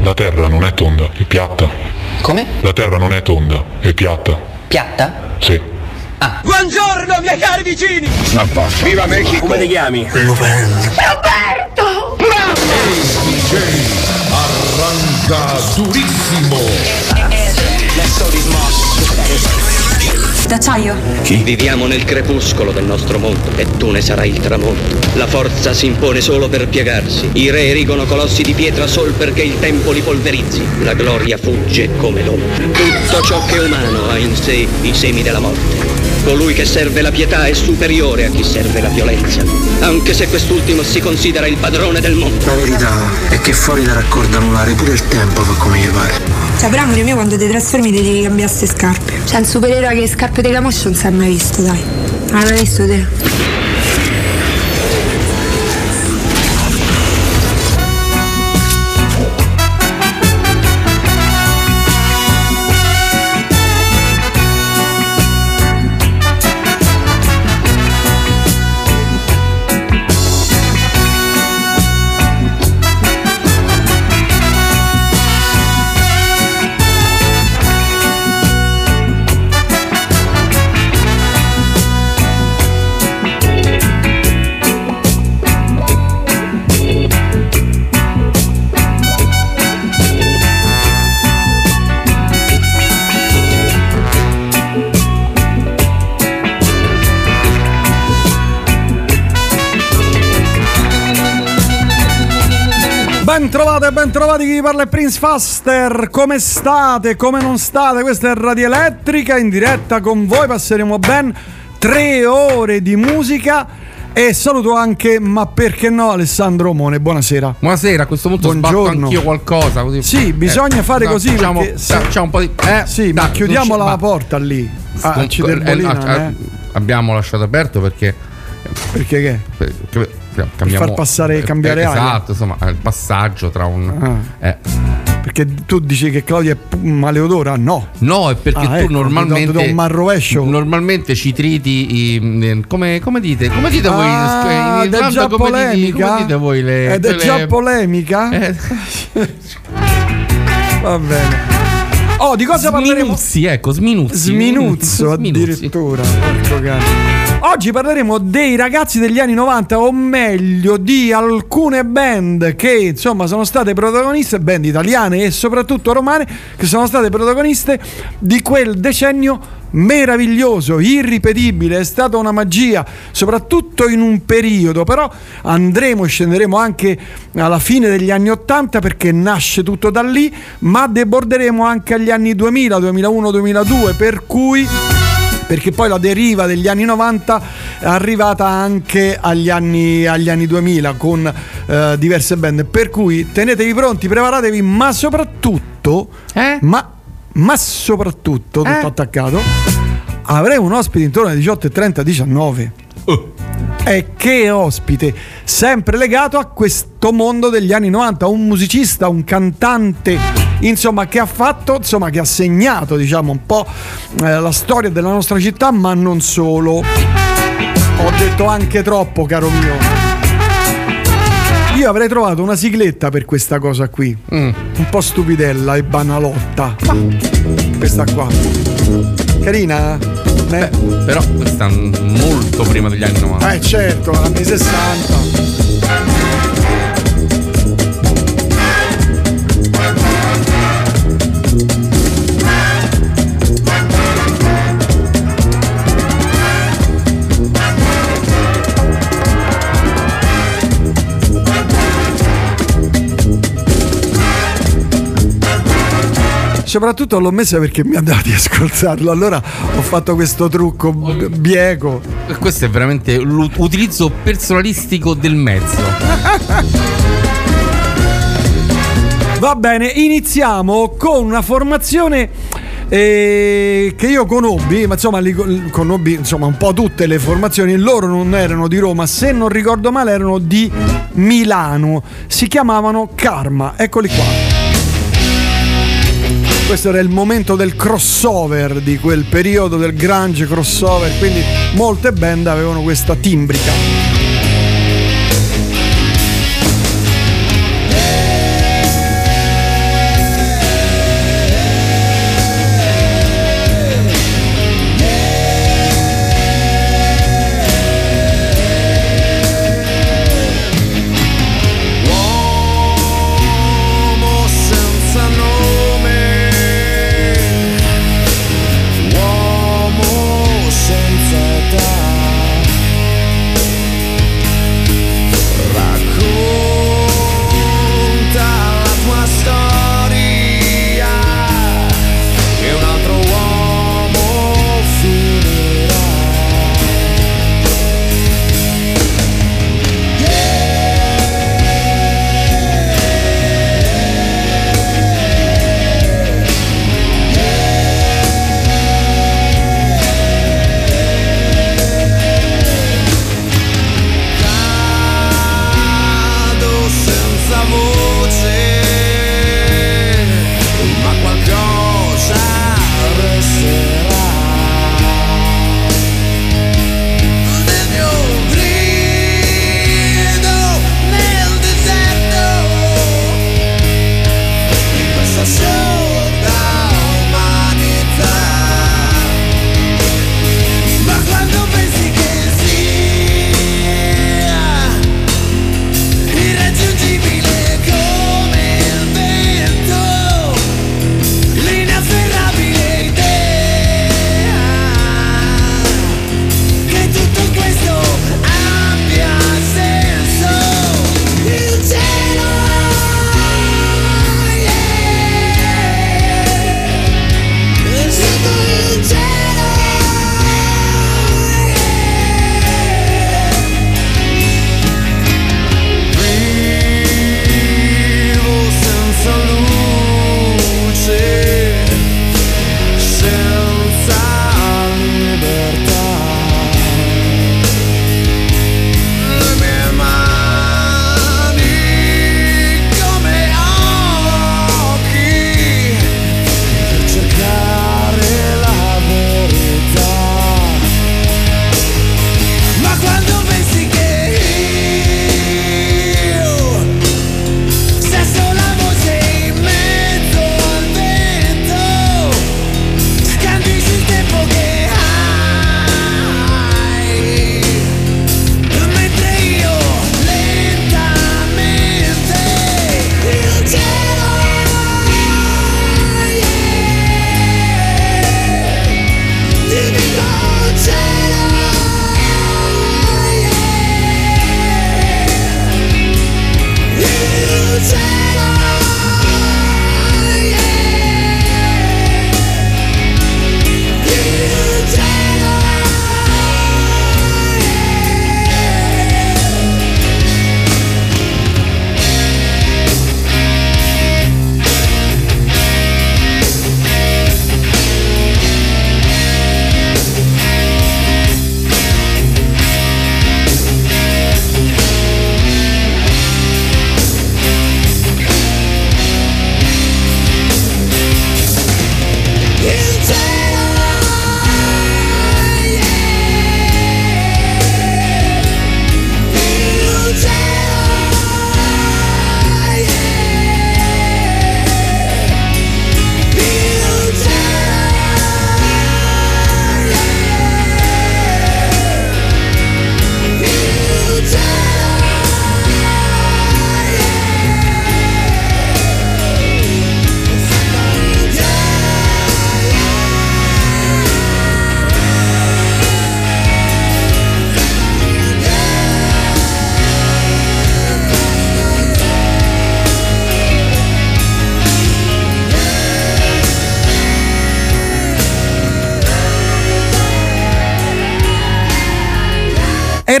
La terra non è tonda, è piatta. Come? La terra non è tonda, è piatta. Piatta? Sì. Ah. Buongiorno miei cari vicini! Viva Mexico! Come ti chiami? Roberto! Bravo! DJ arranca durissimo! D'acciaio? Viviamo nel crepuscolo del nostro mondo e tu ne sarai il tramonto. La forza si impone solo per piegarsi. I re erigono colossi di pietra sol perché il tempo li polverizzi. La gloria fugge come l'ombra. Tutto ciò che è umano ha in sé i semi della morte. Colui che serve la pietà è superiore a chi serve la violenza, anche se quest'ultimo si considera il padrone del mondo. La verità è che fuori da raccordo anulare pure il tempo fa come gli pare. Cioè, però amore mio, quando ti trasformi ti devi cambiare ste scarpe. Cioè, un supereroe che scarpe di camoscio non si è mai visto, dai. Hai mai visto te? Ben trovati, chi vi parla è Prince Faster. Come state? Come non state? Questa è Radio Elettrica, in diretta con voi. Passeremo ben 3 ore di musica. E saluto anche, ma perché no, Alessandro Mone. Buonasera. Buonasera, a questo punto buongiorno. Sbatto anch'io qualcosa così. Sì, bisogna fare così, diciamo, perché c'è un po' di sì, ma chiudiamo la porta lì. Abbiamo lasciato aperto perché che? Perché per far cambiare aria. Esatto, insomma, il passaggio tra un Perché tu dici che Claudia è maleodora? No, è perché tu ecco, normalmente do un marrovescio. Normalmente ci triti come dite voi in Irlanda, già polemica? come dite voi le ed è già polemica? Va bene. Oh, di cosa parleremo? Sminuzzo addirittura. Porco cane. Oggi parleremo dei ragazzi degli anni 90, o meglio di alcune band che insomma sono state protagoniste, band italiane e soprattutto romane, che sono state protagoniste di quel decennio meraviglioso, irripetibile. È stata una magia, soprattutto in un periodo, però scenderemo anche alla fine degli anni 80 perché nasce tutto da lì, ma deborderemo anche agli anni 2000, 2001, 2002, perché poi la deriva degli anni 90 è arrivata anche agli anni 2000 con diverse band, per cui tenetevi pronti, preparatevi, ma soprattutto ma soprattutto tutto attaccato, avremo un ospite intorno alle 18:30, 19. E che ospite, sempre legato a questo mondo degli anni 90, un musicista, un cantante, insomma, che ha segnato, diciamo, un po' la storia della nostra città, ma non solo. Ho detto anche troppo, caro mio. Io avrei trovato una sigletta per questa cosa qui, un po' stupidella e banalotta, ma questa qua carina? Però questa molto prima degli anni 90. Certo, anni 60. Soprattutto l'ho messa perché mi andava di ascoltarlo, allora ho fatto questo trucco bieco. Questo è veramente l'utilizzo personalistico del mezzo. Va bene, iniziamo con una formazione che io conobbi, ma insomma conobbi un po' tutte le formazioni. Loro non erano di Roma, se non ricordo male erano di Milano, si chiamavano Karma. Eccoli qua. Questo era il momento del crossover, di quel periodo del grunge crossover, quindi molte band avevano questa timbrica.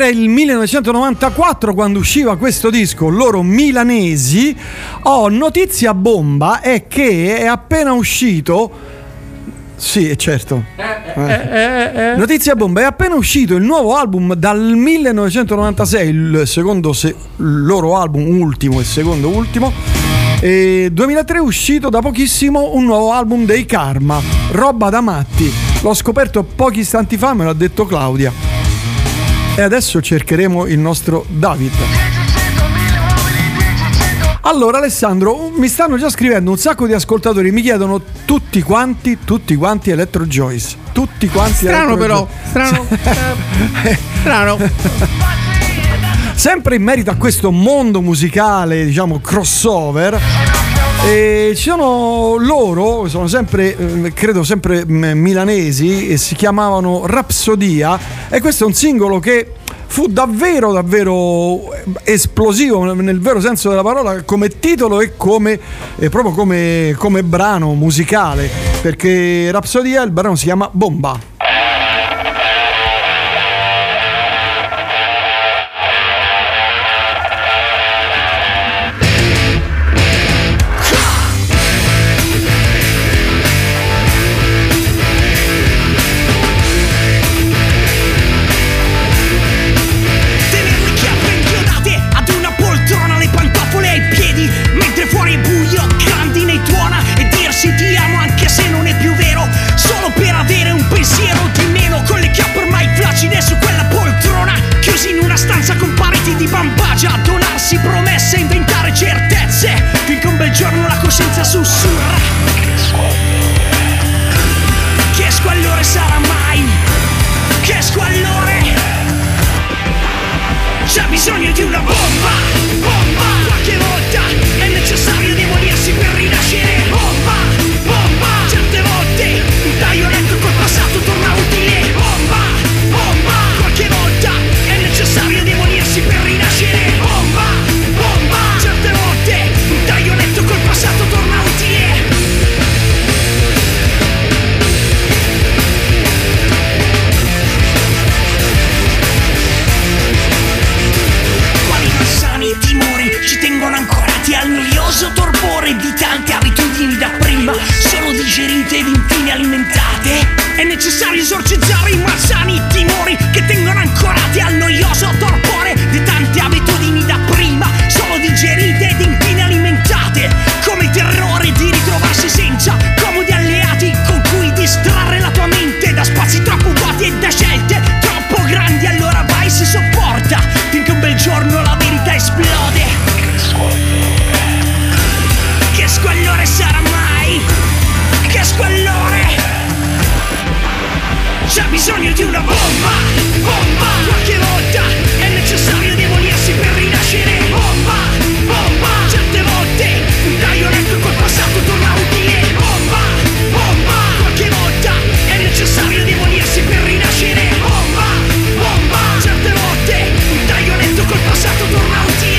Era il 1994 quando usciva questo disco, loro milanesi. Notizia bomba è che è appena uscito. Sì, certo. Notizia bomba, è appena uscito il nuovo album dal 1996, il secondo loro album, ultimo e secondo ultimo. E 2003 è uscito da pochissimo un nuovo album dei Karma, roba da matti. L'ho scoperto pochi istanti fa, me l'ha detto Claudia. E adesso cercheremo il nostro David. Allora Alessandro, mi stanno già scrivendo un sacco di ascoltatori, mi chiedono tutti quanti Electro Joyce. Tutti quanti. Strano però, strano. Sempre in merito a questo mondo musicale, diciamo crossover, ci sono loro, sono sempre, credo sempre milanesi, e si chiamavano Rapsodia, e questo è un singolo che fu davvero esplosivo nel vero senso della parola, come titolo e proprio come brano musicale, perché Rapsodia, il brano si chiama Bomba. Promesse, inventare certezze, finché un bel giorno la coscienza sussurra. Che squallore sarà mai? Che squallore? C'è bisogno di una bomba, bomba. Qualche volta è necessario demolirsi per rinascere. Bomba, bomba. Certe volte un taglio netto col passato torna utile. Bomba, bomba. Qualche volta è necessario demolirsi per rinascere. Bomba, bomba. Certe volte un taglio netto col passato torna utile. Quali malsani timori ci tengono ancorati al noioso torpore di tante abitudini da prima, solo digerite ed infine alimentate. È necessario esorcizzare i malsani timori che tengono ancorati al noioso torpore di tante abitudini da prima, solo digerite ed infine alimentate, come il terrore di ritrovarsi senza comodi alleati con cui distrarre la tua mente da spazi troppo vuoti e da scelte troppo grandi. Allora vai, si sopporta finché un bel giorno la verità esplode. Che squallore sarà mai? Che squallore? C'è bisogno di una bomba, bomba. Qualche volta è necessario demolirsi per rinascere. Bomba, bomba. Certe volte un taglio netto col passato torna utile. Bomba, bomba. Qualche volta è necessario demolirsi per rinascere. Bomba, bomba. Certe volte un taglio netto col passato torna utile.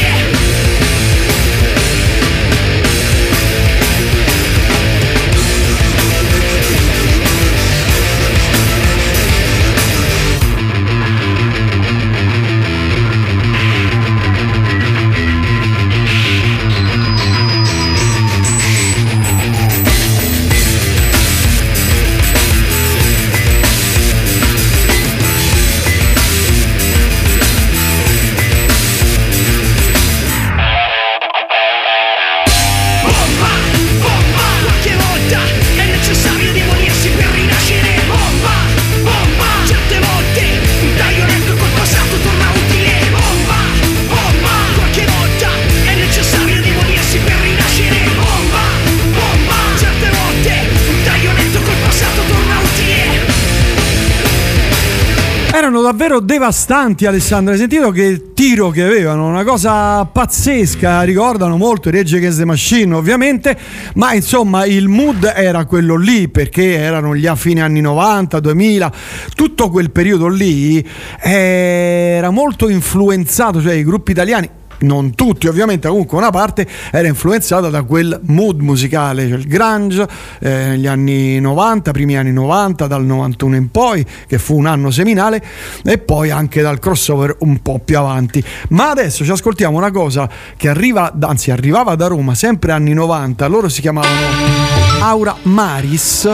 Erano davvero devastanti, Alessandro. Hai sentito che tiro che avevano? Una cosa pazzesca. Ricordano molto i Rage Against the Machine, ovviamente, ma insomma il mood era quello lì, perché erano gli fine anni 90, 2000, tutto quel periodo lì era molto influenzato, cioè i gruppi italiani, non tutti ovviamente, comunque una parte era influenzata da quel mood musicale, cioè il grunge negli anni 90, primi anni 90, dal 91 in poi, che fu un anno seminale, e poi anche dal crossover un po' più avanti. Ma adesso ci ascoltiamo una cosa che arrivava da Roma, sempre anni 90. Loro si chiamavano Aura Maris.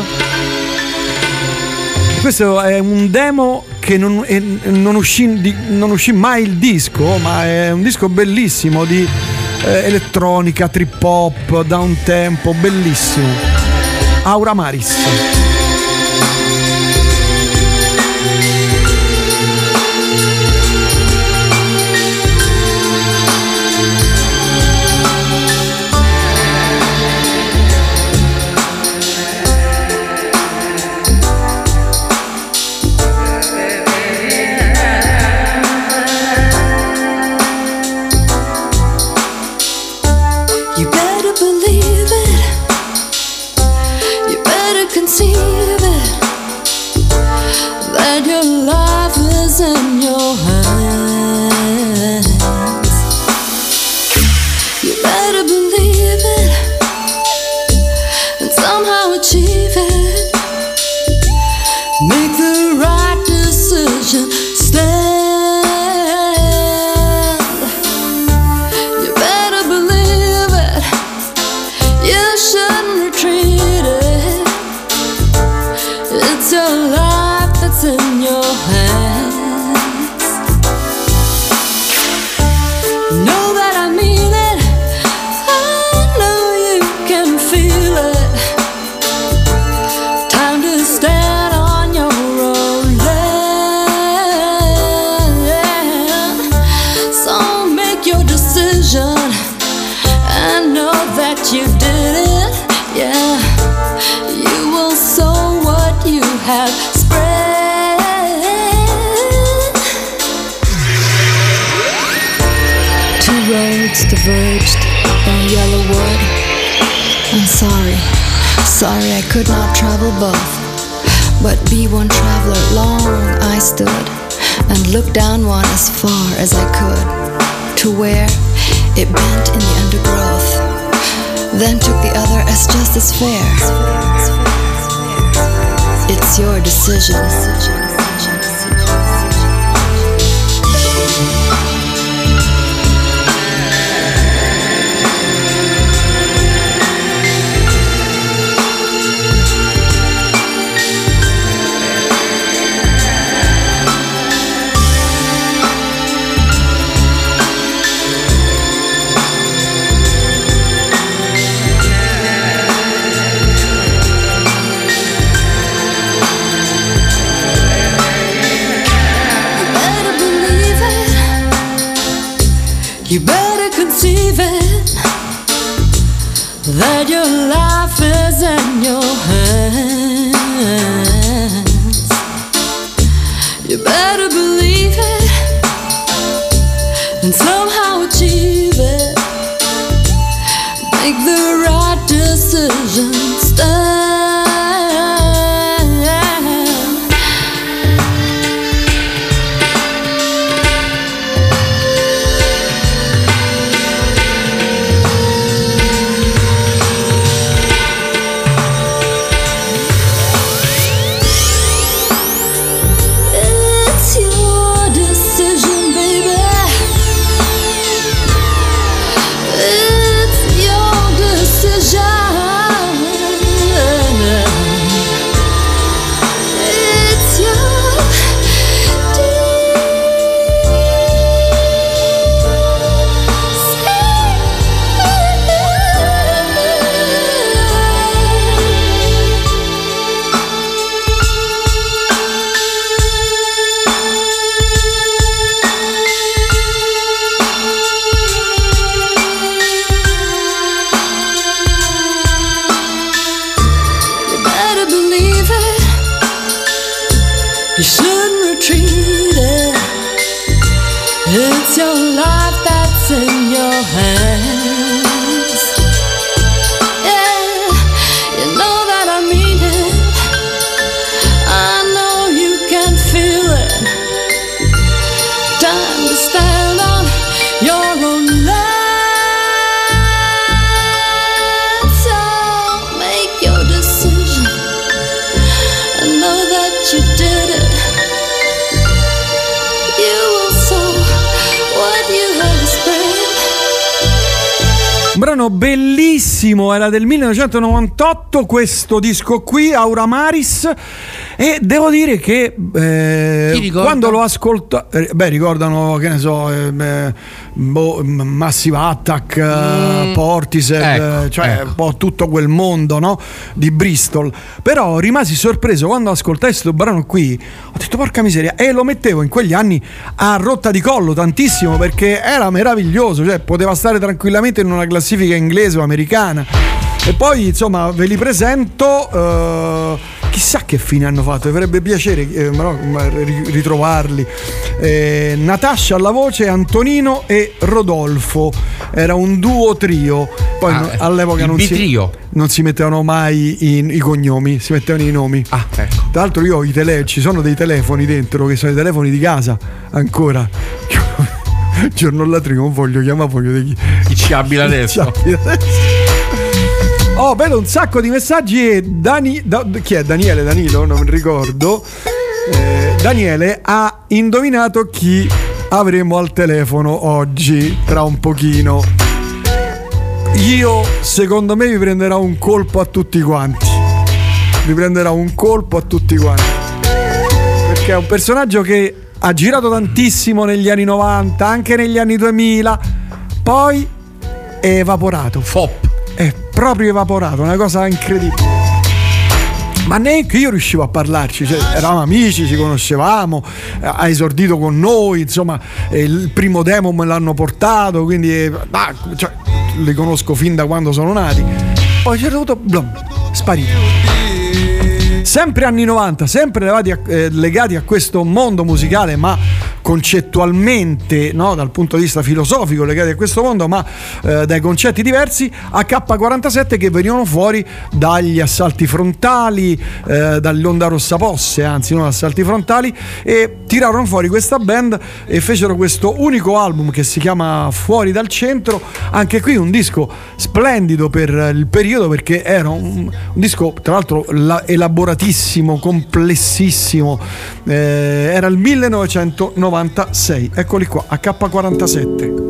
Questo è un demo che non uscì mai il disco, ma è un disco bellissimo di elettronica, trip hop, down tempo, bellissimo. Aura Maris. Diverged in yellow wood. I'm sorry I could not travel both, but be one traveler long I stood, and looked down one as far as I could, to where it bent in the undergrowth, then took the other as just as fair. It's your decision. You better conceive it, that your life is in your hands. You better believe it, and somehow achieve it. Make the right decision, stand. brano bellissimo, era del 1998 questo disco qui, Aura Maris, e devo dire che quando lo ascolto, ricordano, che ne so, Massive Attack, Portishead, un po' tutto quel mondo, no? Di Bristol. Però rimasi sorpreso quando ascoltai questo brano qui, ho detto porca miseria, e lo mettevo in quegli anni a rotta di collo tantissimo perché era meraviglioso, cioè poteva stare tranquillamente in una classifica inglese o americana. E poi insomma ve li presento, chissà che fine hanno fatto, mi farebbe piacere ritrovarli. Natascia alla voce, Antonino e Rodolfo, era un duo trio. Poi all'epoca non si mettevano mai i cognomi, si mettevano i nomi. Tra l'altro io ci sono dei telefoni dentro che sono i telefoni di casa ancora. Giorno latrino, non voglio chiamare, voglio chi ci abita adesso. Oh, vedo un sacco di messaggi e chi è? Daniele, Danilo, non mi ricordo. Daniele ha indovinato chi avremo al telefono oggi, tra un pochino. Secondo me vi prenderà un colpo a tutti quanti. Perché è un personaggio che ha girato tantissimo negli anni 90, anche negli anni 2000, poi è evaporato. È proprio evaporato, una cosa incredibile. Ma neanche io riuscivo a parlarci, cioè, eravamo amici, ci conoscevamo, ha esordito con noi, insomma, il primo demo me l'hanno portato, quindi li conosco fin da quando sono nati. Poi a un certo punto, sparito. Sempre anni 90, sempre legati a questo mondo musicale, ma concettualmente, no, dal punto di vista filosofico legati a questo mondo, ma dai concetti diversi, AK-47 che venivano fuori dagli assalti frontali, dall'Onda Rossa Posse, anzi non assalti frontali, e tirarono fuori questa band e fecero questo unico album che si chiama Fuori dal Centro. Anche qui un disco splendido per il periodo, perché era un disco tra l'altro elaboratissimo, complessissimo. Era il 1996. Eccoli qua, AK-47.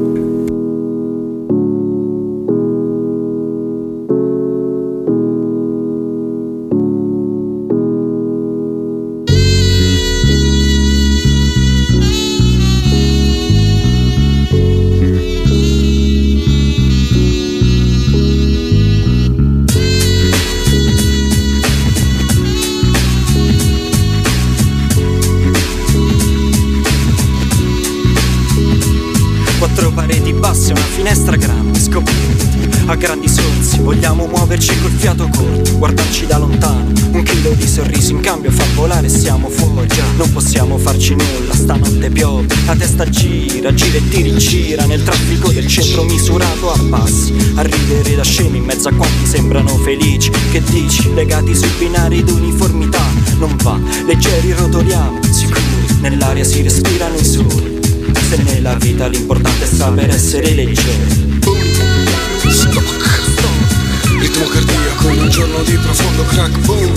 Finestra grande, scoperti a grandi sorsi, vogliamo muoverci col fiato corto, guardarci da lontano, 1 chilo di sorrisi in cambio fa volare, siamo fuori già, non possiamo farci nulla, stanotte piove, la testa gira e ti rigira nel traffico del centro misurato a passi, a ridere da scemi in mezzo a quanti sembrano felici, che dici, legati sui binari d'uniformità, non va, leggeri rotoliamo, sicuri, nell'aria si respirano i soli. Se nella vita l'importante sta per essere leggeri. Ritmo cardiaco in un giorno di profondo crack. Boom.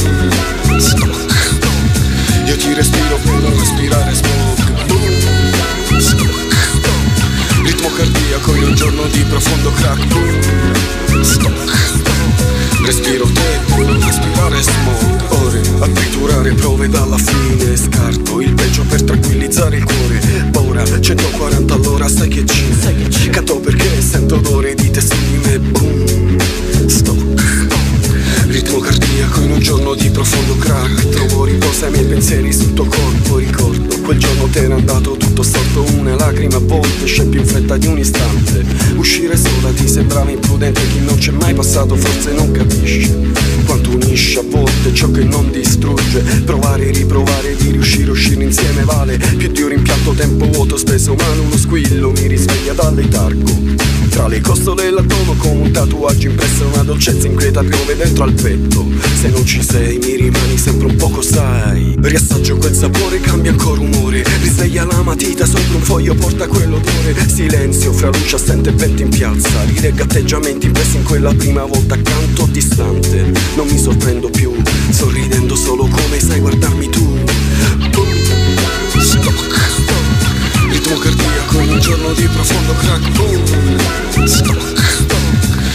Io ti respiro per non respirare smog. Boom. Ritmo cardiaco in un giorno di profondo crack. Boom. Respiro te per non respirare smog. Ore a triturare prove dalla fine. Scarto il peggio per tranquillizzare il cuore. Paura 140 all'ora, sai che c'è. Catto perché sento odore di testime. Boom. Stop. Ritmo cardiaco in un giorno di profondo crack. Trovo riposo ai miei pensieri sul tuo corpo. Ricordo quel giorno t'era andato tutto storto. Una lacrima a volte scende più in fretta di un istante. Uscire sola ti sembrava imprudente. Chi non c'è mai passato forse non capisce quanto unisce a volte ciò che non distrugge. Provare e riprovare di riuscire a uscire insieme vale più di un rimpianto tempo vuoto speso. Ma uno squillo mi risveglia dal letargo. Tra le costole e l'atomo come un tatuaggio impresso. Una dolcezza inquieta piove dentro al petto. Se non ci sei mi rimani sempre un poco, sai. Riassaggio quel sapore, cambia ancora umore. Risveglia la matita sopra un foglio, porta quell'odore. Silenzio fra luce assente e vento in piazza. Rileggo atteggiamenti impressi in quella prima volta accanto distante. Non mi sorprendo più, sorridendo solo come sai guardarmi tu. Boom. Ritmo cardiaco in un giorno di profondo crack. Boom.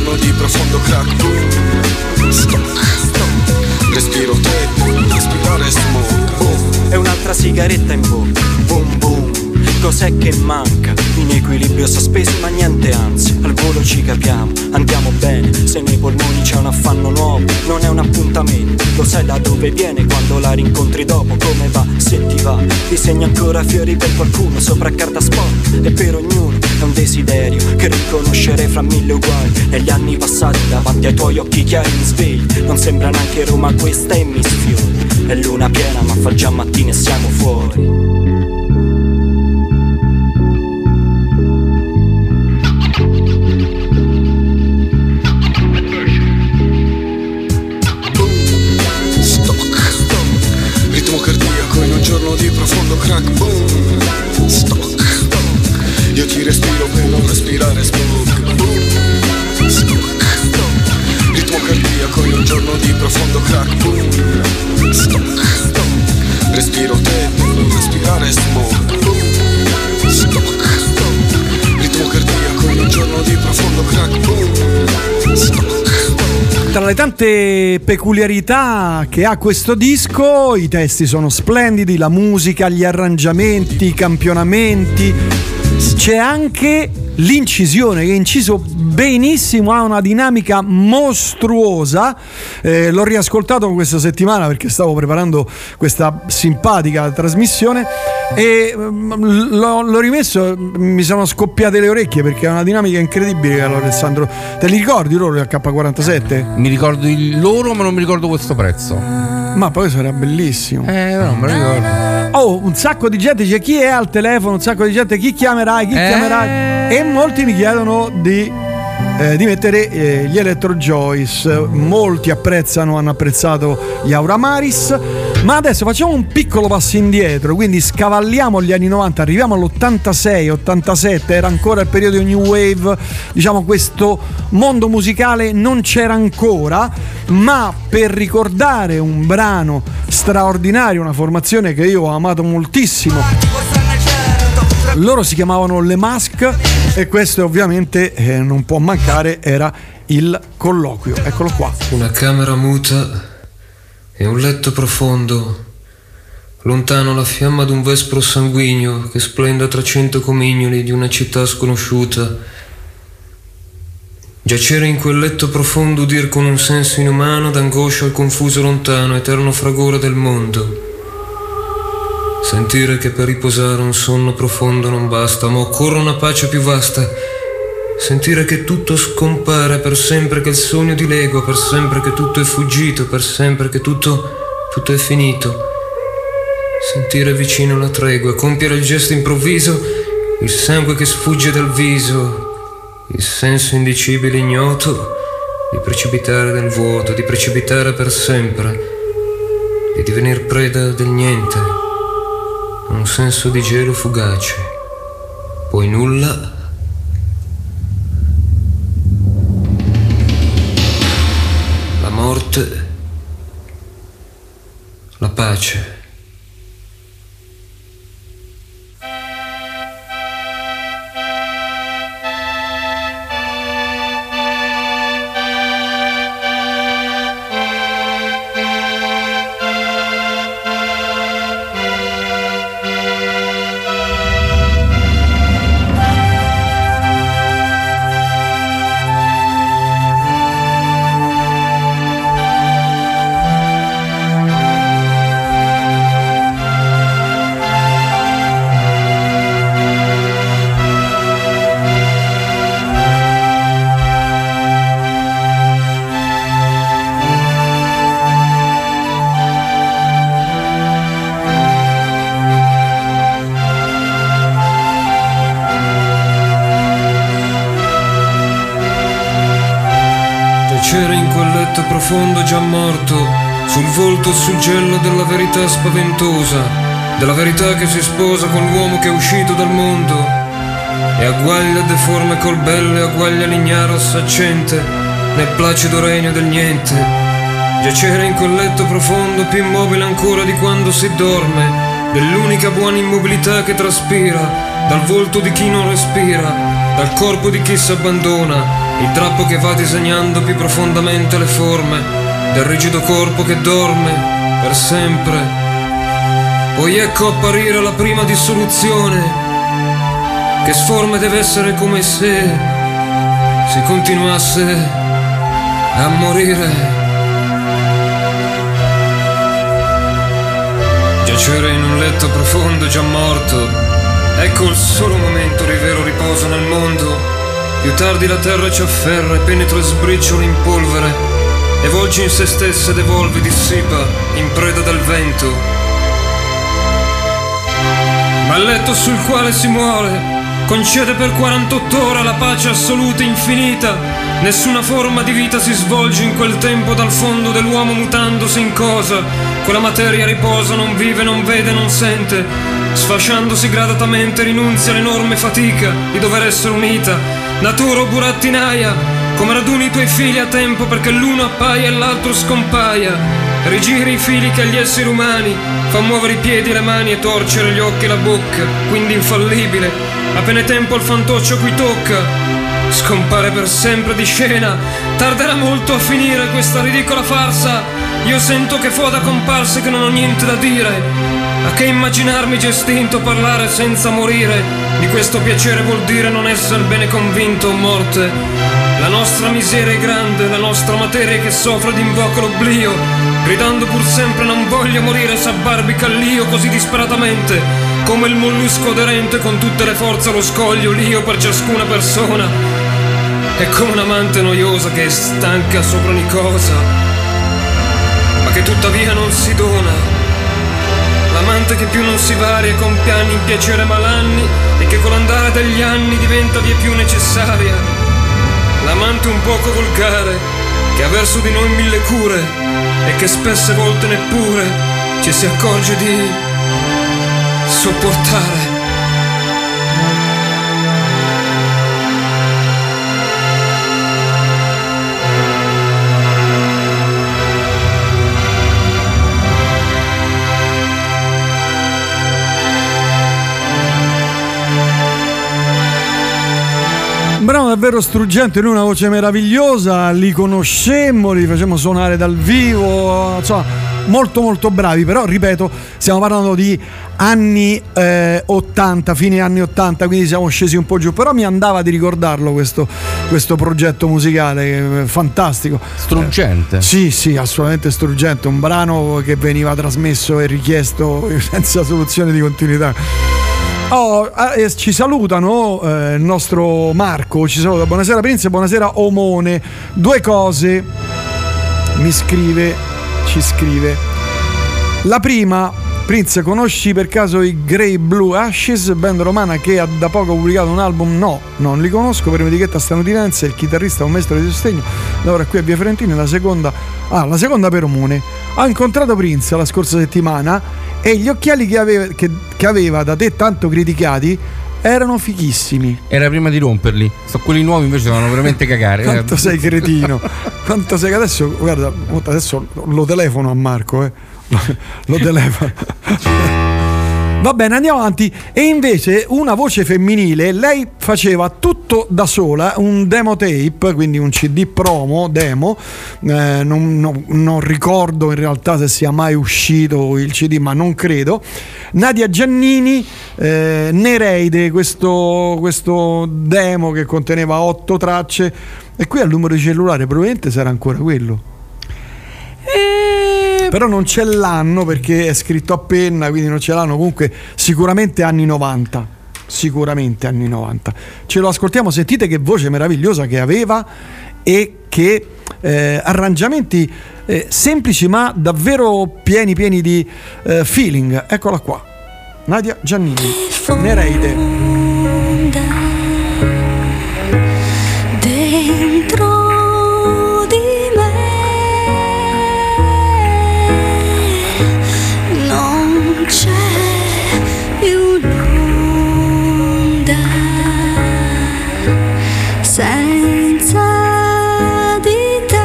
giorno di profondo crack. Boom, stop. Respiro te, respirare smoke. Boom, è un'altra sigaretta in bocca. Boom boom. Cos'è che manca? In equilibrio sospesi ma niente ansia. Al volo ci capiamo, andiamo bene. Se nei polmoni c'è un affanno nuovo, non è un appuntamento. Lo sai da dove viene quando la rincontri dopo. Come va, se ti va. Disegna ancora fiori per qualcuno sopra carta sporca. E per ognuno è un desiderio che riconoscerei fra mille uguali. Negli anni passati davanti ai tuoi occhi chiari mi svegli. Non sembra neanche Roma questa e mi sfiori. È luna piena ma fa già mattina e siamo fuori. Giorno di profondo crack, boom, stock. Io ti respiro per non respirare smoke, boom, stock. Ritmo cardiaco in un giorno di profondo crack, boom, stock. Respiro te per non respirare smoke, boom, stock. Ritmo cardiaco in un giorno di profondo crack, boom, stock. Tra le tante peculiarità che ha questo disco, i testi sono splendidi, la musica, gli arrangiamenti, i campionamenti, c'è anche l'incisione che è inciso benissimo, ha una dinamica mostruosa. L'ho riascoltato questa settimana perché stavo preparando questa simpatica trasmissione e l'ho rimesso, mi sono scoppiate le orecchie perché è una dinamica incredibile. Carlo Alessandro, te li ricordi loro del K47? Mi ricordo loro ma non mi ricordo questo prezzo. Ma poi sarà bellissimo. Non me lo ricordo. Oh, un sacco di gente dice chi è al telefono, un sacco di gente chi chiamerai e molti mi chiedono di mettere gli Electro Joyce. Molti hanno apprezzato gli Aura Maris. Ma adesso facciamo un piccolo passo indietro, quindi scavalliamo gli anni 90, arriviamo all'86, 87, era ancora il periodo New Wave, diciamo questo mondo musicale non c'era ancora, ma per ricordare un brano straordinario, una formazione che io ho amato moltissimo, loro si chiamavano Le Masque e questo ovviamente non può mancare, era il colloquio. Eccolo qua. Una camera muta e un letto profondo, lontano la fiamma d'un vespro sanguigno che splenda tra 100 comignoli di una città sconosciuta. Giacere in quel letto profondo, udir con un senso inumano d'angoscia il confuso lontano, eterno fragore del mondo. Sentire che per riposare un sonno profondo non basta, ma occorre una pace più vasta. Sentire che tutto scompare, per sempre che il sogno dilegua, per sempre che tutto è fuggito, per sempre che tutto è finito. Sentire vicino la tregua, compiere il gesto improvviso, il sangue che sfugge dal viso, il senso indicibile ignoto di precipitare nel vuoto, di precipitare per sempre, di divenir preda del niente, un senso di gelo fugace, poi nulla. Morte, la pace. C'era in quel letto profondo già morto, sul volto e sul gelo della verità spaventosa, della verità che si sposa con l'uomo che è uscito dal mondo e agguaglia deforme col belle, agguaglia l'ignaro saccente nel placido regno del niente. Giacere in quel letto profondo, più immobile ancora di quando si dorme, dell'unica buona immobilità che traspira, dal volto di chi non respira, dal corpo di chi si abbandona, il drappo che va disegnando più profondamente le forme del rigido corpo che dorme per sempre. Poi ecco apparire la prima dissoluzione, che sforma deve essere come se si continuasse a morire. Giacere in un letto profondo già morto, ecco il solo momento di vero riposo nel mondo. Più tardi la terra ci afferra e penetra e sbriciola in polvere, e volge in se stessa ed evolve, dissipa, in preda del vento. Ma il letto sul quale si muore concede per 48 ore la pace assoluta e infinita. Nessuna forma di vita si svolge in quel tempo dal fondo dell'uomo mutandosi in cosa. Quella materia riposa, non vive, non vede, non sente. Sfasciandosi gradatamente rinunzia all'enorme fatica di dover essere unita. Natura o burattinaia, come raduni i tuoi fili a tempo perché l'uno appaia e l'altro scompaia. Rigiri i fili che agli esseri umani fa muovere i piedi e le mani e torcere gli occhi e la bocca, quindi infallibile. Appena è tempo al fantoccio cui tocca, scompare per sempre di scena. Tarderà molto a finire questa ridicola farsa. Io sento che foda comparse che non ho niente da dire. A che immaginarmi già estinto parlare senza morire? Di questo piacere vuol dire non essere bene convinto o morte. La nostra miseria è grande, la nostra materia che soffre ed invoca l'oblio. Gridando pur sempre non voglio morire, s'abbarbica l'io così disperatamente, come il mollusco aderente con tutte le forze allo scoglio, l'io per ciascuna persona. È come un'amante noiosa che è stanca sopra ogni cosa, ma che tuttavia non si dona. L'amante che più non si varia con piani in piacere malanni e che con l'andare degli anni diventa vie più necessaria. L'amante un poco volgare che ha verso di noi 1000 cure e che spesse volte neppure ci si accorge di sopportare. Un brano davvero struggente, lui una voce meravigliosa, li conoscemmo, li facemmo suonare dal vivo, insomma molto molto bravi, però ripeto stiamo parlando di anni 80, fine anni 80, quindi siamo scesi un po' giù, però mi andava di ricordarlo questo progetto musicale fantastico, struggente. Sì, assolutamente struggente, un brano che veniva trasmesso e richiesto senza soluzione di continuità. Ci salutano il nostro Marco, ci saluta, buonasera Prince, buonasera Omone. Due cose ci scrive. La prima: Prince, conosci per caso i Grey Blue Ashes, band romana che ha da poco pubblicato un album? No, non li conosco, per un'etichetta statunitense, il chitarrista è un maestro di sostegno, lavora qui a Via Fiorentina, la seconda per Omone. Ho incontrato Prince la scorsa settimana e gli occhiali che aveva da te tanto criticati erano fighissimi. Era prima di romperli. Quelli nuovi invece dovevano veramente cagare. Quanto sei cretino. Quanto sei. Adesso guarda, adesso lo telefono a Marco, lo telefono. Va bene, andiamo avanti. E invece una voce femminile, lei faceva tutto da sola, un demo tape, quindi un CD promo demo, non ricordo in realtà se sia mai uscito il CD, ma non credo. Nadia Giannini, Nereide, questo demo che conteneva 8 tracce, e qui al numero di cellulare probabilmente sarà ancora quello. Però non c'è l'anno perché è scritto a penna, quindi non c'è l'anno. Comunque sicuramente anni 90. Ce lo ascoltiamo, sentite che voce meravigliosa che aveva e che arrangiamenti semplici ma davvero pieni di feeling. Eccola qua, Nadia Giannini, Nereide. Dentro senza di te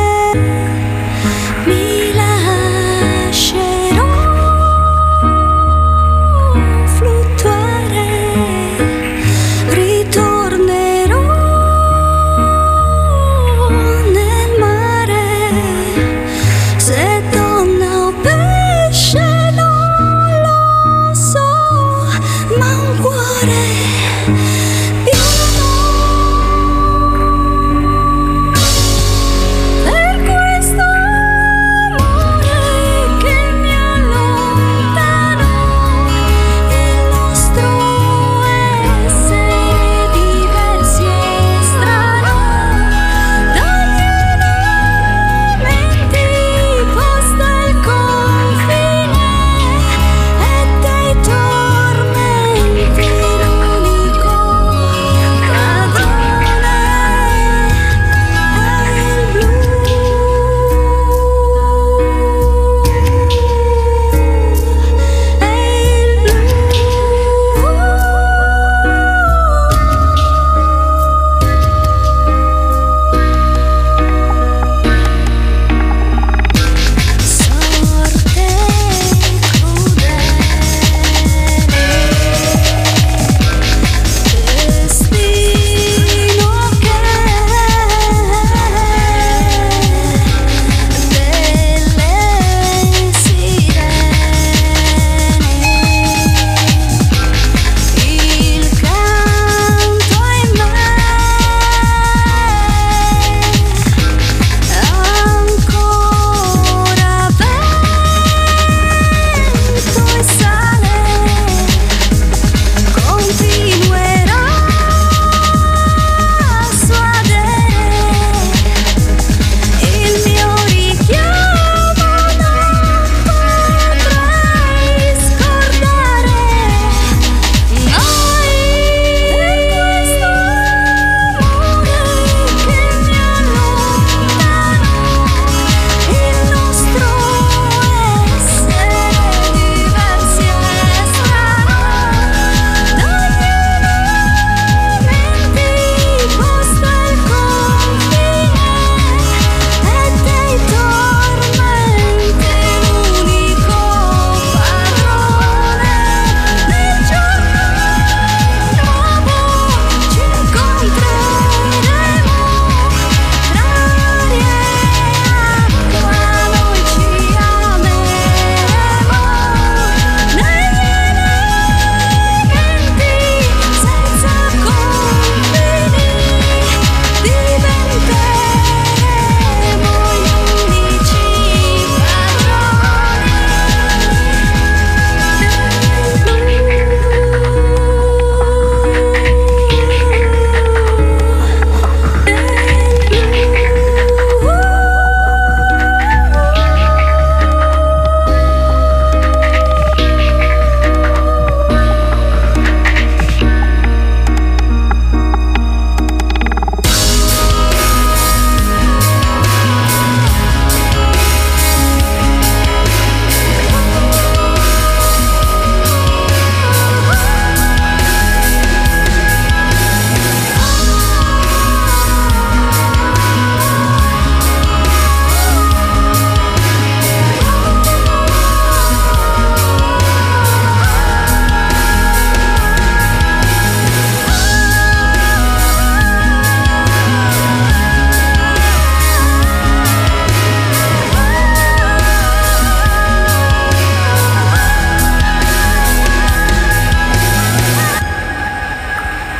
mi lascerò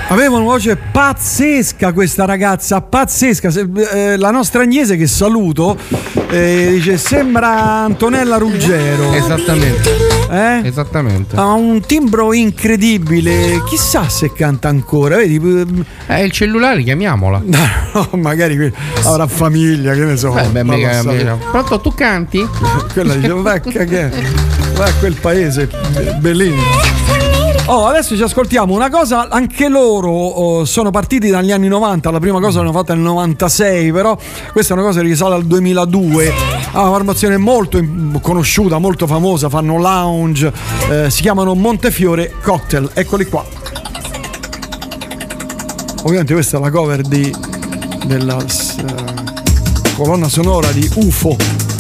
Aveva una voce pazzesca questa ragazza, pazzesca. La nostra Agnese, che saluto, dice sembra Antonella Ruggero. Esattamente. Esattamente. Ha un timbro incredibile. Chissà se canta ancora. Vedi? È il cellulare, chiamiamola. No, magari avrà famiglia, che ne so. Pronto, tu canti? Quella dice vai a quel paese bellissimo. Adesso ci ascoltiamo una cosa, anche loro sono partiti dagli anni 90, la prima cosa l'hanno fatta nel 96, però questa è una cosa che risale al 2002, ha una formazione molto conosciuta, molto famosa, fanno lounge, si chiamano Montefiore Cocktail, eccoli qua. Ovviamente questa è la cover della colonna sonora di UFO.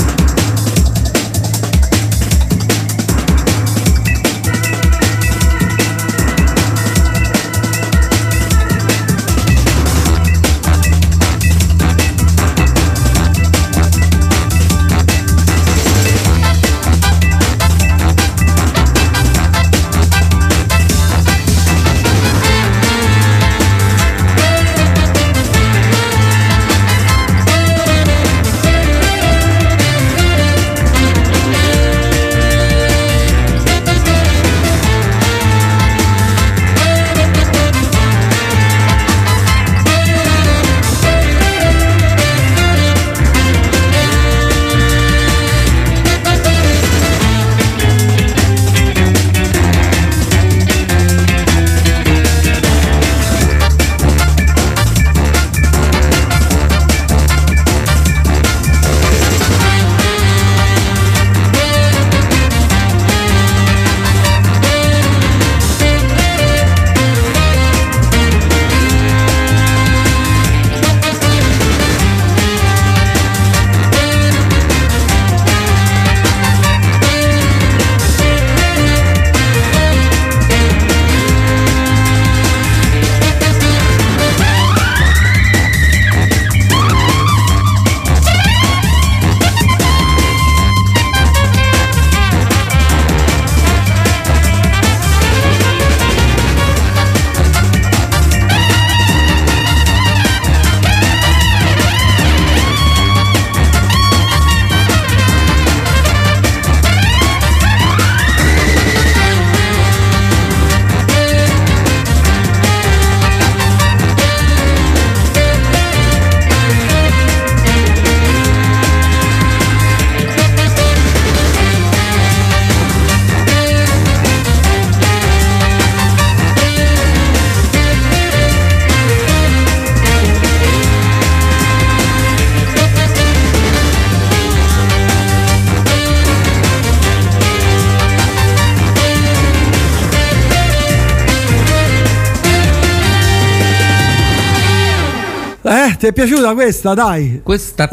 Ti è piaciuta questa? Dai. Questa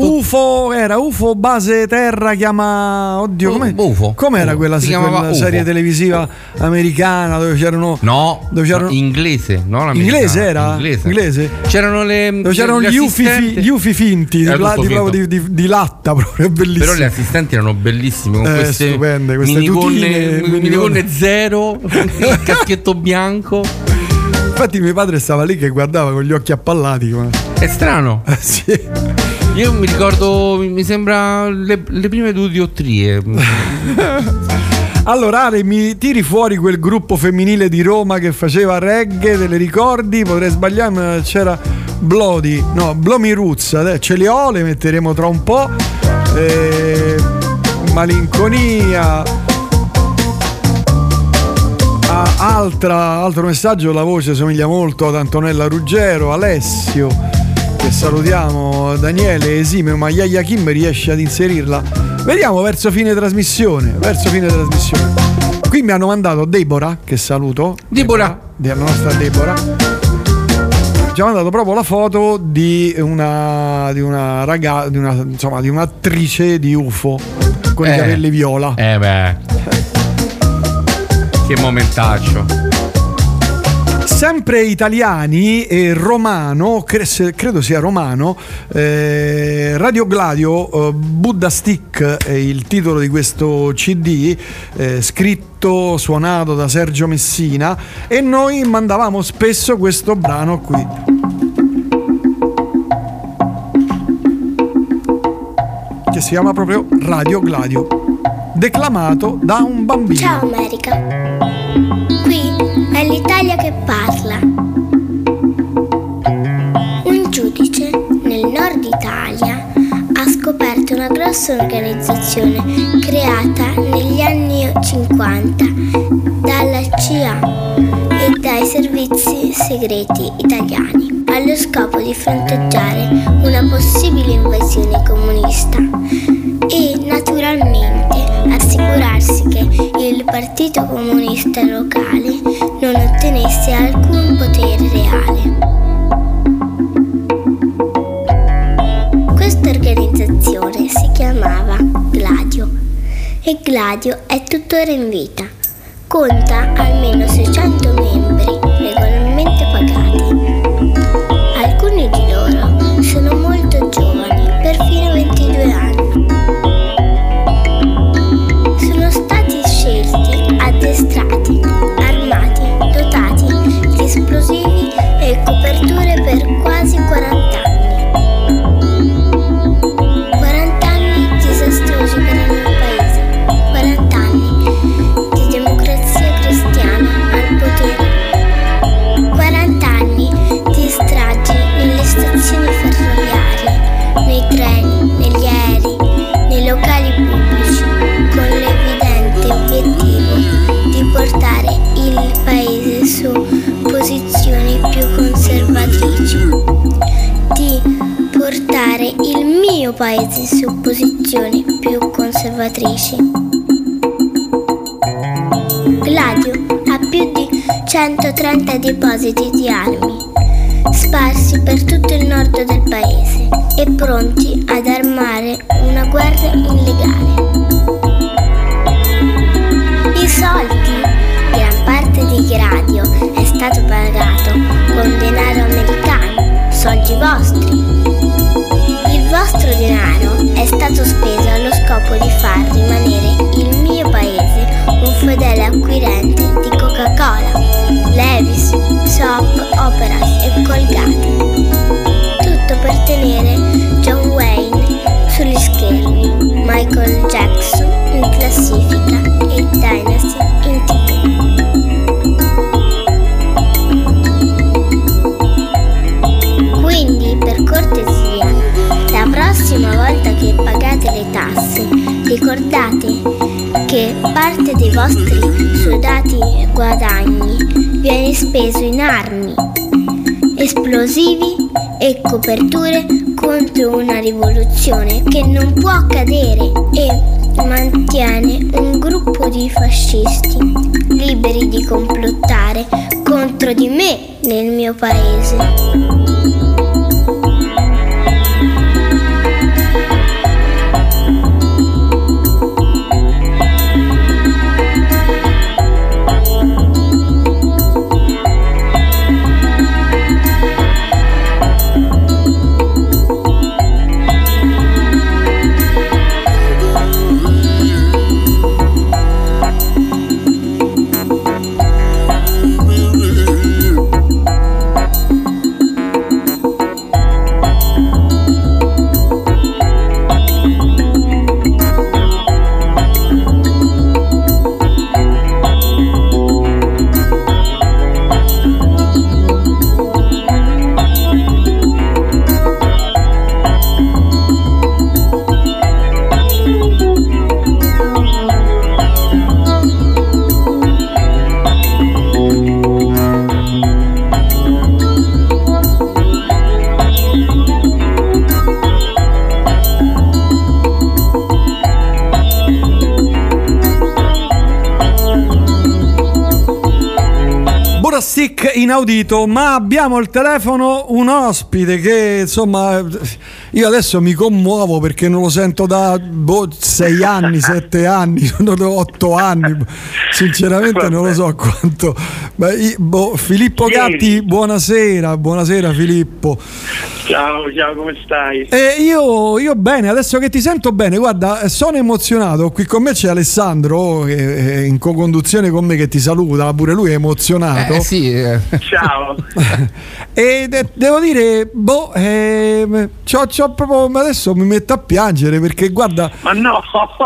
UFO era UFO base terra chiama. Oddio, com'era quella serie televisiva americana dove c'erano. Inglese, no? Inglese era? Inglese. C'erano gli UFI finti di latta, proprio bellissimo. Però le assistenti erano bellissime, con queste stupende, queste minigonne zero, il caschetto bianco. Infatti mio padre stava lì che guardava con gli occhi appallati. È strano. Sì. Io mi ricordo, mi sembra le prime due diottrie. Allora Ale, mi tiri fuori quel gruppo femminile di Roma che faceva reggae, te le ricordi? Potrei sbagliare, ma c'era Blomi Roots, ce le ho, le metteremo tra un po'. Malinconia. Altro messaggio, la voce somiglia molto ad Antonella Ruggero. Alessio, che salutiamo. Daniele Esime, ma Yaya Kim riesce ad inserirla? Vediamo verso fine trasmissione. Qui mi hanno mandato Deborah, che saluto. Deborah, la nostra Deborah. Ci ha mandato proprio la foto di una ragazza, di un'attrice di UFO con i capelli viola. Che momentaccio. Sempre italiani e romano, credo sia romano, Radio Gladio, Buddha Stick è il titolo di questo CD, scritto, suonato da Sergio Messina, e noi mandavamo spesso questo brano qui. Che si chiama proprio Radio Gladio, declamato da un bambino. Ciao America, qui è l'Italia che parla. Un giudice nel nord Italia ha scoperto una grossa organizzazione creata negli anni 50 dalla CIA e dai servizi segreti italiani allo scopo di fronteggiare una possibile invasione comunista e naturalmente assicurarsi che il Partito Comunista locale non ottenesse alcun potere reale. Questa organizzazione si chiamava Gladio e Gladio è tuttora in vita. Conta almeno 600 membri regolarmente pagati. Alcuni di loro sono molto giovani, perfino 22 anni. Sono stati scelti, addestrati, armati, dotati di esplosivi e coperture per quasi 40 anni. 40 anni disastrosi per il mio paese, 40 anni di democrazia cristiana al potere, 40 anni di stragi nelle stazioni ferroviarie, nei treni, negli aerei, nei locali pubblici, con l'evidente obiettivo di portare il paese su posizioni più conservatrici, di portare il mio paese su posizioni più conservatrici. Gladio ha più di 130 depositi di armi sparsi per tutto il nord del paese e pronti ad armare una guerra illegale. I soldi, gran parte di Gladio, è stato pagato con denaro americano, soldi vostri. Il vostro denaro è stato speso allo scopo di far rimanere il mio paese un fedele acquirente di Coca-Cola, Levi's, Soap, Operas e Colgate. Tutto per tenere John Wayne sugli schermi, Michael Jackson in classifica e Dynasty in TV. Quindi, per cortesia, la prossima volta che pagate le tasse, ricordate che parte dei vostri sudati guadagni viene speso in armi, esplosivi e coperture contro una rivoluzione che non può cadere e mantiene un gruppo di fascisti liberi di complottare contro di me nel mio paese. Stick inaudito, ma abbiamo al telefono un ospite che insomma io adesso mi commuovo perché non lo sento da 6 anni, 7 anni, 8 anni, sinceramente non lo so quanto. Filippo Gatti, buonasera Filippo. Ciao, come stai? Io bene, adesso che ti sento bene, guarda, sono emozionato. Qui con me c'è Alessandro che è in co-conduzione con me, che ti saluta, pure lui è emozionato. Ciao. E devo dire, c'ho proprio, adesso mi metto a piangere perché guarda. Ma no.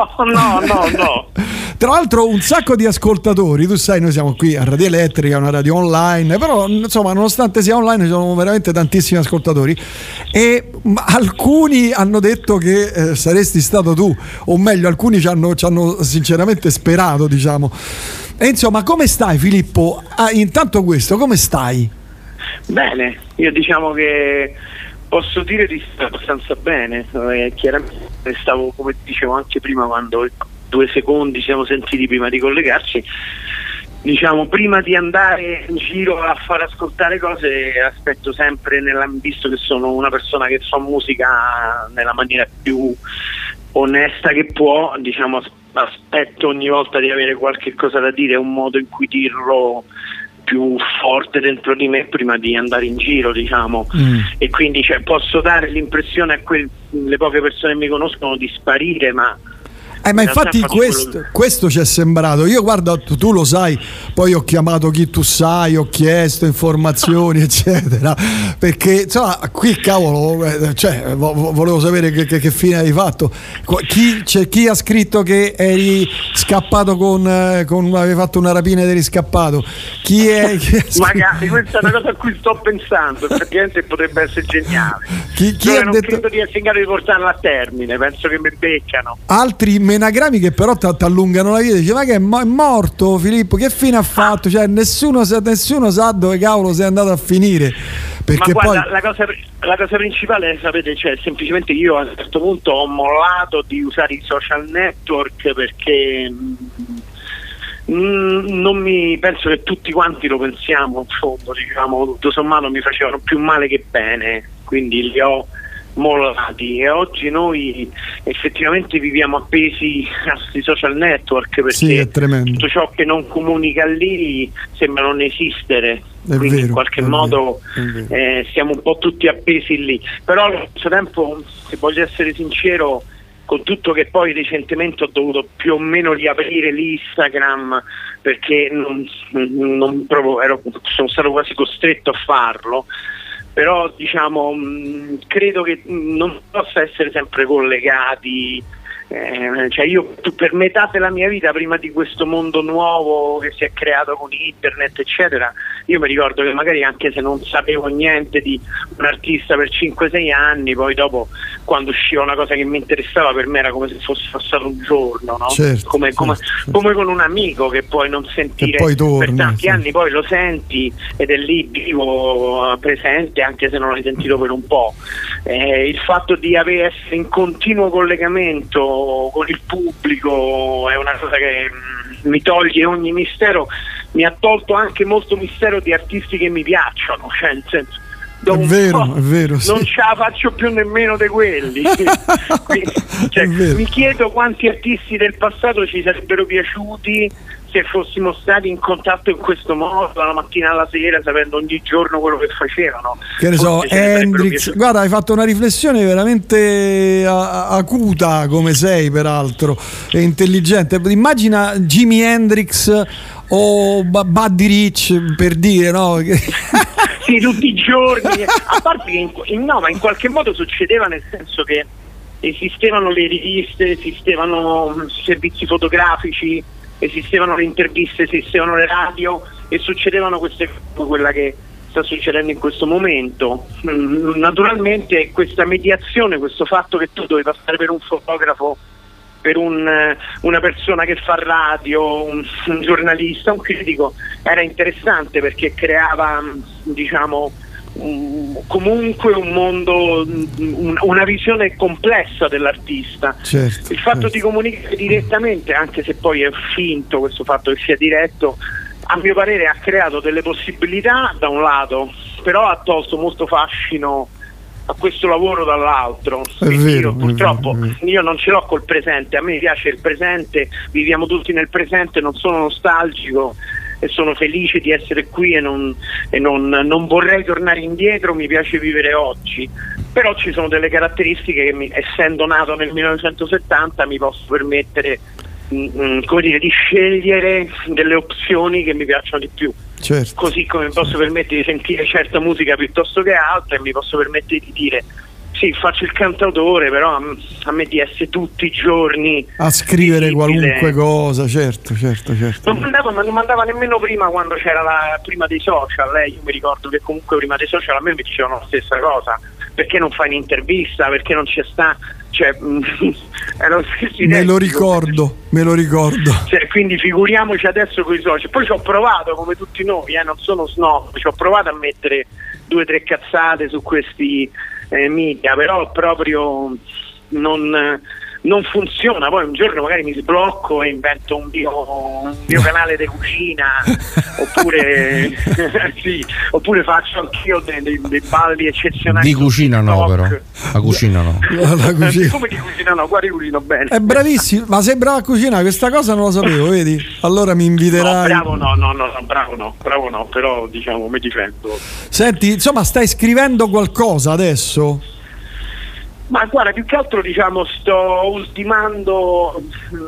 Tra l'altro un sacco di ascoltatori, tu sai, noi siamo qui a Radio Elettrica, una radio online, però insomma nonostante sia online ci sono veramente tantissimi ascoltatori e alcuni hanno detto che saresti stato tu, o meglio alcuni ci hanno sinceramente sperato, diciamo. E insomma, come stai Filippo? Intanto questo, come stai? Bene, io diciamo che posso dire di stare abbastanza bene, chiaramente stavo, come dicevo anche prima, quando 2 secondi ci siamo sentiti prima di collegarci, diciamo, prima di andare in giro a far ascoltare cose aspetto sempre, visto che sono una persona che fa musica nella maniera più onesta che può, diciamo, aspetto ogni volta di avere qualche cosa da dire, un modo in cui dirlo più forte dentro di me prima di andare in giro, diciamo. E quindi posso dare l'impressione a le poche persone che mi conoscono di sparire, ma infatti questo ci è sembrato. Io guarda, tu lo sai, poi ho chiamato chi tu sai, ho chiesto informazioni eccetera, perché insomma qui cavolo, volevo sapere che fine hai fatto. Chi ha scritto che eri scappato avevi fatto una rapina ed eri scappato? Chi è magari questa è una cosa a cui sto pensando, praticamente potrebbe essere geniale. Chi ha non detto... credo di essere in grado di portarla a termine, penso che mi beccano. Altri menagrammi che però ti allungano la vita, dice ma che è morto Filippo, che fine ha fatto? Cioè nessuno sa dove cavolo sei andato a finire, perché ma guarda, poi la cosa principale, sapete, semplicemente io a un certo punto ho mollato di usare i social network perché non mi penso che tutti quanti lo pensiamo, in fondo, diciamo, tutto sommato mi facevano più male che bene, quindi li ho mollati e oggi noi effettivamente viviamo appesi a questi social network perché tutto ciò che non comunica lì sembra non esistere, quindi in qualche modo siamo un po' tutti appesi lì, però allo stesso tempo, se voglio essere sincero, con tutto che poi recentemente ho dovuto più o meno riaprire l'Instagram perché sono stato quasi costretto a farlo, però diciamo credo che non possa essere sempre collegati, io per metà della mia vita, prima di questo mondo nuovo che si è creato con internet eccetera, io mi ricordo che magari anche se non sapevo niente di un artista per 5-6 anni, poi dopo quando usciva una cosa che mi interessava, per me era come se fosse passato un giorno, no? Come con un amico che puoi non sentire per tanti anni, poi lo senti ed è lì vivo, presente, anche se non l'hai sentito per un po'. Il fatto di essere in continuo collegamento con il pubblico è una cosa che mi toglie ogni mistero, mi ha tolto anche molto mistero di artisti che mi piacciono, cioè nel senso, è vero, sì. Non ce la faccio più nemmeno di quelli. Quindi, mi chiedo quanti artisti del passato ci sarebbero piaciuti se fossimo stati in contatto in questo modo, dalla mattina alla sera, sapendo ogni giorno quello che facevano. Che ne so, Hendrix, guarda, hai fatto una riflessione veramente acuta, come sei peraltro, e intelligente. Immagina Jimi Hendrix o Buddy Rich, per dire, no? Sì, tutti i giorni, a parte che ma in qualche modo succedeva, nel senso che esistevano le riviste, esistevano servizi fotografici, esistevano le interviste, esistevano le radio e succedevano queste cose, quella che sta succedendo in questo momento. Naturalmente questa mediazione, questo fatto che tu dovevi passare per un fotografo, per una persona che fa radio, un giornalista, un critico, era interessante perché creava, diciamo, comunque un mondo, una visione complessa dell'artista. Il fatto di comunicare direttamente, anche se poi è finto questo fatto che sia diretto, a mio parere ha creato delle possibilità da un lato, però ha tolto molto fascino a questo lavoro dall'altro. Io purtroppo io non ce l'ho col presente, a me piace il presente, viviamo tutti nel presente, non sono nostalgico e sono felice di essere qui e non vorrei tornare indietro, mi piace vivere oggi, però ci sono delle caratteristiche che essendo nato nel 1970 mi posso permettere come dire, di scegliere delle opzioni che mi piacciono di più. Certo. Così come mi posso permettere di sentire certa musica piuttosto che altra, e mi posso permettere di dire sì, faccio il cantautore, però a me di essere tutti i giorni a scrivere qualunque cosa, certo. Non mandava nemmeno prima, quando c'era prima dei social, io mi ricordo che comunque prima dei social a me mi dicevano la stessa cosa, perché non fai un'intervista, perché non ci sta, cioè me lo ricordo. Cioè, quindi figuriamoci adesso con i social. Poi ci ho provato, come tutti noi, non sono snob, ci ho provato a mettere 2 o 3 cazzate su questi media, però proprio non funziona. Poi un giorno magari mi sblocco e invento un mio canale di cucina oppure sì, oppure faccio anch'io dei balli eccezionali di cucina no, però la cucina no. La cucina. Come di cucina no, qua cucino bene. È bravissimo, ma sei bravo a cucinare, questa cosa non lo sapevo, vedi? Allora mi inviterai. Bravo no, però diciamo mi difendo. Senti, insomma, stai scrivendo qualcosa adesso? Ma guarda, più che altro diciamo sto ultimando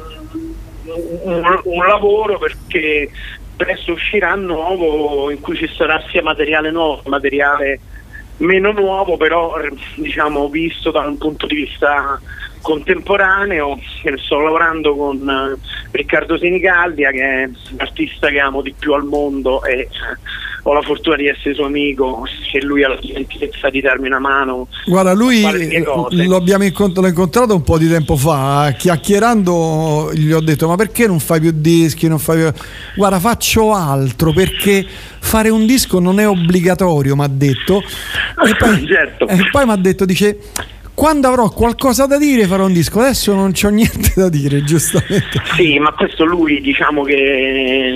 un lavoro, perché presto uscirà nuovo in cui ci sarà sia materiale nuovo, materiale meno nuovo, però diciamo visto da un punto di vista contemporaneo. Sto lavorando con Riccardo Senigallia, che è l'artista che amo di più al mondo, e ho la fortuna di essere suo amico e lui ha la gentilezza di darmi una mano. Guarda, lui l'ho incontrato un po' di tempo fa, chiacchierando gli ho detto: ma perché non fai più dischi? Guarda, faccio altro, perché fare un disco non è obbligatorio, mi ha detto. E poi, certo. E poi mi ha detto, dice: quando avrò qualcosa da dire farò un disco, adesso non c'ho niente da dire, giustamente. Sì, ma questo lui, diciamo che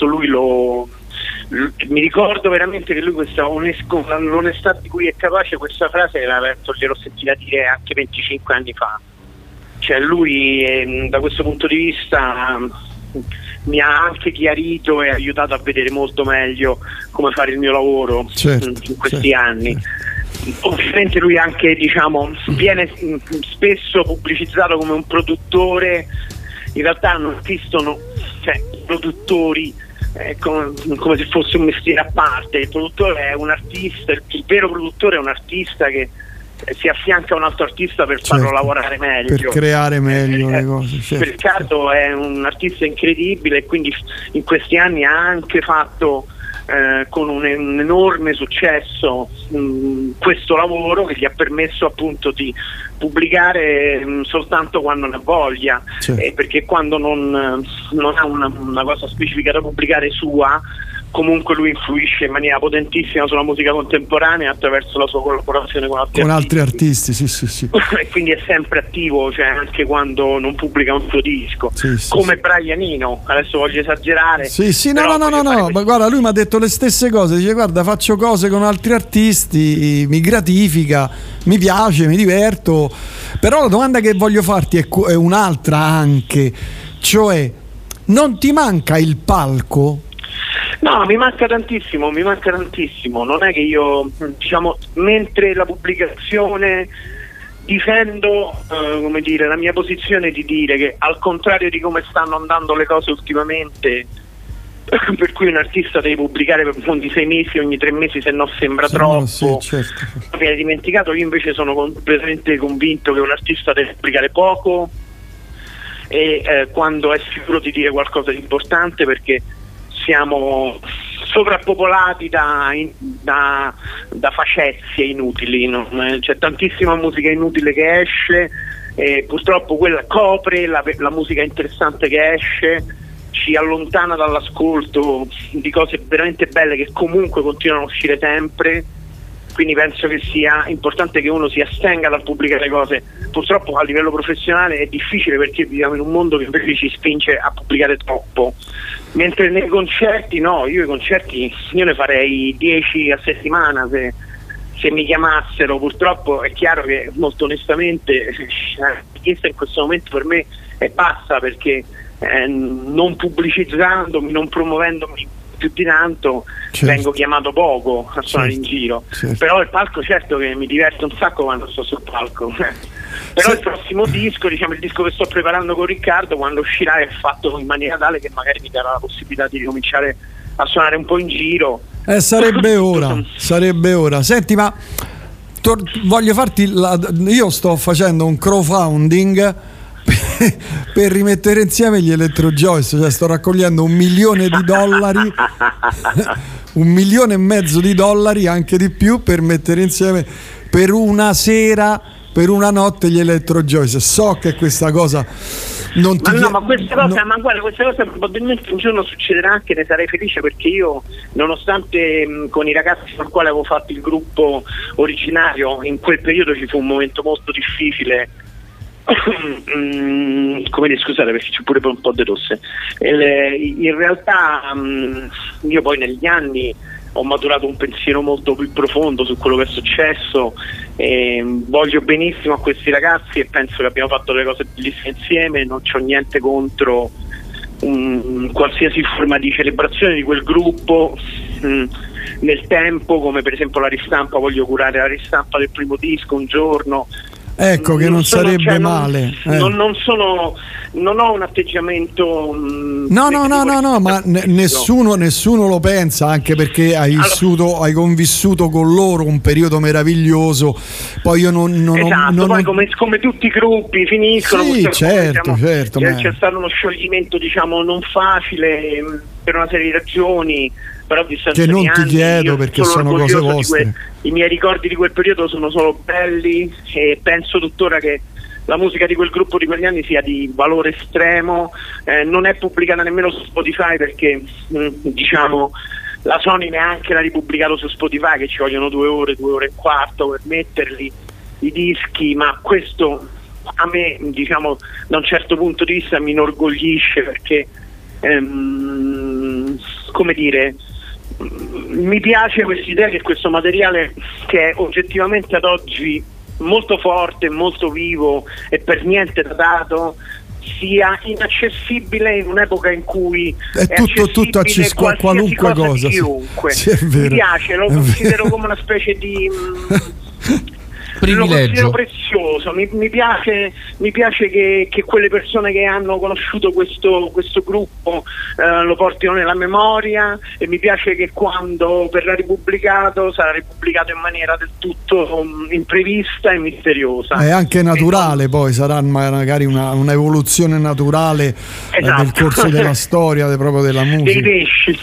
mi ricordo veramente che lui l'onestà di cui è capace, questa frase gliel'ho sentita dire anche 25 anni fa. Cioè lui da questo punto di vista mi ha anche chiarito e aiutato a vedere molto meglio come fare il mio lavoro, certo, in questi anni. Ovviamente lui anche, diciamo, viene spesso pubblicizzato come un produttore, in realtà non esistono i produttori come se fosse un mestiere a parte. Il produttore è un artista, il vero produttore è un artista che si affianca a un altro artista per farlo lavorare meglio, per creare meglio le cose. Certo. Riccardo è un artista incredibile, e quindi in questi anni ha anche fatto con un enorme successo questo lavoro che gli ha permesso appunto di pubblicare soltanto quando ne ha voglia, certo. Perché quando non ha una cosa specifica da pubblicare sua, comunque lui influisce in maniera potentissima sulla musica contemporanea attraverso la sua collaborazione con altri artisti. Sì. E quindi è sempre attivo, cioè anche quando non pubblica un suo disco, come Brian Eno. Adesso voglio esagerare. No, ma guarda, lui mi ha detto le stesse cose, dice: guarda, faccio cose con altri artisti, mi gratifica, mi piace, mi diverto. Però la domanda che voglio farti è un'altra anche, cioè: non ti manca il palco? No, mi manca tantissimo. Non è che io, diciamo, mentre la pubblicazione difendo come dire, la mia posizione di dire che, al contrario di come stanno andando le cose ultimamente, per cui un artista deve pubblicare per non di 6 mesi, ogni 3 mesi, se no sembra troppo. Sì, certo. Mi hai dimenticato, io invece sono completamente convinto che un artista deve pubblicare poco e quando è sicuro di dire qualcosa di importante, perché siamo sovrappopolati da facezie inutili, no? C'è tantissima musica inutile che esce e purtroppo quella copre la musica interessante che esce, ci allontana dall'ascolto di cose veramente belle che comunque continuano a uscire sempre. Quindi penso che sia importante che uno si astenga dal pubblicare cose. Purtroppo a livello professionale è difficile, perché viviamo in un mondo che invece ci spinge a pubblicare troppo, mentre nei concerti no, io i concerti ne farei 10 a settimana se mi chiamassero, purtroppo è chiaro che molto onestamente la richiesta in questo momento per me è bassa, perché non pubblicizzandomi, non promuovendomi più di tanto, vengo chiamato poco a suonare in giro, però il palco certo che mi diverte un sacco quando sto sul palco. Però il prossimo disco, diciamo il disco che sto preparando con Riccardo, quando uscirà è fatto in maniera tale che magari mi darà la possibilità di ricominciare a suonare un po' in giro. Sarebbe ora. Senti, ma voglio farti io sto facendo un crowdfunding per rimettere insieme gli Electro Joyce, cioè sto raccogliendo $1 milione, $1,5 milioni, anche di più, per mettere insieme per una sera, per una notte gli Electro Joyce. So che questa cosa non ti ma questa cosa probabilmente un giorno succederà, anche ne sarei felice, perché io, nonostante con i ragazzi con i quali avevo fatto il gruppo originario, in quel periodo ci fu un momento molto difficile. Come dire, scusate perché c'è pure un po' di tosse. In realtà io poi negli anni ho maturato un pensiero molto più profondo su quello che è successo, e voglio benissimo a questi ragazzi e penso che abbiamo fatto le cose bellissime insieme. Non c'ho niente contro qualsiasi forma di celebrazione di quel gruppo nel tempo, come per esempio la ristampa. Voglio curare la ristampa del primo disco un giorno. Ecco, che non sarebbe male. Non ho un atteggiamento. No, ma nessuno lo pensa, anche perché hai convissuto con loro un periodo meraviglioso. Poi io poi come tutti i gruppi finiscono. Sì, certo. C'è stato uno scioglimento, diciamo, non facile per una serie di ragioni. Però che non ti chiedo, perché sono cose vostre. I miei ricordi di quel periodo sono solo belli e penso tuttora che la musica di quel gruppo di quegli anni sia di valore estremo. Non è pubblicata nemmeno su Spotify, perché diciamo la Sony neanche l'ha ripubblicato su Spotify, che ci vogliono 2 ore e un quarto per metterli i dischi, ma questo a me, diciamo, da un certo punto di vista mi inorgoglisce, perché come dire, mi piace questa idea che questo materiale, che è oggettivamente ad oggi molto forte, molto vivo e per niente datato, sia inaccessibile in un'epoca in cui è tutto qualunque cosa. Chiunque. Sì, è vero, mi piace, lo considero come una specie di privilegio, lo prezioso. Mi piace che quelle persone che hanno conosciuto questo gruppo lo portino nella memoria, e mi piace che quando verrà ripubblicato sarà ripubblicato in maniera del tutto imprevista e misteriosa. È anche naturale, poi sarà magari un'evoluzione naturale nel corso della storia proprio della musica. Dei pesci.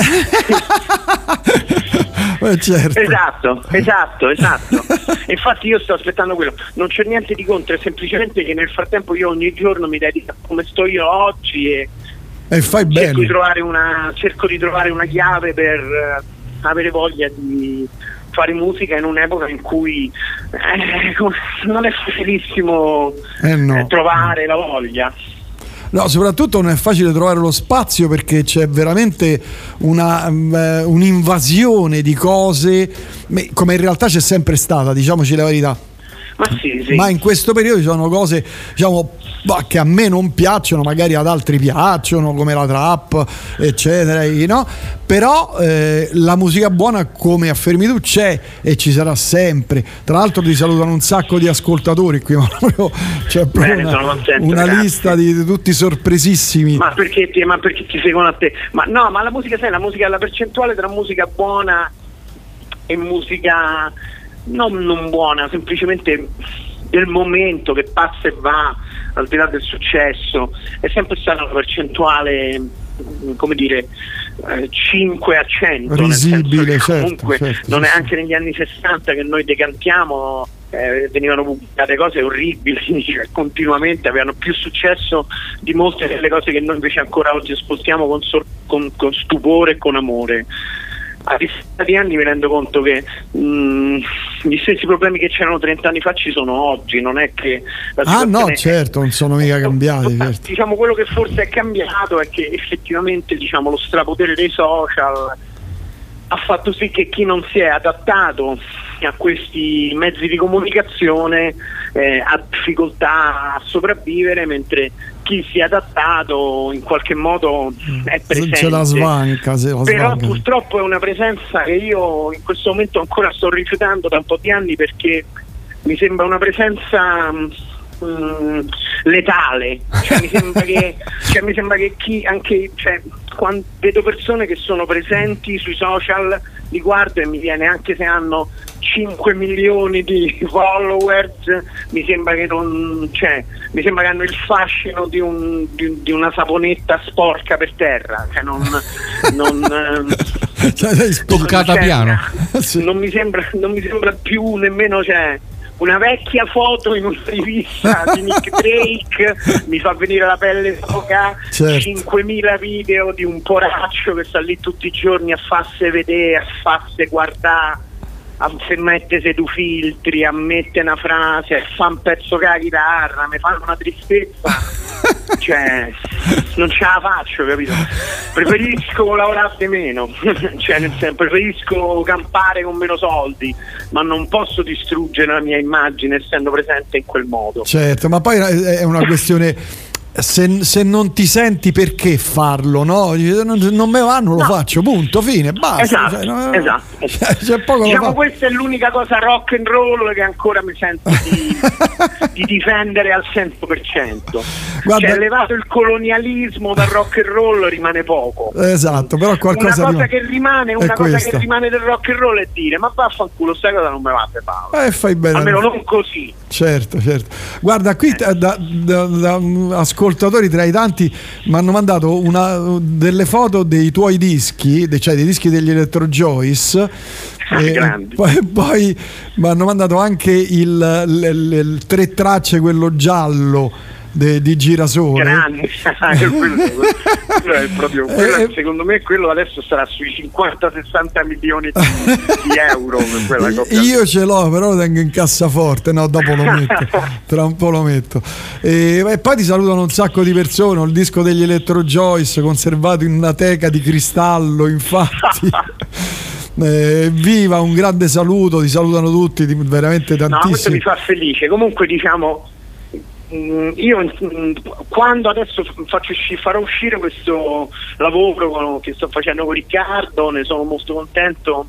Certo. Esatto. Infatti io sto aspettando quello. Non c'è niente di contro, è semplicemente che nel frattempo io ogni giorno mi dedico a come sto io oggi e fai bene. Cerco di trovare una chiave per avere voglia di fare musica in un'epoca in cui non è facilissimo trovare la voglia. No, soprattutto non è facile trovare lo spazio, perché c'è veramente un'invasione di cose, come in realtà c'è sempre stata, diciamoci la verità. Ma sì. Ma in questo periodo ci sono cose, diciamo, che a me non piacciono, magari ad altri piacciono, come la trap, eccetera, no? Però la musica buona, come affermi tu, c'è e ci sarà sempre. Tra l'altro ti salutano un sacco di ascoltatori qui, c'è proprio una lista di tutti sorpresissimi. Ma perché ti seguono a te? Ma no, ma la musica, sai, la musica, la percentuale tra musica buona e musica non buona, semplicemente del momento che passa e va, al di là del successo, è sempre stata una percentuale, come dire, 5 a 100, risibile, nel senso che comunque certo, non è anche negli anni 60 che noi decantiamo, venivano pubblicate cose orribili, cioè, continuamente avevano più successo di molte delle cose che noi invece ancora oggi ascoltiamo con stupore e con amore. A distanza di anni mi rendo conto che gli stessi problemi che c'erano 30 anni fa ci sono oggi, non è che certo, non sono mica cambiati, certo. Diciamo, quello che forse è cambiato è che effettivamente, diciamo, lo strapotere dei social ha fatto sì che chi non si è adattato a questi mezzi di comunicazione ha difficoltà a sopravvivere, mentre chi si è adattato in qualche modo è presente. Ce la svanca, Però purtroppo è una presenza che io in questo momento ancora sto rifiutando da un po' di anni, perché mi sembra una presenza letale, cioè, mi sembra che chi anche, cioè, quando vedo persone che sono presenti sui social, li guardo e mi viene, anche se hanno 5 milioni di followers, mi sembra che mi sembra che hanno il fascino di una saponetta sporca per terra, cioè toccata piano. Non mi sembra più nemmeno, cioè, una vecchia foto in una rivista di Nick Drake mi fa venire la pelle d'oca. 5.000 video di un poraccio che sta lì tutti i giorni a farsi vedere, a farsi guardare, a mettere due filtri, a mettere una frase, a fare un pezzo con la chitarra, mi fanno una tristezza. Cioè, non ce la faccio, capito? Preferisco lavorare meno, cioè, nel senso, preferisco campare con meno soldi, ma non posso distruggere la mia immagine essendo presente in quel modo. Certo, ma poi è una questione. Se non ti senti, perché farlo, no? Non me va, non lo faccio, punto, fine, basta. Esatto. C'è poco diciamo, questa è l'unica cosa rock and roll che ancora mi sento di difendere al 100%. Guarda, cioè, levato il colonialismo dal rock and roll rimane poco. Esatto, però qualcosa una cosa che rimane del rock and roll è dire: ma vaffanculo, sta cosa non me va a fare. Fai bene. Almeno non così. Certo. Guarda, qui da ascoltatori tra i tanti mi hanno mandato delle foto dei tuoi dischi, cioè dei dischi degli Electro Joyce. Poi mi hanno mandato anche il 3 tracce, quello giallo di Girasole. Grande. quello è proprio, secondo me quello adesso sarà sui 50-60 milioni di euro per quella coppia. Io ce l'ho, però lo tengo in cassaforte, no, dopo lo metto, tra un po' lo metto. E poi ti salutano un sacco di persone. Il disco degli Electro Joyce conservato in una teca di cristallo, infatti. Viva, un grande saluto, ti salutano tutti, veramente tantissimi. No, questo mi fa felice. Comunque, diciamo, io quando adesso farò uscire questo lavoro che sto facendo con Riccardo, ne sono molto contento.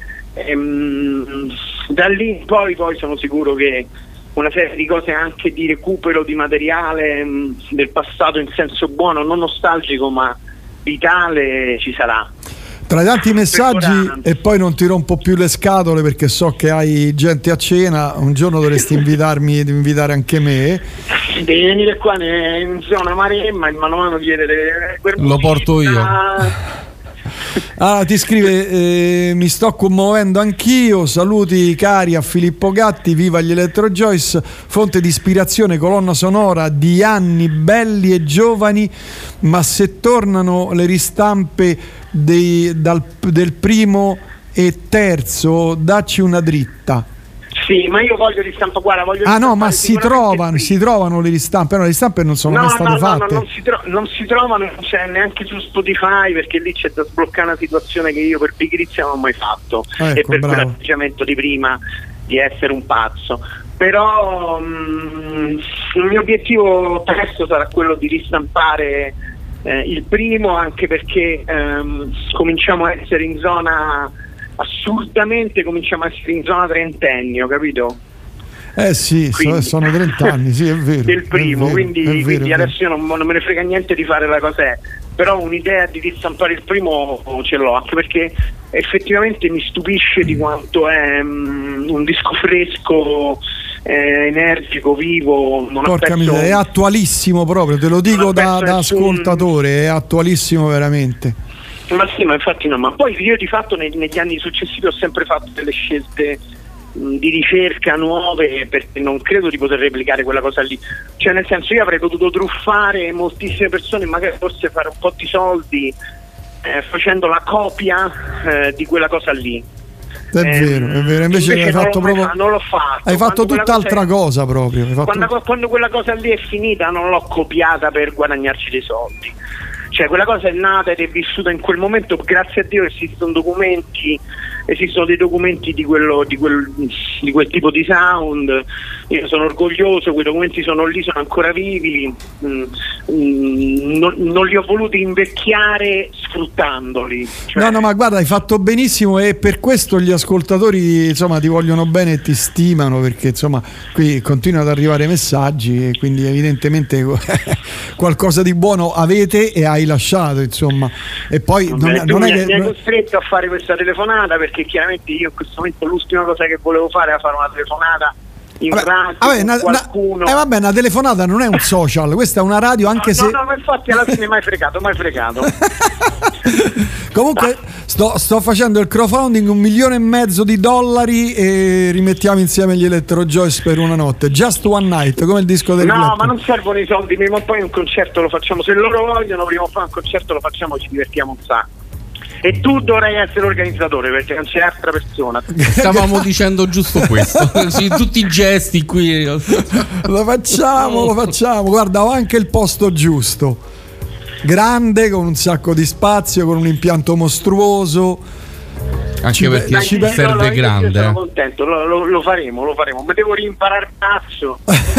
Da lì in poi sono sicuro che una serie di cose anche di recupero di materiale del passato in senso buono, non nostalgico ma vitale, ci sarà. Tra i tanti messaggi, e poi non ti rompo più le scatole perché so che hai gente a cena, un giorno dovresti invitare anche me. Devi venire qua in zona Maremma, in mano chiedere lo porto io. Ti scrive: mi sto commuovendo anch'io, saluti cari a Filippo Gatti, viva gli Electro Joyce, fonte di ispirazione, colonna sonora di anni belli e giovani, ma se tornano le ristampe del primo e terzo, dacci una dritta. Sì, ma io voglio ristampa, guarda, ma si trovano le ristampe, però le ristampe non sono mai state fatte. Non si trovano, non c'è neanche su Spotify, perché lì c'è da sbloccare una situazione che io per pigrizia non ho mai fatto, e per quell'atteggiamento di prima di essere un pazzo. Però il mio obiettivo presto sarà quello di ristampare il primo, anche perché cominciamo a essere in zona, assurdamente cominciamo a essere in zona trentennio, capito? Sì, quindi, sono 30 anni, sì, è vero. Del primo, è vero, quindi adesso io non me ne frega niente di fare la cosa, però un'idea di ristampare il primo ce l'ho, anche perché effettivamente mi stupisce di quanto è un disco fresco, energico, vivo. Porca miseria, è attualissimo proprio, te lo dico da ascoltatore, è attualissimo veramente. Ma sì, ma infatti no, ma poi io di fatto negli anni successivi ho sempre fatto delle scelte di ricerca nuove, perché non credo di poter replicare quella cosa lì, cioè nel senso, io avrei potuto truffare moltissime persone, magari forse fare un po' di soldi facendo la copia di quella cosa lì. È vero, invece hai fatto proprio, non l'ho fatto. Hai fatto tutt'altra cosa proprio. Quando quella cosa lì è finita non l'ho copiata per guadagnarci dei soldi. Cioè quella cosa è nata ed è vissuta in quel momento, grazie a Dio esistono dei documenti di quel tipo di sound. Io sono orgoglioso, quei documenti sono lì, sono ancora vivi, non li ho voluti invecchiare sfruttandoli. Cioè... No, ma guarda, hai fatto benissimo e per questo gli ascoltatori insomma ti vogliono bene e ti stimano, perché insomma qui continuano ad arrivare messaggi e quindi evidentemente qualcosa di buono avete e hai lasciato, insomma. E poi mi hai costretto a fare questa telefonata, perché chiaramente io in questo momento l'ultima cosa che volevo fare era fare una telefonata in radio qualcuno. Vabbè, una telefonata non è un social, questa è una radio, anche se no, ma infatti alla fine mai fregato. Comunque sto facendo il crowdfunding, $1,5 milioni e rimettiamo insieme gli Electro Joyce per una notte, Just One Night, come il disco del No, ma non servono i soldi, prima o poi un concerto lo facciamo, se loro vogliono prima o poi un concerto lo facciamo, ci divertiamo un sacco. E tu dovrai essere organizzatore, perché non c'è altra persona. Stavamo dicendo giusto questo. Sì, tutti i gesti qui. Lo facciamo. Guarda, ho anche il posto giusto. Grande, con un sacco di spazio, con un impianto mostruoso. Anche perché ci serve grande. Sono contento, lo faremo. Ma devo rimparare il basso.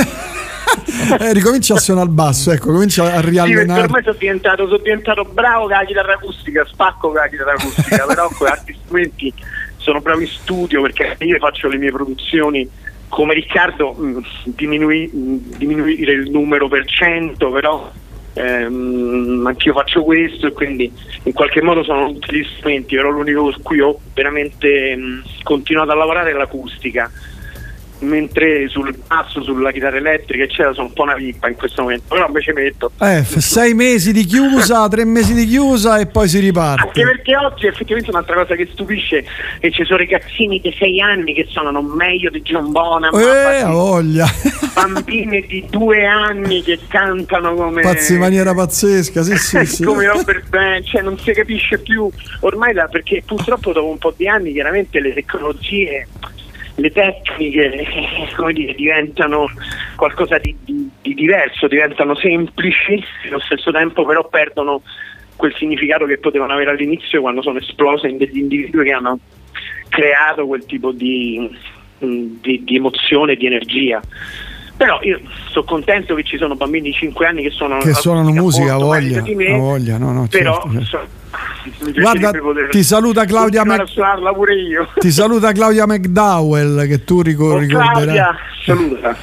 Ricomincia a suonare il basso, ecco, comincia a riallenare. Sì, ormai sono diventato bravo con la chitarra acustica, spacco con la chitarra acustica, però con altri strumenti sono bravo in studio, perché io faccio le mie produzioni come Riccardo, diminuire il numero per 100, però anch'io faccio questo e quindi in qualche modo sono tutti gli strumenti, però l'unico su cui ho veramente continuato a lavorare è l'acustica. Mentre sul basso, sulla chitarra elettrica eccetera sono un po' una pippa in questo momento, però invece metto 6 mesi di chiusa, 3 mesi di chiusa e poi si riparte. Anche perché oggi effettivamente un'altra cosa che stupisce è che ci sono ragazzini di 6 anni che suonano meglio di John Bonham, voglia. Bambine di 2 anni che cantano come pazzi in maniera pazzesca, sì. Come Robert Band, cioè non si capisce più ormai perché purtroppo dopo un po' di anni chiaramente le tecnologie, le tecniche, come dire, diventano qualcosa di diverso, diventano semplici, allo stesso tempo però perdono quel significato che potevano avere all'inizio, quando sono esplose in degli individui che hanno creato quel tipo di emozione, di energia. Però io sono contento che ci sono bambini di 5 anni che suonano musica, voglia, no, però certo. Guarda, ti saluta Claudia pure io. Ti saluta Claudia McDowell, che tu ricorderai. Claudia, saluta.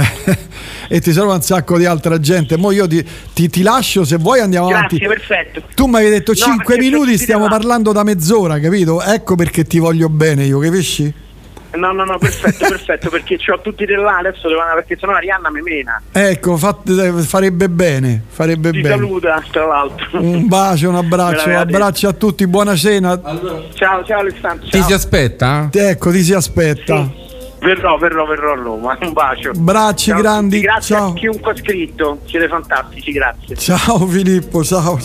E ti saluta un sacco di altra gente. Mo io ti lascio, se vuoi andiamo avanti. Grazie, perfetto. Tu mi avevi detto 5 minuti, stiamo parlando da mezz'ora, capito? Ecco perché ti voglio bene io, capisci? No, perfetto, perché c'ho tutti di là, adesso devo andare, perché sennò Arianna mi mena. Ecco, farebbe bene. Ti saluta, tra l'altro. Un bacio, un abbraccio a tutti, buona cena. Allora. Ciao Alessandro. Ti si aspetta? Ecco, ti si aspetta. Sì. Verrò a Roma, un bacio. Bracci grandi. Grazie ciao. A chiunque ha scritto, siete fantastici, grazie. Ciao Filippo, ciao.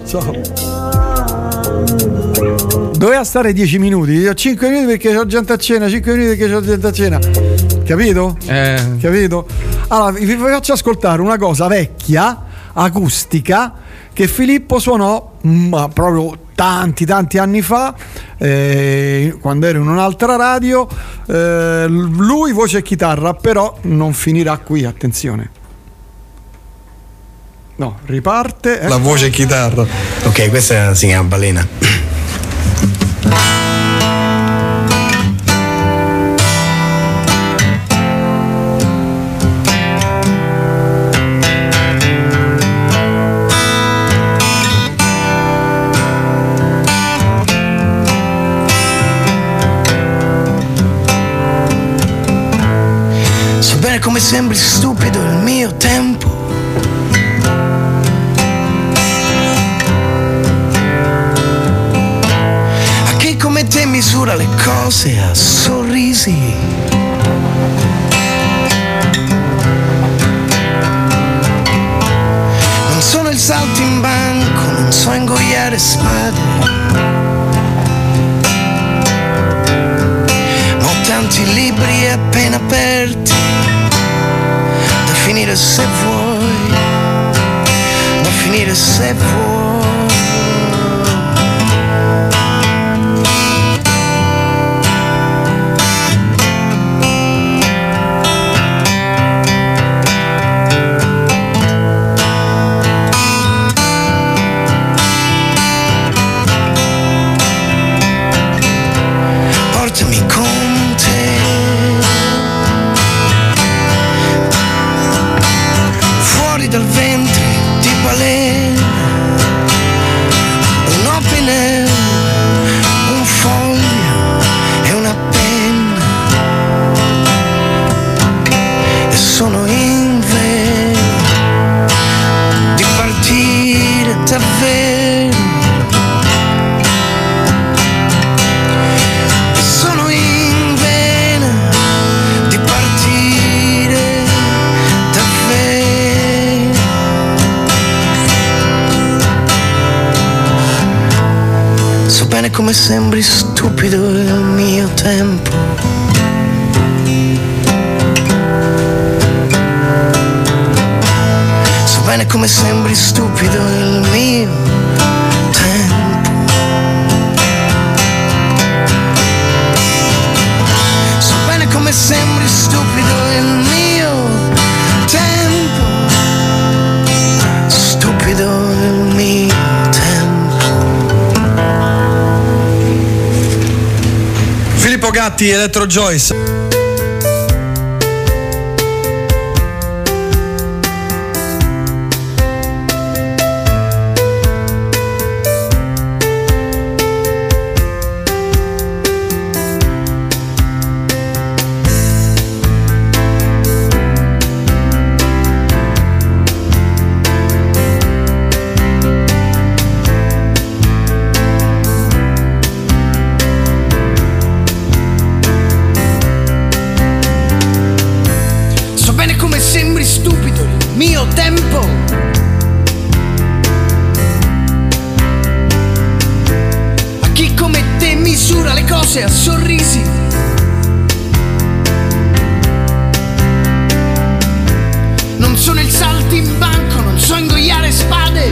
Doveva stare 10 minuti, io ho 5 minuti perché ho gente a cena, 5 minuti perché ho gente a cena. Capito? Capito? Allora, vi faccio ascoltare una cosa vecchia, acustica, che Filippo suonò proprio tanti anni fa, quando ero in un'altra radio. Lui voce e chitarra, però non finirà qui, attenzione. No, riparte. La voce e chitarra. Ok, questa si chiama Balena. So bene come sembri stupido il mio tempo. Come te misura le cose a sorrisi. Non sono il saltimbanco, non so ingoiare spade, ma ho tanti libri appena aperti da finire se vuoi, da finire se vuoi. portami con te. Fuori dal ventre di balena, un open air, un foglio e una penna, e sono in vena di partire davvero. E sono in vena di partire davvero. So bene come sembri stupido il mio tempo. So bene come sembri stupido il mio tempo. So bene come sembri stupido il mio tempo. Stupido il mio tempo. Filippo Gatti, Electro Joyce. So bene come sembri stupido il mio tempo. A chi come te misura le cose a sorrisi. Non sono il salto in banco, non so ingoiare spade.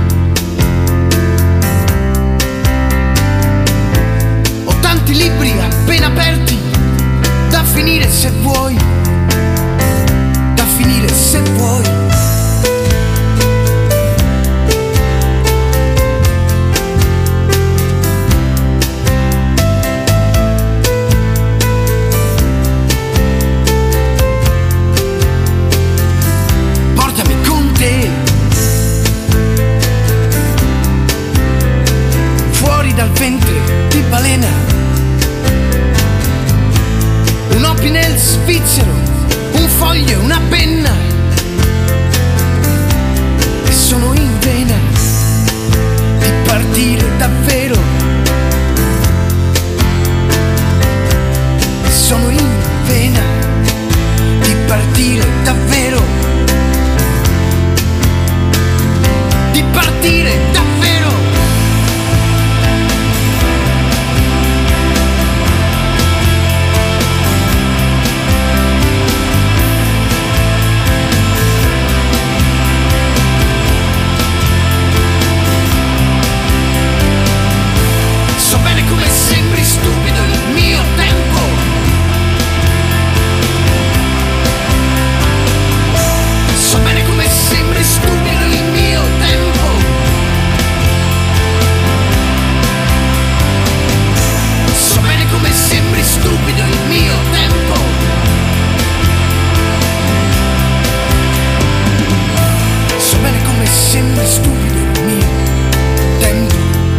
Ho tanti libri appena aperti da finire se vuoi. Da finire se vuoi. Portami con te. Fuori dal ventre di balena. Un opinel svizzero, un foglio e una penna, e sono in vena di partire davvero. E sono in vena di partire davvero. Di partire davvero. So bene come sembri stupido il mio tempo. So bene come sembri stupido il mio tempo. So bene come sembri stupido il mio tempo. So bene come sembri stupido il mio tempo.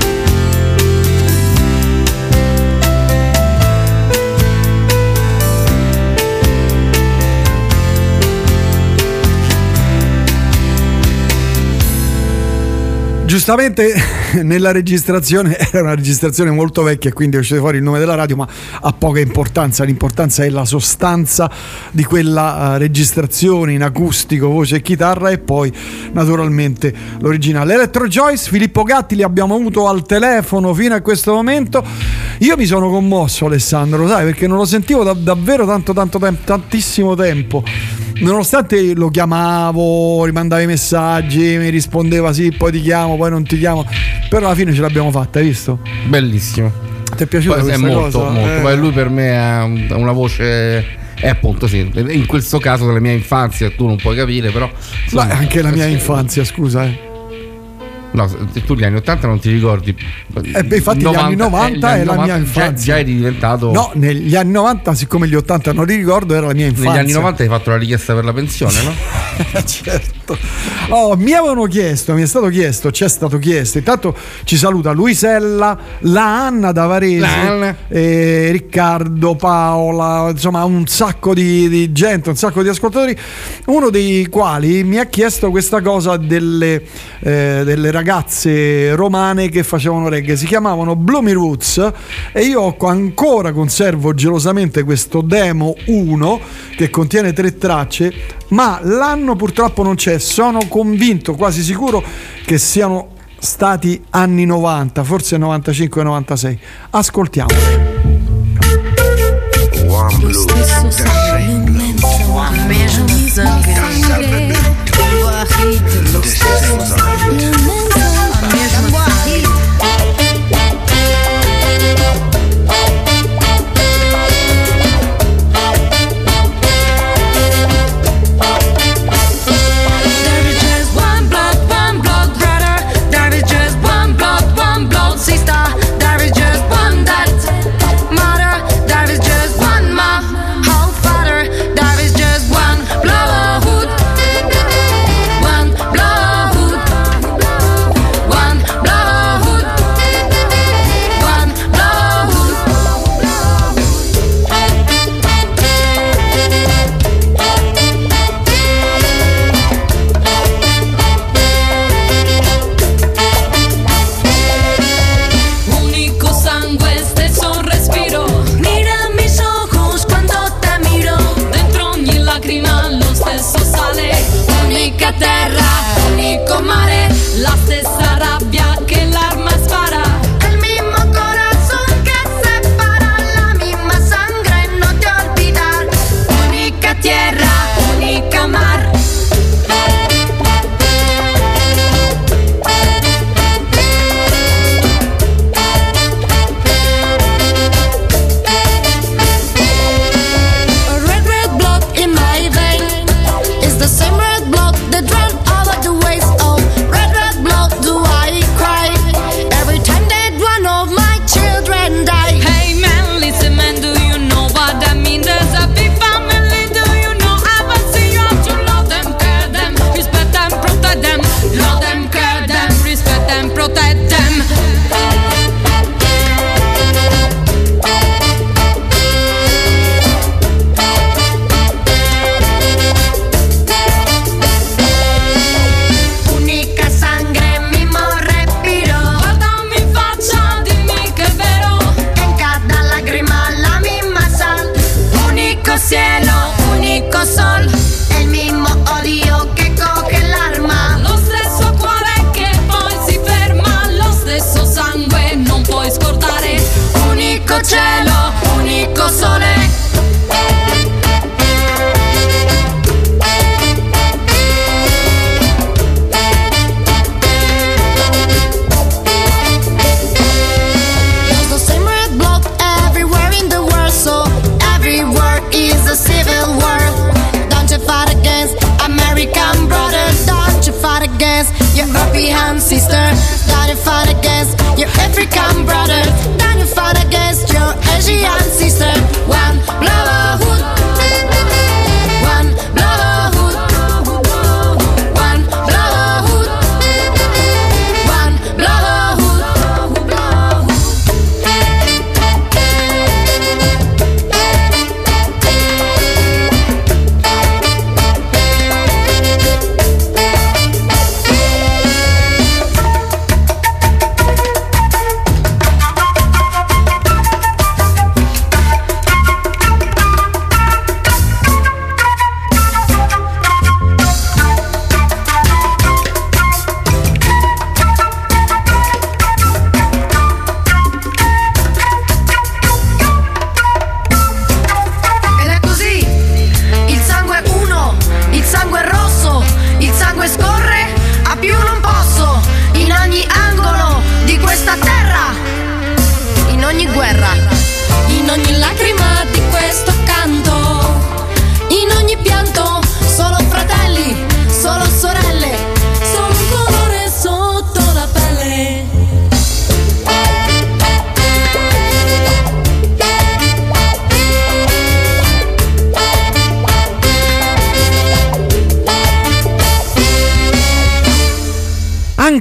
Giustamente nella registrazione, era una registrazione molto vecchia e quindi è uscito fuori il nome della radio, ma ha poca importanza. L'importanza è la sostanza di quella registrazione in acustico, voce e chitarra, e poi naturalmente l'originale. Electro Joyce, Filippo Gatti, li abbiamo avuto al telefono fino a questo momento. Io mi sono commosso, Alessandro, sai, perché non lo sentivo davvero tantissimo tempo. Nonostante lo chiamavo, rimandavo i messaggi, mi rispondeva sì, poi ti chiamo, poi non ti chiamo, però alla fine ce l'abbiamo fatta, hai visto? Bellissimo. Ti è piaciuto questa molto, cosa? Molto. Poi lui per me ha una voce, è appunto sì, in questo caso della mia infanzia, tu non puoi capire, però ma anche la mia infanzia, scusa, No, tu gli anni 80 non ti ricordi. Infatti 90, gli anni 90 è la mia infanzia. Già eri diventato. No, negli anni 90, siccome gli 80 non li ricordo, era la mia infanzia. Negli anni 90 hai fatto la richiesta per la pensione, no? Certo. Mi è stato chiesto. Intanto ci saluta Luisella, la Anna da Varese, Riccardo, Paola, insomma un sacco di gente, un sacco di ascoltatori, uno dei quali mi ha chiesto questa cosa delle ragazze romane che facevano reggae, si chiamavano Bloomy Roots, e io ancora conservo gelosamente questo demo 1 che contiene 3 tracce, ma l'anno purtroppo non c'è. Sono convinto, quasi sicuro che siano stati anni 90, forse 95-96. Ascoltiamo.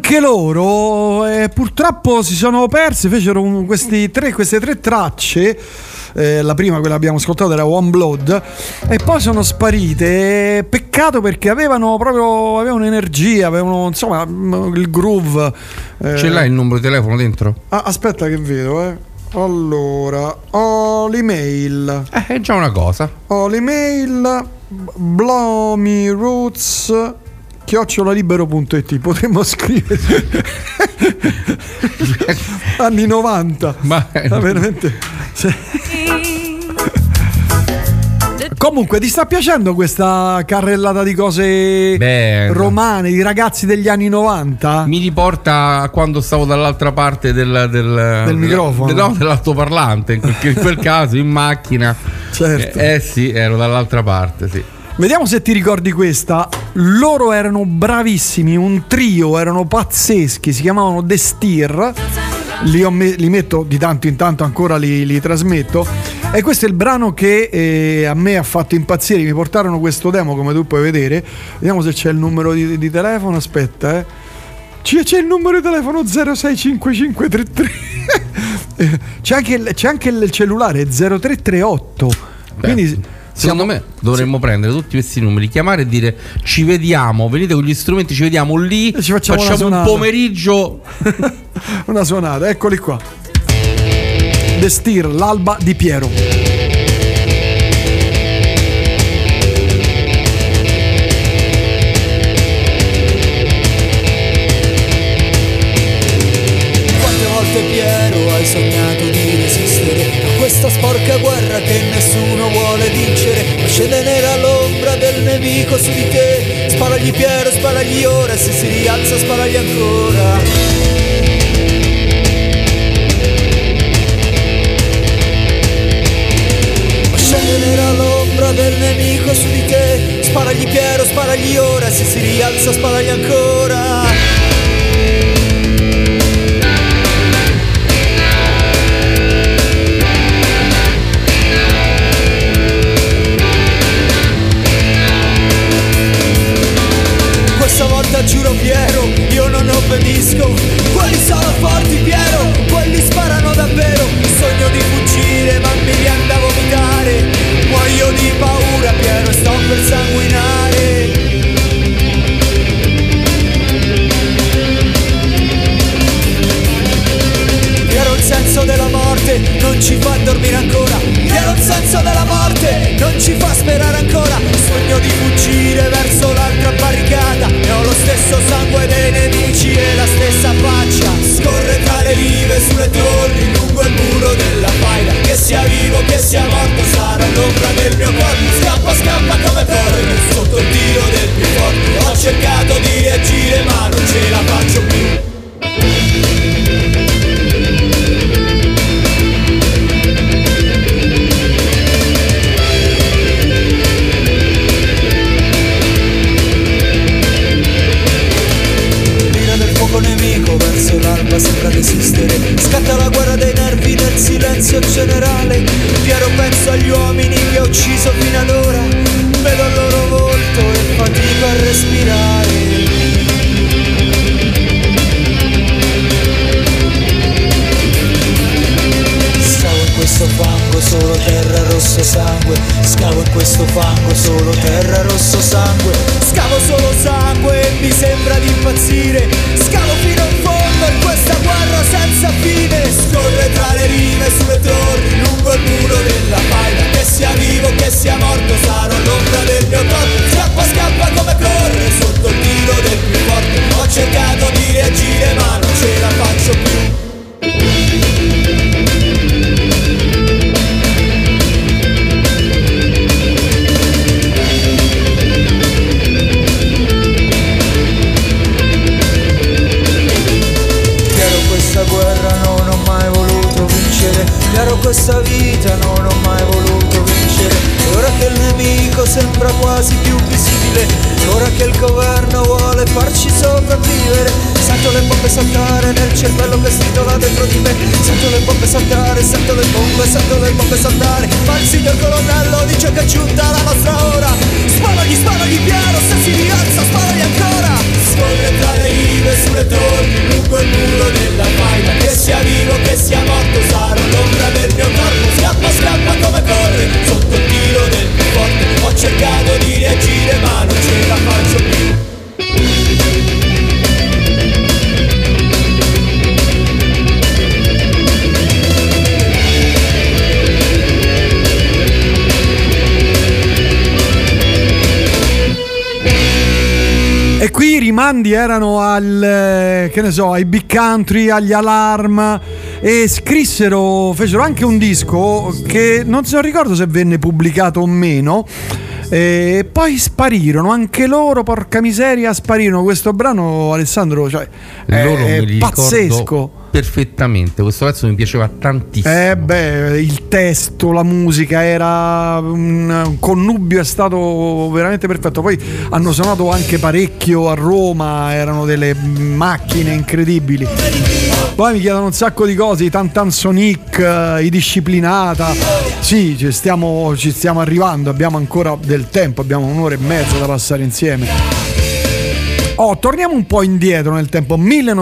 anche loro purtroppo si sono persi, fecero queste tre tracce. La prima, quella che abbiamo ascoltato, era One Blood, e poi sono sparite. Peccato, perché avevano energia, avevano insomma il groove. Ce l'hai il numero di telefono dentro? Aspetta che vedo, Allora, ho l'email. È già una cosa. Ho l'email blowmeroots@libero.it. Potremmo scrivere anni 90. Ma veramente. Comunque, ti sta piacendo questa carrellata di cose romane, di ragazzi degli anni 90? Mi riporta a quando stavo dall'altra parte del microfono. No, dell'altoparlante, in quel caso in macchina. Certo. Sì, ero dall'altra parte, sì. Vediamo se ti ricordi questa. Loro erano bravissimi, un trio, erano pazzeschi, si chiamavano The Steer. Li metto di tanto in tanto, ancora li trasmetto. E questo è il brano che a me ha fatto impazzire. Mi portarono questo demo, come tu puoi vedere. Vediamo se c'è il numero di telefono. Aspetta, c'è il numero di telefono 065533. c'è anche il cellulare 0338. Quindi secondo me dovremmo prendere tutti questi numeri, chiamare e dire: ci vediamo, venite con gli strumenti, ci vediamo lì, ci facciamo un pomeriggio. Una suonata, eccoli qua. The Steer, l'alba di Piero. Quante volte, Piero, hai sognato di resistere a questa sporca guerra che nessuno vuole vincere? Ma scende nera l'ombra del nemico su di te. Sparagli, Piero, sparagli ora, se si rialza sparagli ancora. Scendere l'ombra del nemico su di te. Sparagli, Piero, sparagli ora, se si rialza sparagli ancora. Questa volta giuro, Piero, io non obbedisco. Quelli sono forti, Piero, quelli sparano davvero. Sogno di fuggire ma mi viene da vomitare. Muoio di paura, Piero, e sto per sanguinare. Piero, il senso della morte non ci fa dormire ancora. Piero, il senso della morte non ci fa sperare ancora. Sogno di fuggire verso l'altra barricata e ho lo stesso sangue dei nemici e la stessa faccia. Scorre tra le rive, sulle torri, lungo il muro della faida. Che sia vivo, che sia morto, sarà l'ombra del mio corpo. Scappa, scappa come correre sotto il tiro del più forte. Ho cercato di reagire ma non ce la faccio più. Nemico verso l'alba sembra desistere. Scatta la guerra dei nervi nel silenzio generale. Piero, penso agli uomini che ho ucciso fino ad ora. Vedo il loro volto e fatico a respirare. Scavo in questo fango, solo terra, rosso sangue. Scavo in questo fango, solo terra, rosso sangue. Scavo solo sangue e mi sembra di impazzire. Scavo fino in fondo in questa guerra senza fine. Scorre tra le rive, sulle torri, lungo il muro della faida. Che sia vivo, che sia morto, sarò l'ombra del mio corpo. Scappa, scappa come corre sotto il tiro del più forte. Ho cercato di reagire ma non ce la faccio più. Chiaro, questa vita non ho mai voluto vincere. E ora che il nemico sembra quasi più visibile, e ora che il governo vuole farci sopravvivere, sento le bombe saltare nel cervello che stridola dentro di me. Sento le bombe saltare, sento le bombe saltare. Ma il signor colonnello dice che è giunta la nostra ora. Sparagli, Piero, se si rialza sparagli ancora. scorre tra le rive, sulle torri, lungo il muro della faida. Che sia vivo, che sia morto, sarò l'ombra del mio corpo. Scappa, scappa come corre, sotto il tiro del più forte. Ho cercato di reagire ma non ce la faccio più. E qui i rimandi erano al, che ne so, ai Big Country, agli Alarm, e fecero anche un disco che non ricordo se venne pubblicato o meno, e poi sparirono anche loro, porca miseria, sparirono. Questo brano, Alessandro, cioè, è pazzesco. Perfettamente, questo pezzo mi piaceva tantissimo. Il testo, la musica, era un connubio, è stato veramente perfetto. Poi hanno suonato anche parecchio a Roma, erano delle macchine incredibili. Poi mi chiedono un sacco di cose, i Tantan Sonic, i Disciplinata. Sì, ci stiamo arrivando, abbiamo ancora del tempo, abbiamo un'ora e mezza da passare insieme. Torniamo un po' indietro nel tempo,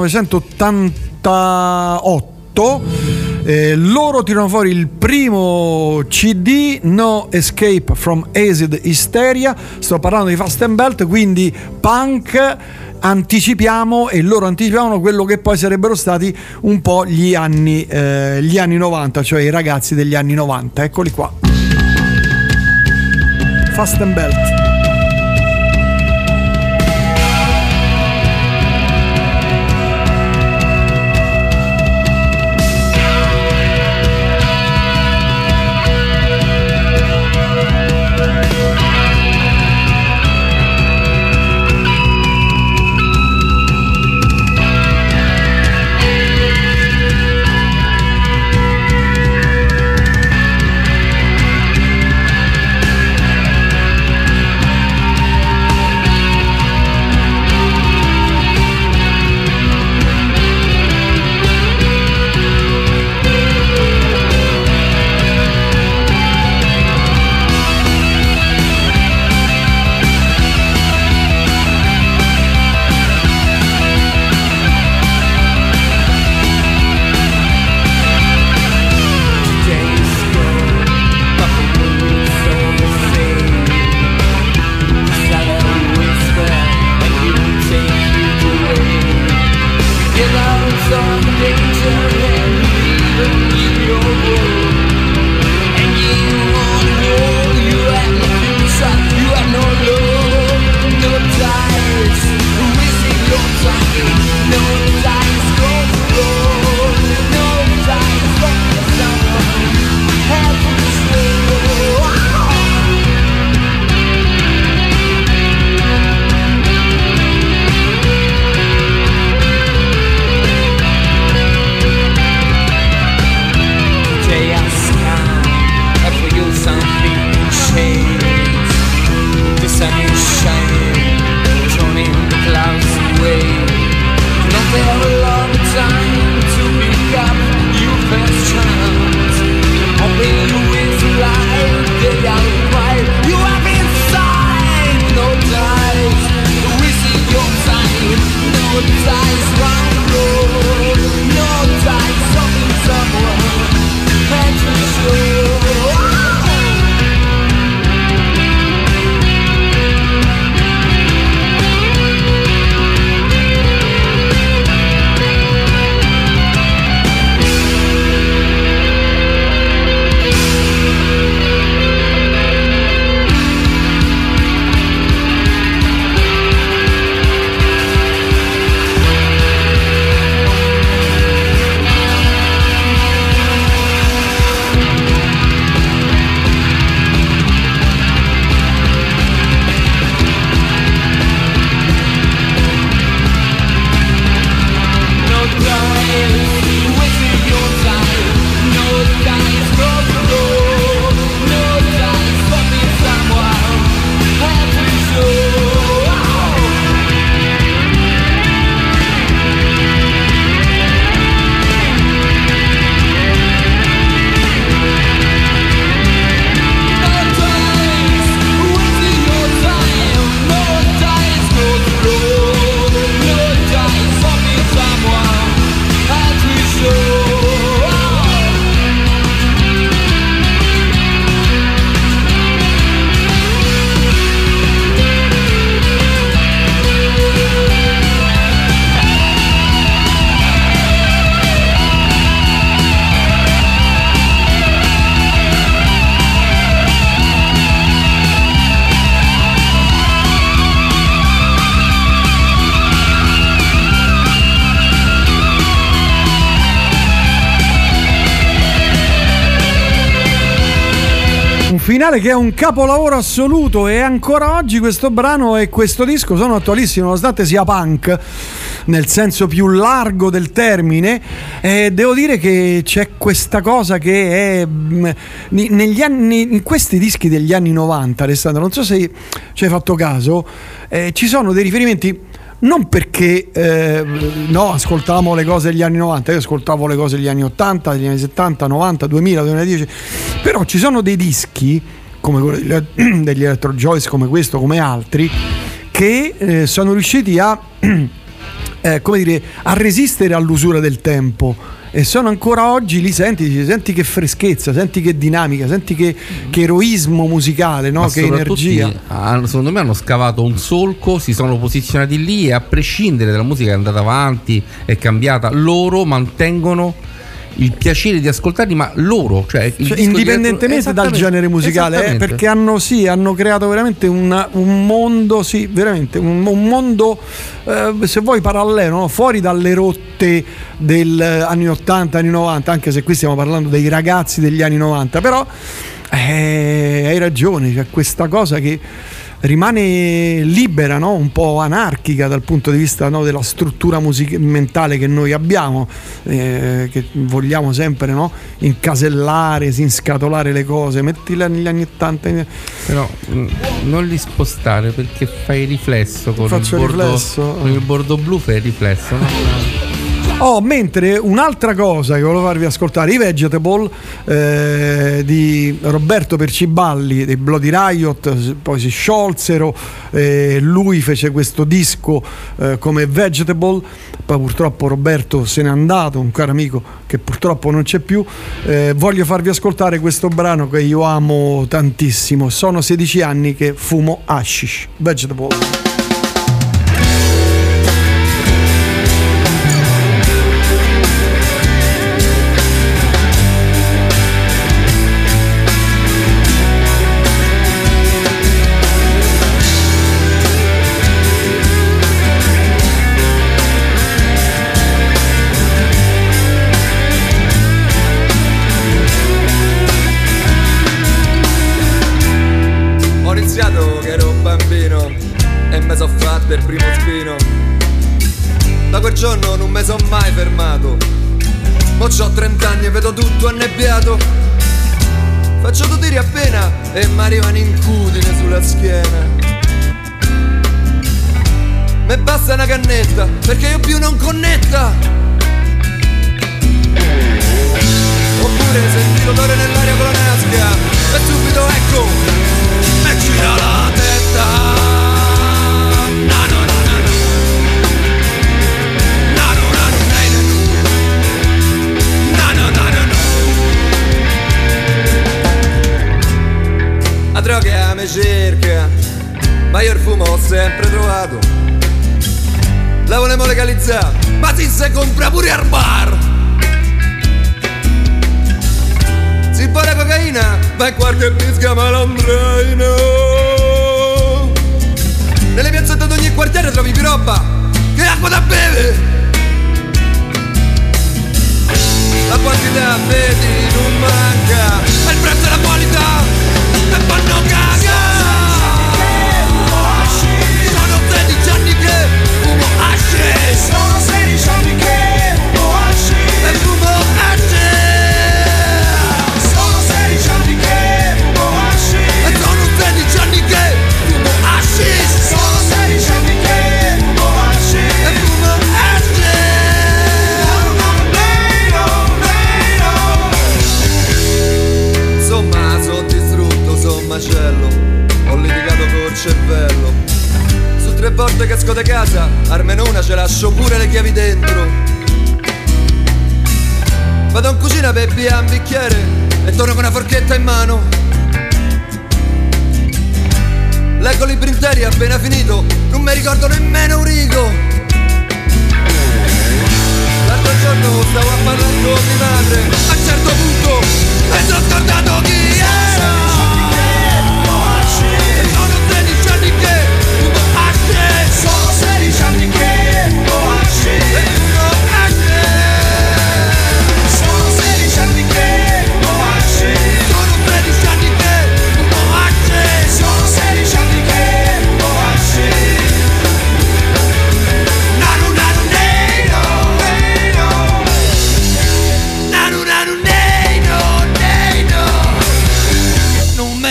1988, loro tirano fuori il primo CD, No Escape from Acid Hysteria. Sto parlando di Fast and Belt, quindi punk. Anticipiamo, e loro anticipavano quello che poi sarebbero stati un po' gli anni 90, cioè i ragazzi degli anni 90. Eccoli qua, Fast and Belt. Un finale che è un capolavoro assoluto, e ancora oggi questo brano e questo disco sono attualissimi, nonostante sia punk nel senso più largo del termine. Devo dire che c'è questa cosa che è negli anni, in questi dischi degli anni 90, Alessandro, non so se ci hai fatto caso, ci sono dei riferimenti. Non perché ascoltavamo le cose degli anni 90, io ascoltavo le cose degli anni 80, degli anni 70, 90, 2000, 2010, però ci sono dei dischi come quello degli Electro Joyce, come questo, come altri, che sono riusciti a a resistere all'usura del tempo, e sono ancora oggi, li senti che freschezza, senti che dinamica, senti che eroismo musicale, no? Che energia. Secondo me hanno scavato un solco, si sono posizionati lì, e a prescindere dalla musica che è andata avanti, è cambiata, loro mantengono il piacere di ascoltarli, ma loro, cioè indipendentemente dal genere musicale, perché hanno creato veramente un mondo, veramente un mondo, se vuoi parallelo, no? Fuori dalle rotte del anni 80, anni 90, anche se qui stiamo parlando dei ragazzi degli anni 90, però hai ragione, c'è questa cosa che rimane libera, no? Un po' anarchica dal punto di vista, no, della struttura mentale che noi abbiamo, che vogliamo sempre, no? Incasellare, inscatolare le cose, mettila negli anni 80. Però non li spostare, perché fai riflesso con il bordo blu, fai riflesso, no? Mentre un'altra cosa che volevo farvi ascoltare, i Vegetable di Roberto Perciballi dei Bloody Riot, poi si sciolsero, lui fece questo disco come Vegetable, poi purtroppo Roberto se n'è andato, un caro amico che purtroppo non c'è più. Voglio farvi ascoltare questo brano che io amo tantissimo, sono 16 anni che fumo hashish, Vegetable. Per primo spino, da quel giorno non mi son mai fermato. Mo c'ho 30 anni e vedo tutto annebbiato. Faccio 2 tiri appena e mi arriva un'incudine sulla schiena. Me basta una cannetta perché io più non connetta. Oppure senti l'odore nell'aria con la nasca e subito ecco me gira la testa. La droga mi cerca, ma io il fumo ho sempre trovato. La volevamo legalizzare, ma si compra pure al bar. Si fa la cocaina, va in qualche pisca malandrino. Nelle piazzette di ogni quartiere trovi più roba che acqua da bere. La quantità, vedi, non manca, e il prezzo e la qualità e fanno cagare. Sono 16 anni che fumo hashish. Sono 16 anni che fumo hashish. E fumo hashish. Sono 16 anni che fumo hashish. E sono 16 anni che fumo hashish. Sono 16 anni che fumo hashish. E fumo hashish. Insomma, sono distrutto, sono macello. Ho litigato col cervello. Su 3 volte che esco da casa, almeno una ce lascio pure le chiavi dentro. Vado in cucina per via un bicchiere e torno con una forchetta in mano. Leggo libri interi appena finito, non mi ricordo nemmeno un rigo. L'altro giorno stavo a parlare con mia madre, a un certo punto mi sono scordato chi era. Sono 16 anni che fumo hashish. Sono 16 anni che fumo hashish. Sono 16 anni che fumo hashish. Sono 16 anni che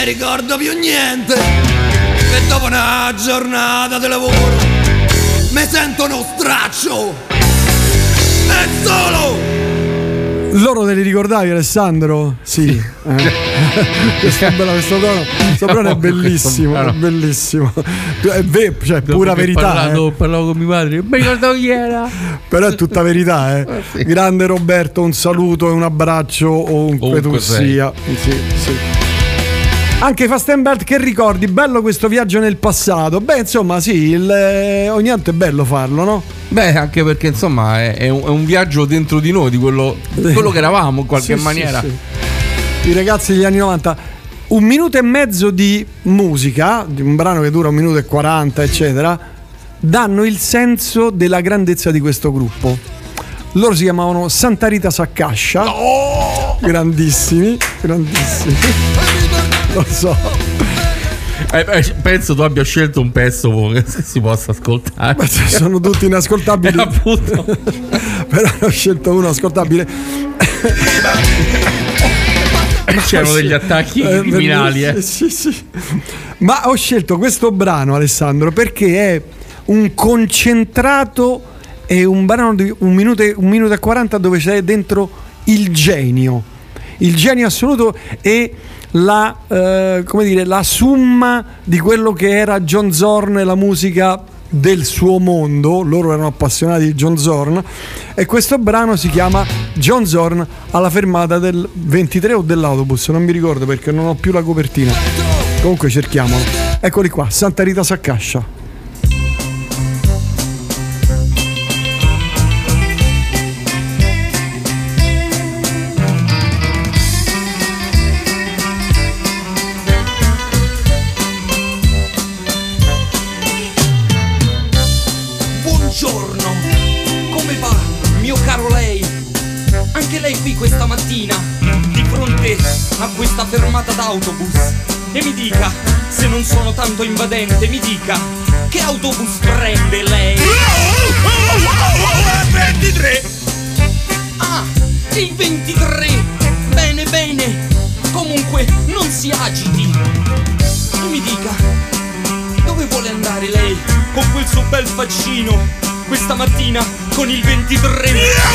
ricordo più niente. E dopo una giornata di lavoro mi sento uno straccio. E solo. Loro te li ricordavi, Alessandro? Sì. Questo brano è bellissimo, è bellissimo. Cioè, pura verità. Parlavo con mio padre, mi ricordavo chi era. Però è tutta verità, sì. Grande Roberto, un saluto e un abbraccio ovunque tu sia. Sì. Anche Fast and Belt, che ricordi? Bello questo viaggio nel passato. Beh, insomma, sì, ogni tanto è bello farlo, no? Beh, anche perché insomma è un viaggio dentro di noi, di quello che eravamo in qualche maniera. Sì. I ragazzi degli anni 90. 1 minuto e mezzo di musica, di un brano che dura 1 minuto e 40, eccetera, danno il senso della grandezza di questo gruppo. Loro si chiamavano Santa Rita Saccascia. Grandissimi. Lo so. Penso tu abbia scelto un pezzo che si possa ascoltare. Ma sono tutti inascoltabili. Appunto. Però ho scelto uno ascoltabile. C'erano degli attacchi criminali. Sì. Ma ho scelto questo brano, Alessandro, perché è un concentrato. È un brano di 1 minuto e 40 dove c'è dentro il genio assoluto e la summa di quello che era John Zorn e la musica del suo mondo. Loro erano appassionati di John Zorn e questo brano si chiama John Zorn alla fermata del 23 o dell'autobus, non mi ricordo perché non ho più la copertina. Comunque cerchiamolo. Eccoli qua, Santa Rita Saccascia. Questa mattina di fronte a questa fermata d'autobus e mi dica, se non sono tanto invadente, mi dica che autobus prende lei? 23. Ah, il 23. Bene, comunque non si agiti e mi dica dove vuole andare lei con quel suo bel faccino questa mattina con il 23.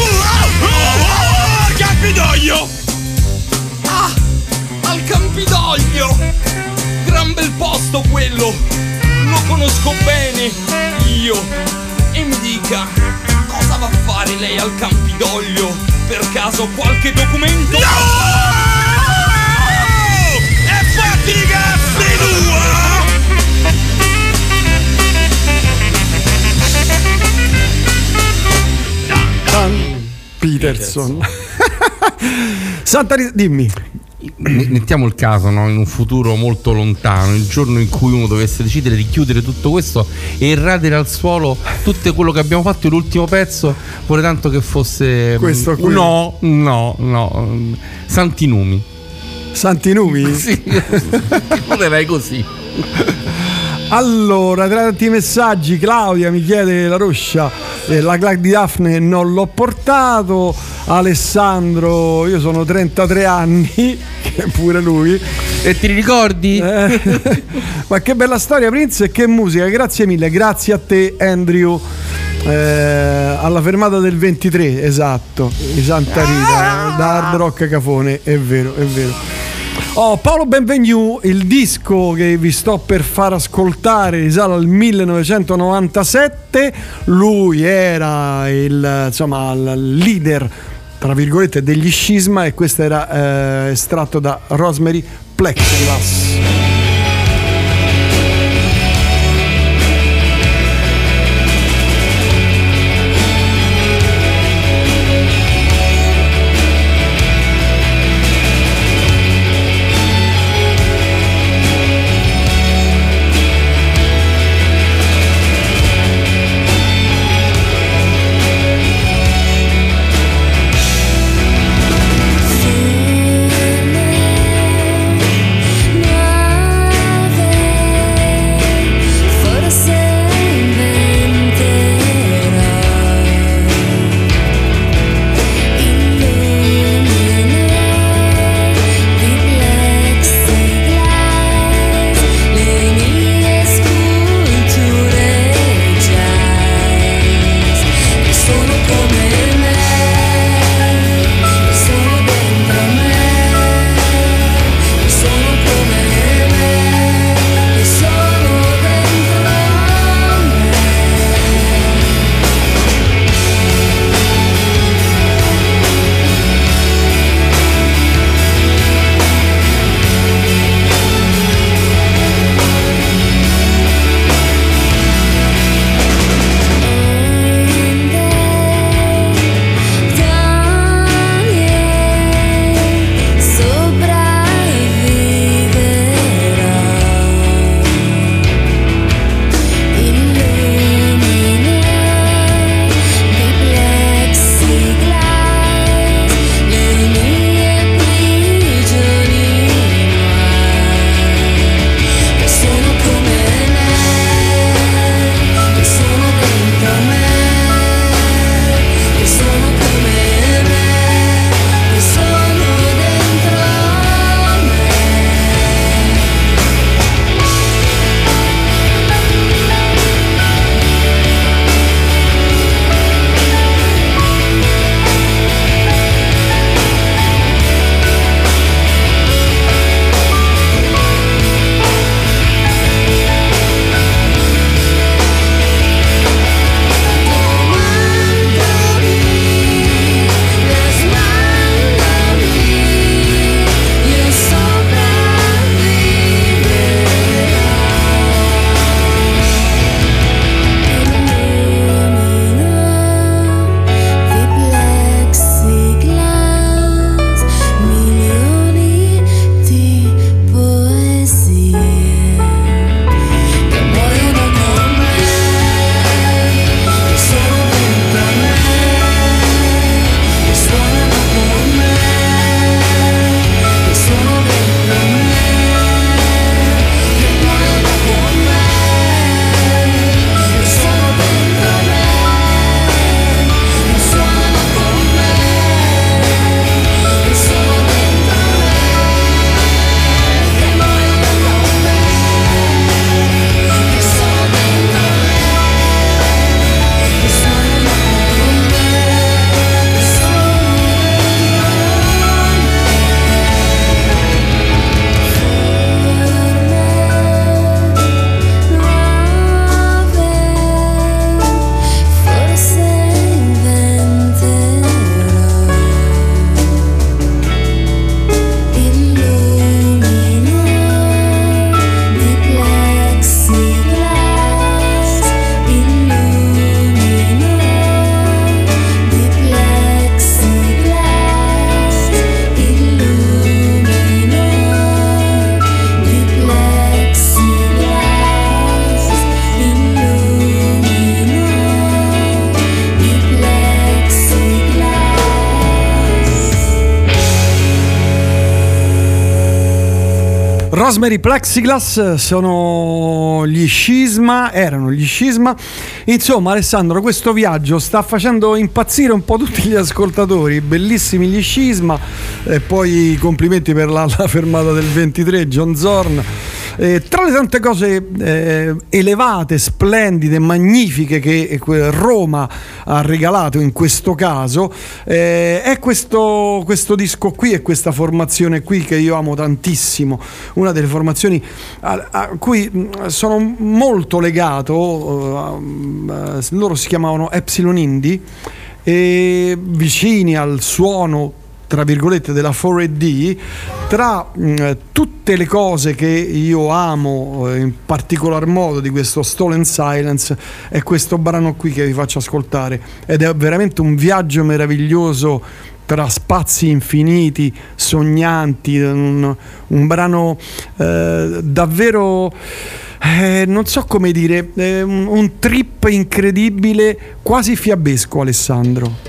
Campidoglio! Ah! Al Campidoglio! Gran bel posto quello! Lo conosco bene io! E mi dica, cosa va a fare lei al Campidoglio? Per caso qualche documento? No! E fatti i cazzi tua! Peterson. Santa Rita, dimmi. Mettiamo il caso, no? In un futuro molto lontano, il giorno in cui uno dovesse decidere di chiudere tutto questo e irradere al suolo tutto quello che abbiamo fatto. L'ultimo pezzo vorrei tanto che fosse questo qui. No, Santinumi. Sì. Volerai così. Allora, tra tanti messaggi, Claudia mi chiede la roscia, la Clark di Daphne non l'ho portato. Alessandro, io sono 33 anni, che pure lui. E ti ricordi? Ma che bella storia, Prince, e che musica, grazie mille, grazie a te Andrew. Alla fermata del 23, esatto, di Santa Rita, da Hard Rock Cafone, è vero. Oh, Paolo Benvenu, il disco che vi sto per far ascoltare risale al 1997. Lui era il leader, tra virgolette, degli Scisma, e questo era estratto da Rosemary Plexiglass. Now Rosemary Plexiglass erano gli Scisma. Insomma, Alessandro, questo viaggio sta facendo impazzire un po' tutti gli ascoltatori. Bellissimi gli Scisma, e poi complimenti per la fermata del 23, John Zorn. Tra le tante cose elevate, splendide, magnifiche che Roma ha regalato in questo caso, è questo disco qui e questa formazione qui che io amo tantissimo, una delle formazioni a cui sono molto legato. Loro si chiamavano Epsilon Indie, e vicini al suono tra virgolette della 4AD. Tra tutte le cose che io amo in particolar modo di questo Stolen Silence è questo brano qui che vi faccio ascoltare, ed è veramente un viaggio meraviglioso tra spazi infiniti, sognanti, un brano davvero non so come dire, un trip incredibile, quasi fiabesco, Alessandro.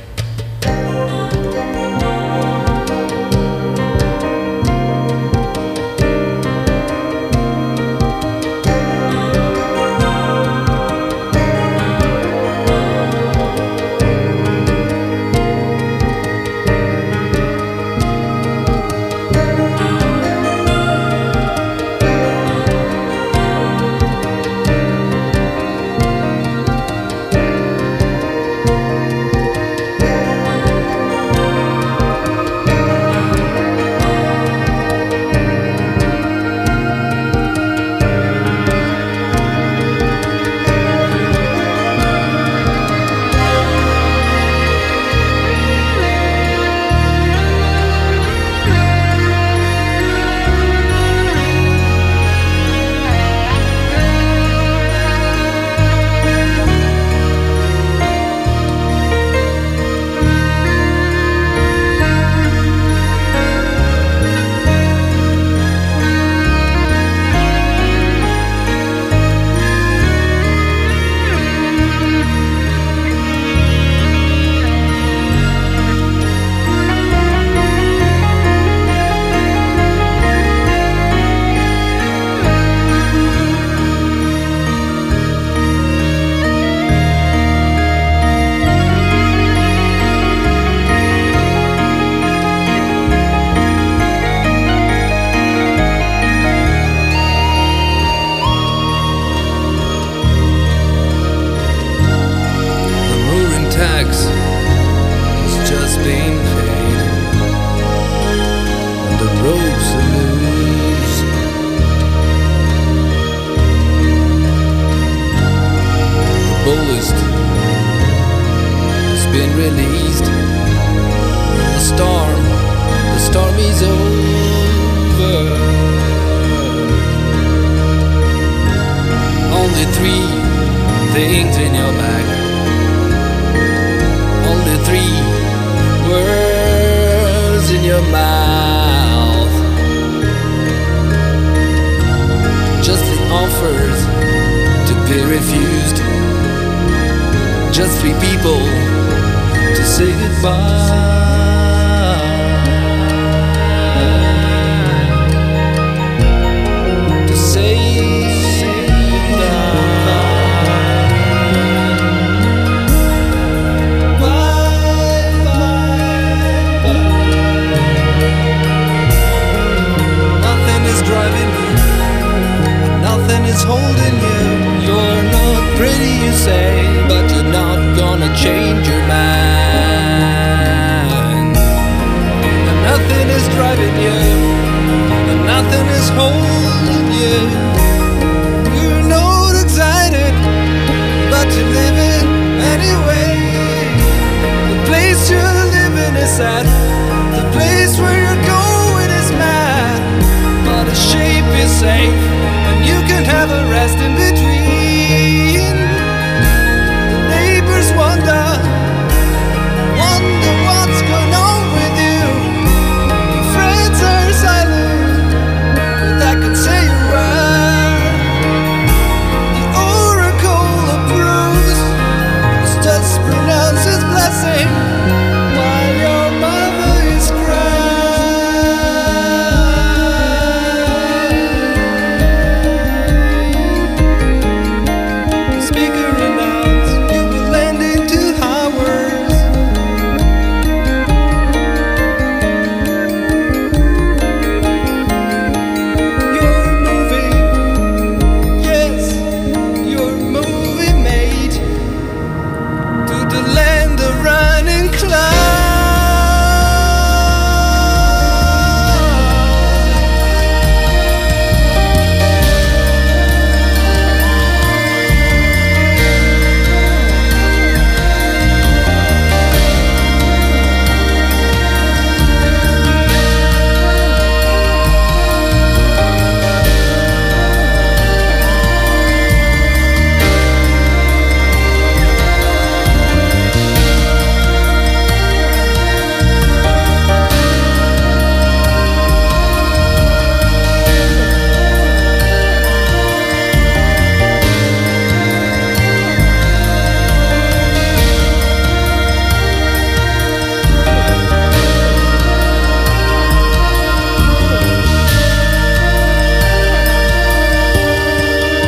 Safe, and you can have a rest in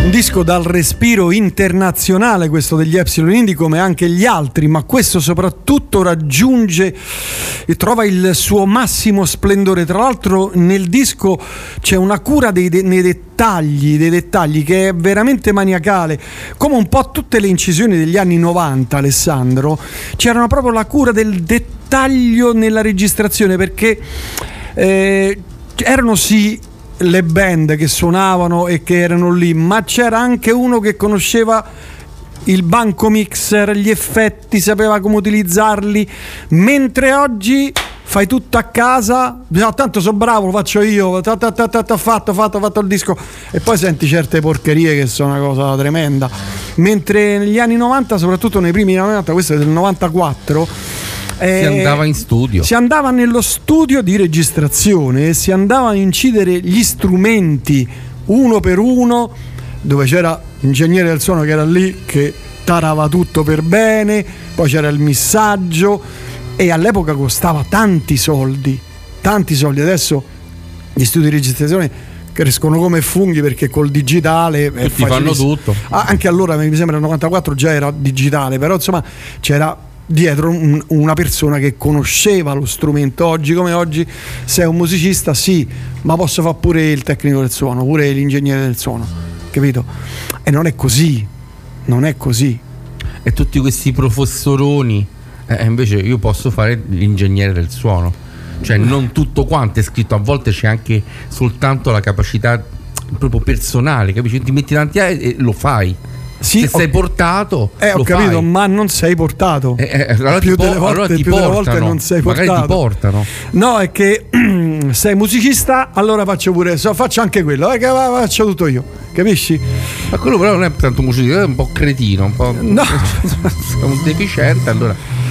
Un disco dal respiro internazionale, questo degli Epsilon Indie, come anche gli altri, ma questo soprattutto raggiunge e trova il suo massimo splendore. Tra l'altro nel disco c'è una cura nei dettagli che è veramente maniacale, come un po' tutte le incisioni degli anni 90, Alessandro. C'era proprio la cura del dettaglio nella registrazione, perché erano sì le band che suonavano e che erano lì, ma c'era anche uno che conosceva il banco mixer, gli effetti, sapeva come utilizzarli, mentre oggi fai tutto a casa, tanto so bravo, lo faccio io, fatto il disco, e poi senti certe porcherie che sono una cosa tremenda. Mentre negli anni 90, soprattutto nei primi 90, questo è del 94, si andava in studio, si andava nello studio di registrazione e si andavano a incidere gli strumenti uno per uno, dove c'era l'ingegnere del suono che era lì che tarava tutto per bene, poi c'era il missaggio, e all'epoca costava tanti soldi. Adesso gli studi di registrazione crescono come funghi, perché col digitale tutti fanno tutto. Anche allora mi sembra nel 94 già era digitale, però insomma c'era dietro una persona che conosceva lo strumento. Oggi come oggi sei un musicista, sì, ma posso fare pure il tecnico del suono, pure l'ingegnere del suono, capito? E non è così. E tutti questi professoroni, invece io posso fare l'ingegnere del suono, cioè non tutto quanto è scritto, a volte c'è anche soltanto la capacità proprio personale, capisci? Ti metti davanti e lo fai. Sì, se sei portato, ho capito, fai. Ma non sei portato. Allora più delle volte non sei portato. Magari ti portano. No, è che sei musicista, allora faccio anche quello, che faccio tutto io, capisci? Ma quello però non è tanto musicista, è un po' cretino, un po' no. un deficiente. Allora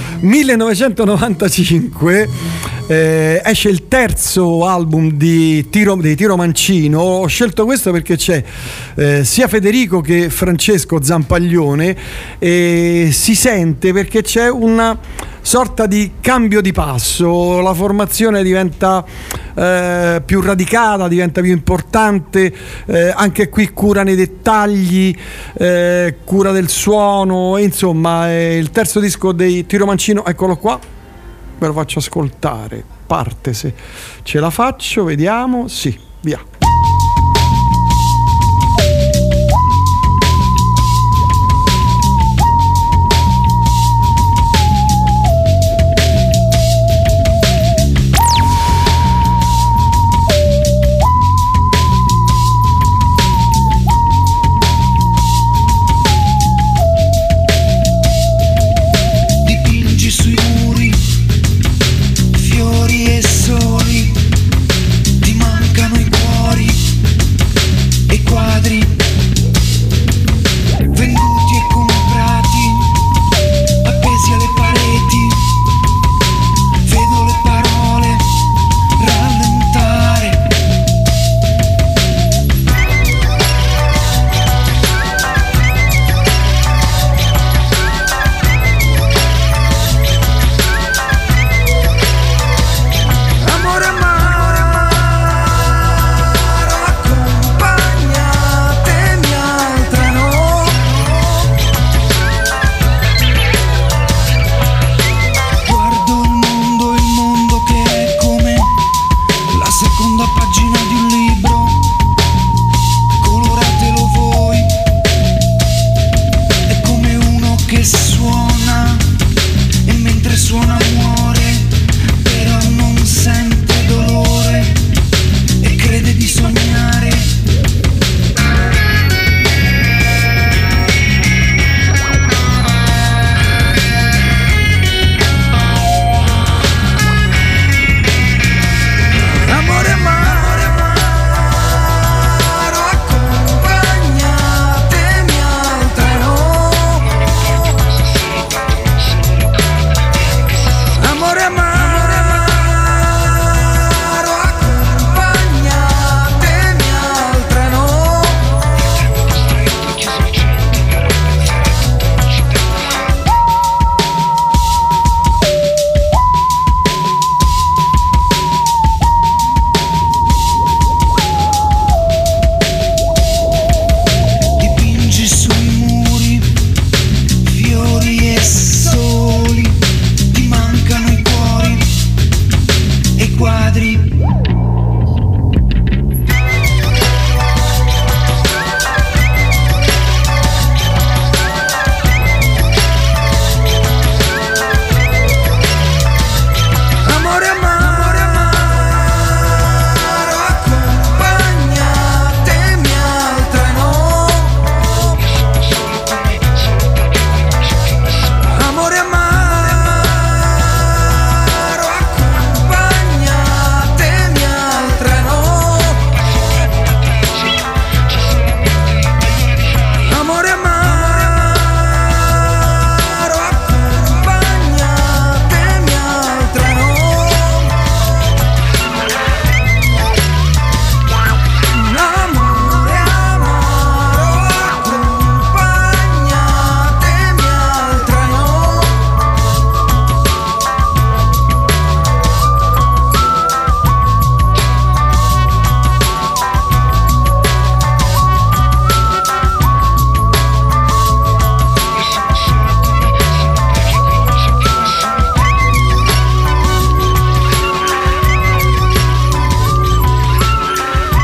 1995 esce il terzo album dei Tiro Mancino. Ho scelto questo perché c'è sia Federico che Francesco Zampaglione, e si sente perché c'è una sorta di cambio di passo, la formazione diventa più radicata, diventa più importante, anche qui cura nei dettagli, cura del suono, e insomma il terzo disco dei Tiro Mancino, eccolo qua, ve lo faccio ascoltare, parte, se ce la faccio, vediamo, sì, via. Fiori e soli, ti mancano i cuori.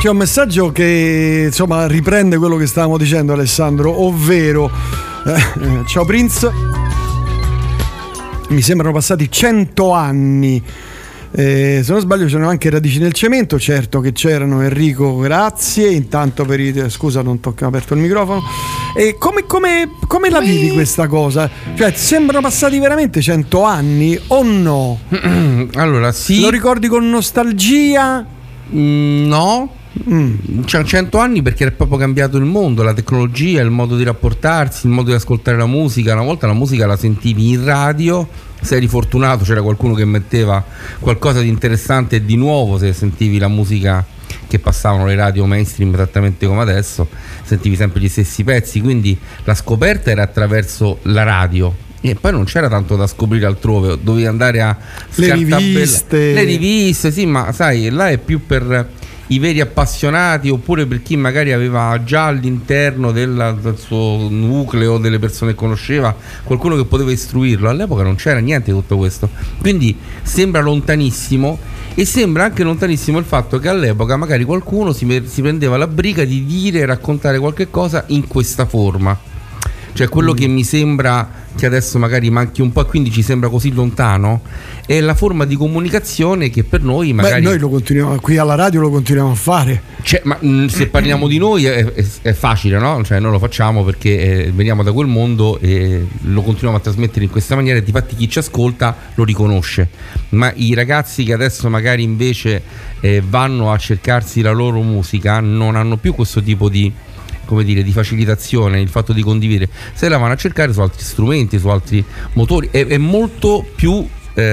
C'è un messaggio che insomma riprende quello che stavamo dicendo, Alessandro, ovvero ciao Prince, mi sembrano passati 100 anni. Se non sbaglio c'erano anche Radici nel cemento, certo che c'erano. Enrico, grazie. Intanto scusa, non ho aperto il microfono. E come la vivi questa cosa? Cioè, sembrano passati veramente 100 anni o no? Allora, sì. Lo ricordi con nostalgia? No. C'è 100 anni perché è proprio cambiato il mondo, la tecnologia, il modo di rapportarsi, il modo di ascoltare la musica. Una volta la musica la sentivi in radio, se eri fortunato c'era qualcuno che metteva qualcosa di interessante e di nuovo. Se sentivi la musica che passavano le radio mainstream esattamente come adesso, sentivi sempre gli stessi pezzi, quindi la scoperta era attraverso la radio. E poi non c'era tanto da scoprire altrove, dovevi andare a le riviste, sì, ma sai, là è più per i veri appassionati, oppure per chi magari aveva già all'interno del suo nucleo, delle persone che conosceva, qualcuno che poteva istruirlo. All'epoca non c'era niente di tutto questo, quindi sembra lontanissimo. E sembra anche lontanissimo il fatto che all'epoca magari qualcuno si prendeva la briga di dire e raccontare qualche cosa in questa forma. Cioè quello che mi sembra che adesso magari manchi un po' e quindi ci sembra così lontano è la forma di comunicazione che per noi magari... noi lo continuiamo, qui alla radio lo continuiamo a fare. Cioè, ma se parliamo di noi è facile, no? Cioè noi lo facciamo perché veniamo da quel mondo e lo continuiamo a trasmettere in questa maniera e difatti chi ci ascolta lo riconosce. Ma i ragazzi che adesso magari invece vanno a cercarsi la loro musica non hanno più questo tipo di, come dire, di facilitazione, il fatto di condividere, se la vanno a cercare su altri strumenti, su altri motori, è molto più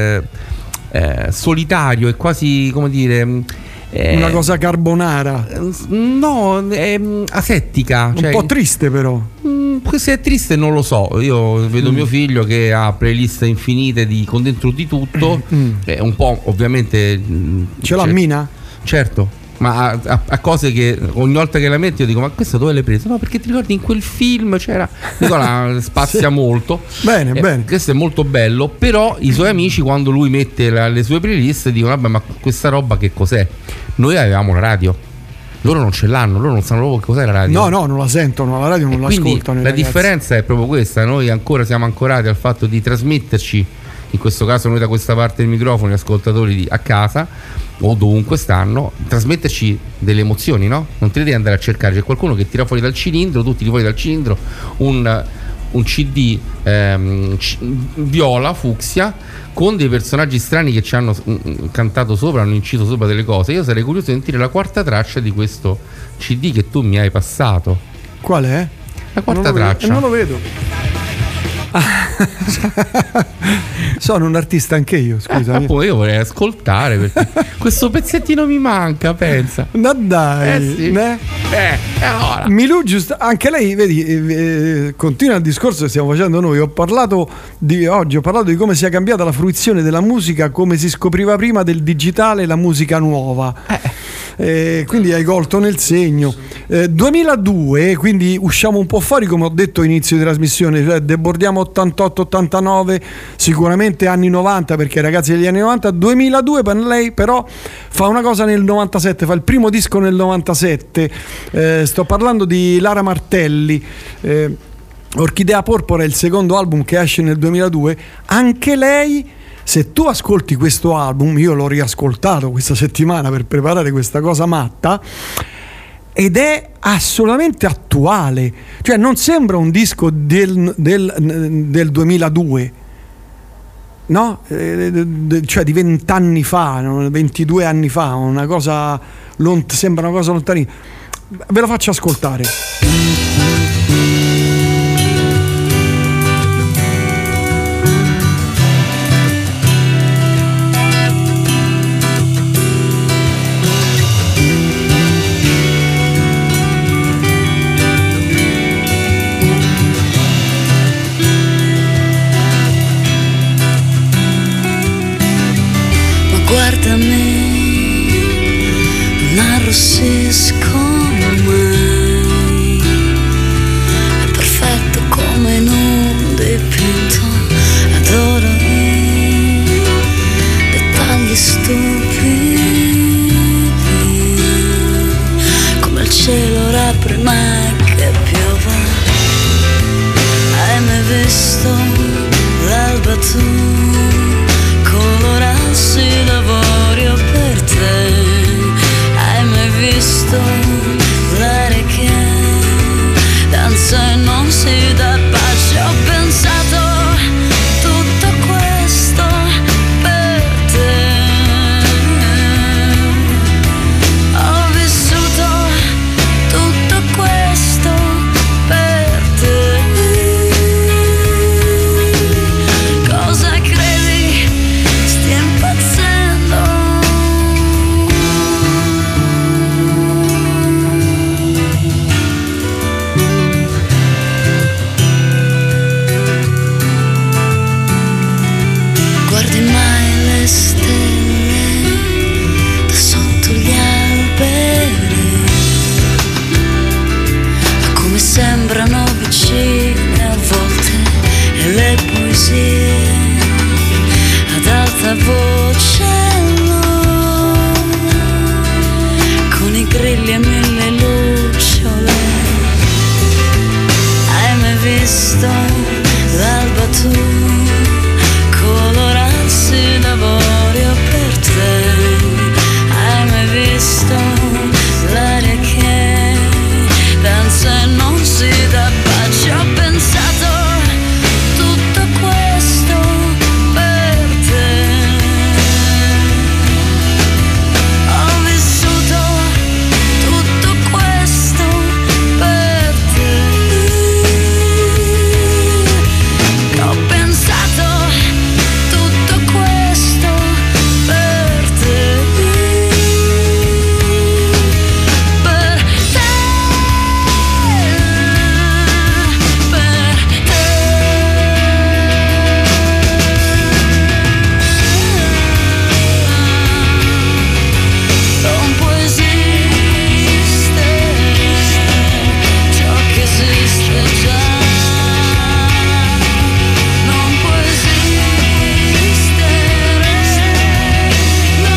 solitario, è quasi, come dire, una cosa carbonara, no, è asettica, un po' triste però. Se è triste non lo so, io vedo mio figlio che ha playlist infinite con dentro di tutto, un po' ovviamente ce l'ha Mina? Certo, ma a cose che ogni volta che la metti io dico: ma questo dove l'hai preso? No, perché ti ricordi in quel film c'era. Nicola spazia molto bene. Questo è molto bello. Però i suoi amici, quando lui mette le sue playlist, dicono: vabbè, ma questa roba che cos'è? Noi avevamo la radio, loro non ce l'hanno, loro non sanno proprio cos'è la radio. No, non la sentono, la radio non l'ascoltano. La differenza è proprio questa: noi ancora siamo ancorati al fatto di trasmetterci, in questo caso noi da questa parte del microfono, gli ascoltatori a casa o dovunque stanno, trasmetterci delle emozioni, no? Non te le devi andare a cercare, c'è qualcuno che tira fuori dal cilindro, tu tiri fuori dal cilindro un CD viola, fucsia, con dei personaggi strani che ci hanno cantato sopra, hanno inciso sopra delle cose. Io sarei curioso di sentire la quarta traccia di questo CD che tu mi hai passato. Qual è? La quarta traccia. Non lo vedo. Sono un artista anche io, scusami. Poi io vorrei ascoltare perché questo pezzettino mi manca, pensa. Ma dai, sì. Allora. Milù, anche lei, vedi, continua il discorso che stiamo facendo noi. Oggi ho parlato di come sia cambiata la fruizione della musica, come si scopriva prima del digitale la musica nuova. Quindi hai colto nel segno. 2002, quindi usciamo un po' fuori, come ho detto inizio di trasmissione, cioè debordiamo 88-89, sicuramente anni 90 perché ragazzi degli anni 90. 2002 per lei però fa una cosa nel 97, fa il primo disco nel 97, sto parlando di Lara Martelli. Orchidea Porpora è il secondo album che esce nel 2002. Anche lei, se tu ascolti questo album, io l'ho riascoltato questa settimana per preparare questa cosa matta, ed è assolutamente attuale, cioè non sembra un disco del 2002, no? Cioè di 20 anni fa, 22 anni fa, una cosa sembra una cosa lontanina. Ve lo faccio ascoltare. Guarda me, non arrossisco mai, cielo prima che piova. Hai mai visto l'alba tu colorarsi d'avorio per te? Hai mai visto l'aria che danza e non si dà pace? Ho pensato tutto questo per te. Ho vissuto tutto questo per te. Cosa credi stia impazzendo? Guardi mai le stelle da sotto gli alberi, ma come sembrano vicine a volte, e le poesie ad alta voce con i grilli e mille lucciole. Hai mai visto l'alba tu colorarsi d'avorio per te? Hai mai visto l'aria che danza e non si dà pace? Ho pensato tutto questo per te. Ho vissuto tutto questo per te. Ho pensato tutto questo per te. Per te. Per te. Non può esistere ciò che esiste già. Non può esistere, no,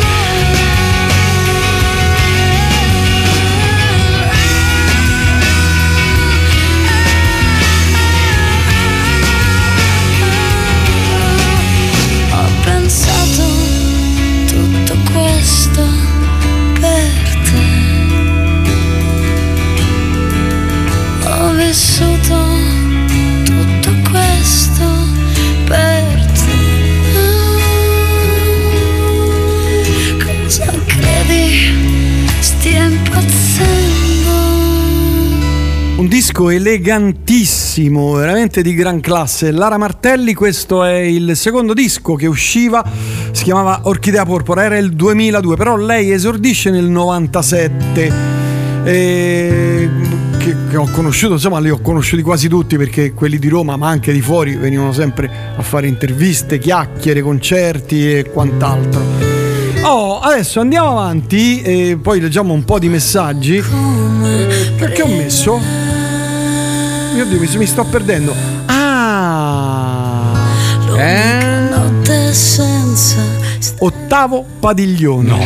ho pensato tutto questo per te. Ho vissuto tutto questo per te. Cosa credi stia impazzendo? Un disco elegantissimo, veramente di gran classe. Lara Martelli, questo è il secondo disco che usciva, si chiamava Orchidea Porpora, era il 2002, però lei esordisce nel 97. Che ho conosciuto, insomma, li ho conosciuti quasi tutti, perché quelli di Roma, ma anche di fuori, venivano sempre a fare interviste, chiacchiere, concerti e quant'altro. Adesso andiamo avanti e poi leggiamo un po' di messaggi. Perché ho messo? Mio Dio, mi sto perdendo. Notte senza Ottavo Padiglione. No.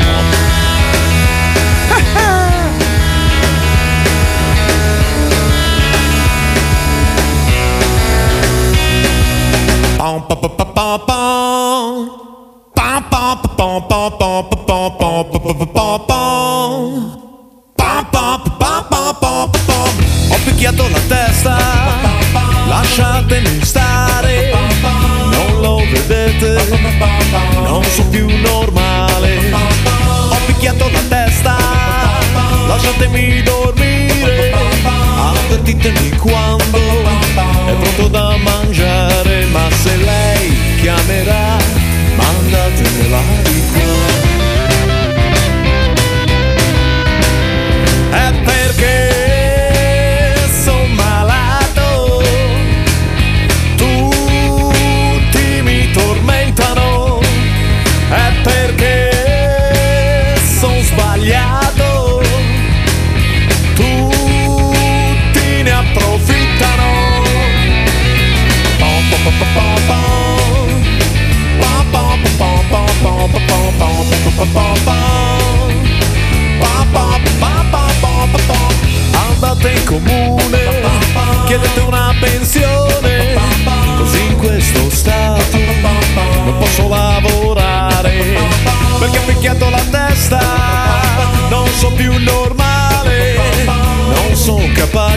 Ho picchiato la testa, lasciatemi stare, non lo vedete, non sono più normale. Ho picchiato la testa, lasciatemi dormire, avvertitemi quando è pronto da mangiare. Ma se lei chiama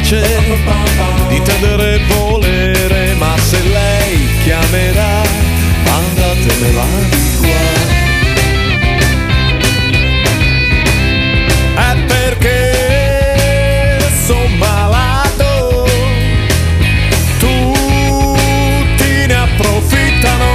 capace di tendere e volere, ma se lei chiamerà andatemela di qua. È perché son malato, tutti ne approfittano.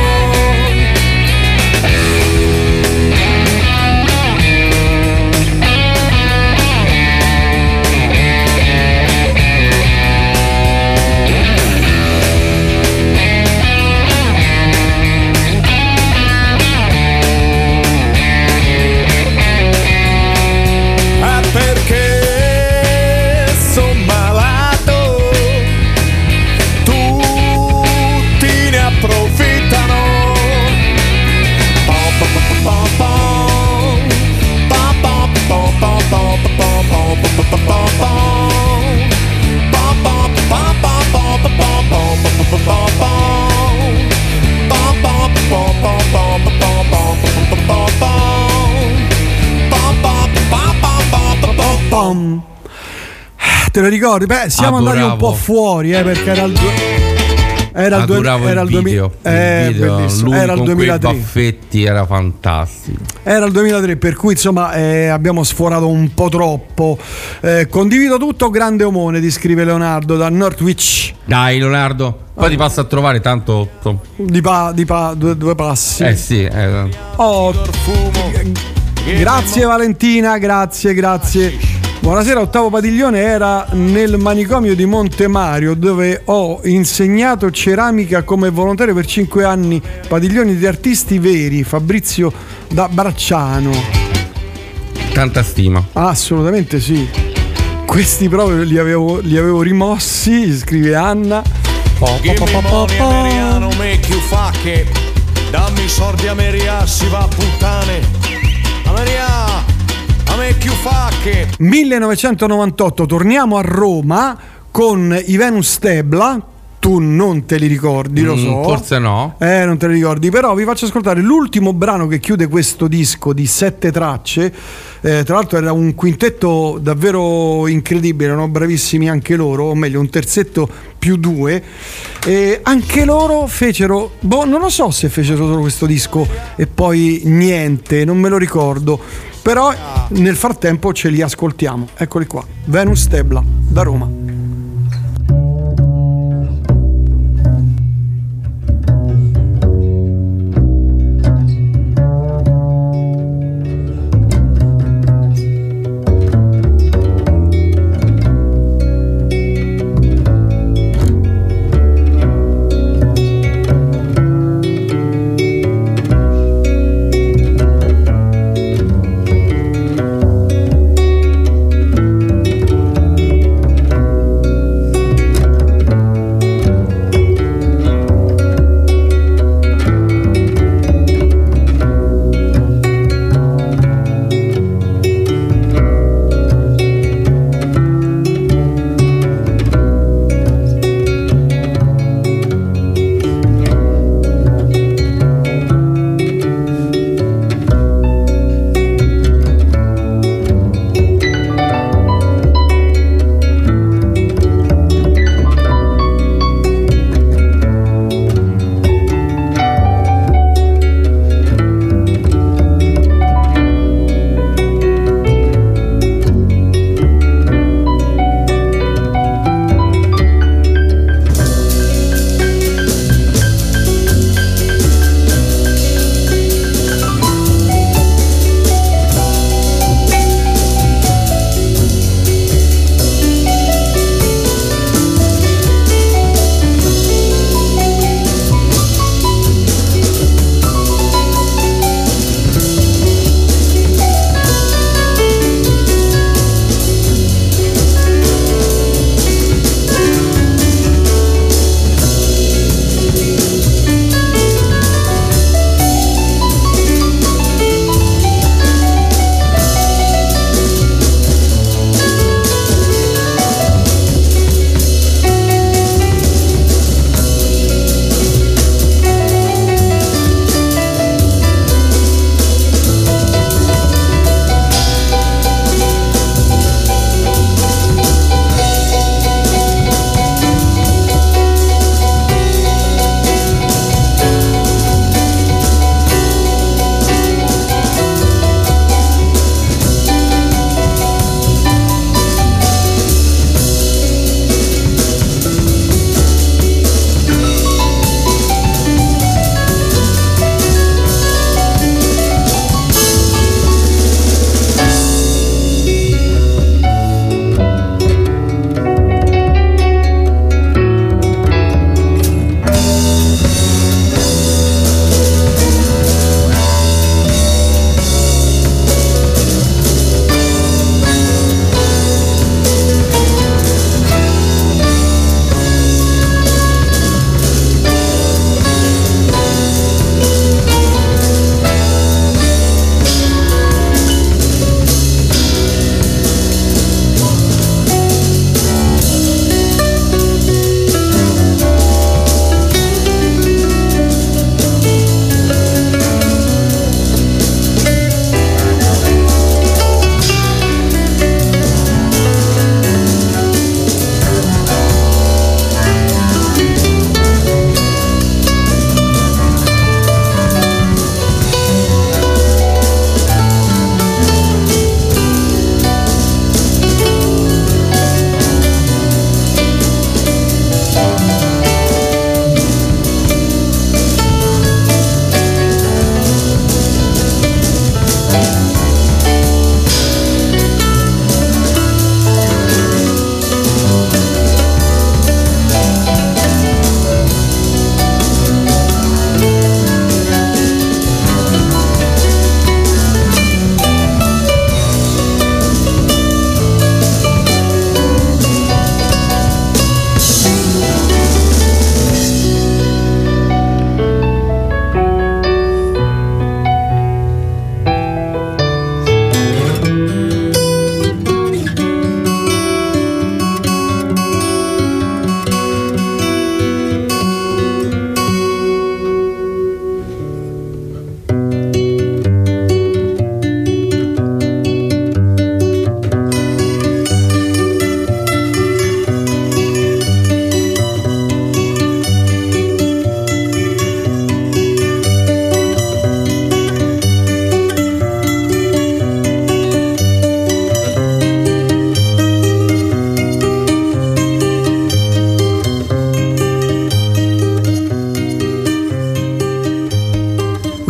Te lo ricordi? Beh, siamo andati un po' fuori perché era il video, bellissimo. Era il 2003. Quei baffetti era fantastico. Era il 2003, per cui insomma abbiamo sforato un po' troppo. Condivido tutto, grande omone, ti scrive Leonardo da Northwich. Dai Leonardo, poi ti passa a trovare tanto due passi. Sì. Grazie Valentina, grazie. Buonasera, Ottavo Padiglione era nel manicomio di Monte Mario, dove ho insegnato ceramica come volontario per 5 anni. Padiglioni di artisti veri, Fabrizio da Bracciano. Tanta stima. Assolutamente sì. Questi proprio li avevo rimossi, scrive Anna. Give me money ameriano, make you fuck it. Dammi soldi ameria, si va a puttane. Ameria, a make you fuck it. 1998, torniamo a Roma con i Venus Stebla. Tu non te li ricordi, lo so. Forse no. Non te li ricordi, però vi faccio ascoltare l'ultimo brano che chiude questo disco di 7 tracce. Tra l'altro era un quintetto davvero incredibile, erano bravissimi anche loro, o meglio un terzetto più 2. E anche loro fecero, non lo so se fecero solo questo disco e poi niente, non me lo ricordo. Però nel frattempo ce li ascoltiamo. Eccoli qua, Venus Stebla da Roma.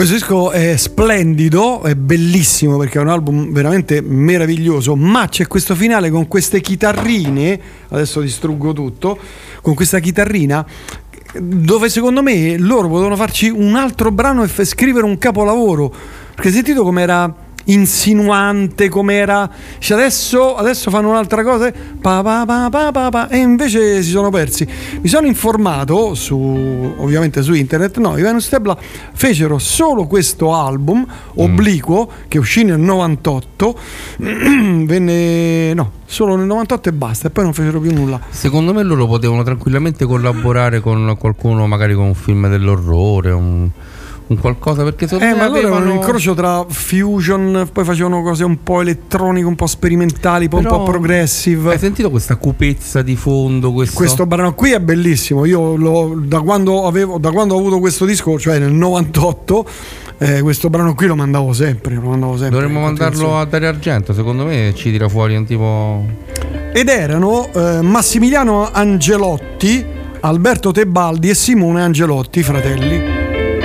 Questo disco è splendido, è bellissimo perché è un album veramente meraviglioso, ma c'è questo finale con queste chitarrine, adesso distruggo tutto, con questa chitarrina dove secondo me loro potevano farci un altro brano e scrivere un capolavoro, perché hai sentito com'era insinuante, com'era, cioè adesso fanno un'altra cosa e invece si sono persi. Mi sono informato ovviamente su internet, no, i Venus Stebla fecero solo questo album obliquo che uscì nel 98, solo nel 98 e basta, e poi non fecero più nulla. Secondo me loro potevano tranquillamente collaborare con qualcuno, magari con un film dell'orrore, un qualcosa, perché secondo me ma loro avevano un incrocio tra fusion, poi facevano cose un po' elettroniche, un po' sperimentali, poi un po' progressive. Hai sentito questa cupezza di fondo? Questo brano qui è bellissimo. Io da quando ho avuto questo disco, cioè nel 98, questo brano qui lo mandavo sempre. Dovremmo mandarlo a Dario Argento, secondo me ci tira fuori un tipo. Ed erano Massimiliano Angelotti, Alberto Tebaldi e Simone Angelotti, fratelli.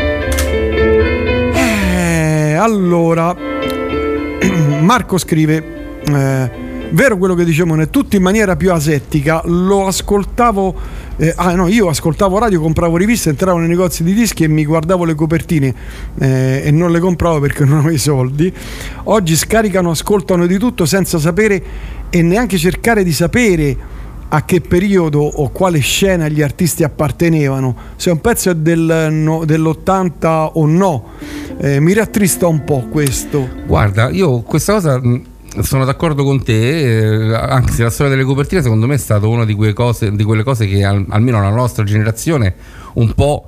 Allora, Marco scrive: vero quello che dicevano, tutti in maniera più asettica. Lo ascoltavo, io ascoltavo radio, compravo riviste, entravo nei negozi di dischi e mi guardavo le copertine e non le compravo perché non avevo i soldi. Oggi scaricano, ascoltano di tutto senza sapere e neanche cercare di sapere a che periodo o quale scena gli artisti appartenevano, se un pezzo è dell'80 o no. Mi rattrista un po' questo. Guarda, io questa cosa sono d'accordo con te, anzi la storia delle copertine secondo me è stata una di quelle cose che almeno la nostra generazione un po'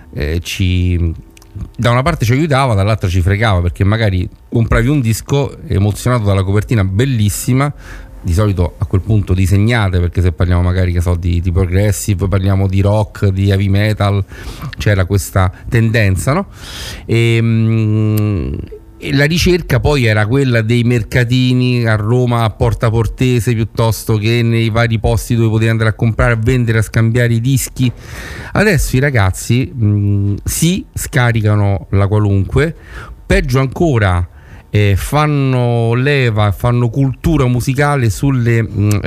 da una parte ci aiutava, dall'altra ci fregava, perché magari compravi un disco emozionato dalla copertina bellissima, di solito a quel punto disegnate, perché se parliamo magari di progressive, parliamo di rock, di heavy metal, c'era questa tendenza, no? E la ricerca poi era quella dei mercatini a Roma, a Porta Portese, piuttosto che nei vari posti dove potevi andare a comprare, a vendere, a scambiare i dischi. Adesso i ragazzi si scaricano la qualunque, peggio ancora fanno leva, fanno cultura musicale sulle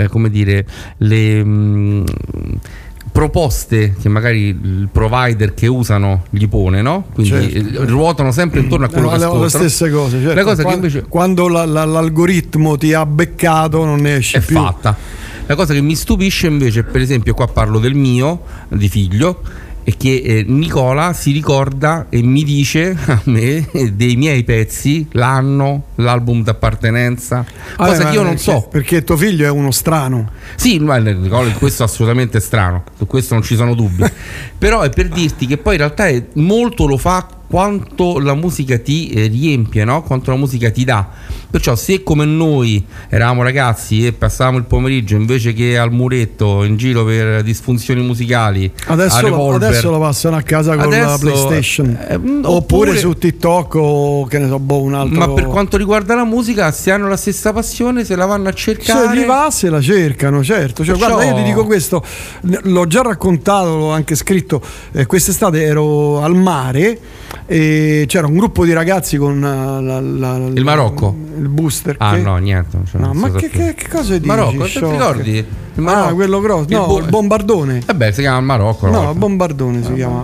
proposte che magari il provider che usano gli pone, no? Quindi ruotano sempre intorno a quello che ascoltano. Le stesse cose, certo. La cosa che invece quando l'algoritmo ti ha beccato non ne esce più. È fatta. La cosa che mi stupisce invece, per esempio, qua parlo del mio di figlio, è che Nicola si ricorda e mi dice a me dei miei pezzi, l'album d'appartenenza, cosa che io non so. Perché tuo figlio è uno strano. Sì, Nicola, questo è assolutamente strano, su questo non ci sono dubbi. Però è per dirti che poi in realtà molto lo fa quanto la musica ti riempie, no? Quanto la musica ti dà. Perciò se come noi eravamo ragazzi e passavamo il pomeriggio invece che al muretto in giro per disfunzioni musicali, adesso lo passano a casa con la PlayStation, oppure su TikTok o che ne so, un altro. Ma per quanto riguarda la musica, se hanno la stessa passione, se la vanno a cercare, se gli va, se la cercano, certo. Guarda, io ti dico questo, l'ho già raccontato, l'ho anche scritto, quest'estate ero al mare e c'era un gruppo di ragazzi con il Marocco, il booster. No, niente. No, ma che cosa dici? Marocco, ti ricordi? Il Marocco. Quello grosso. No, il bombardone. Si chiama Marocco. No, il bombardone si chiama.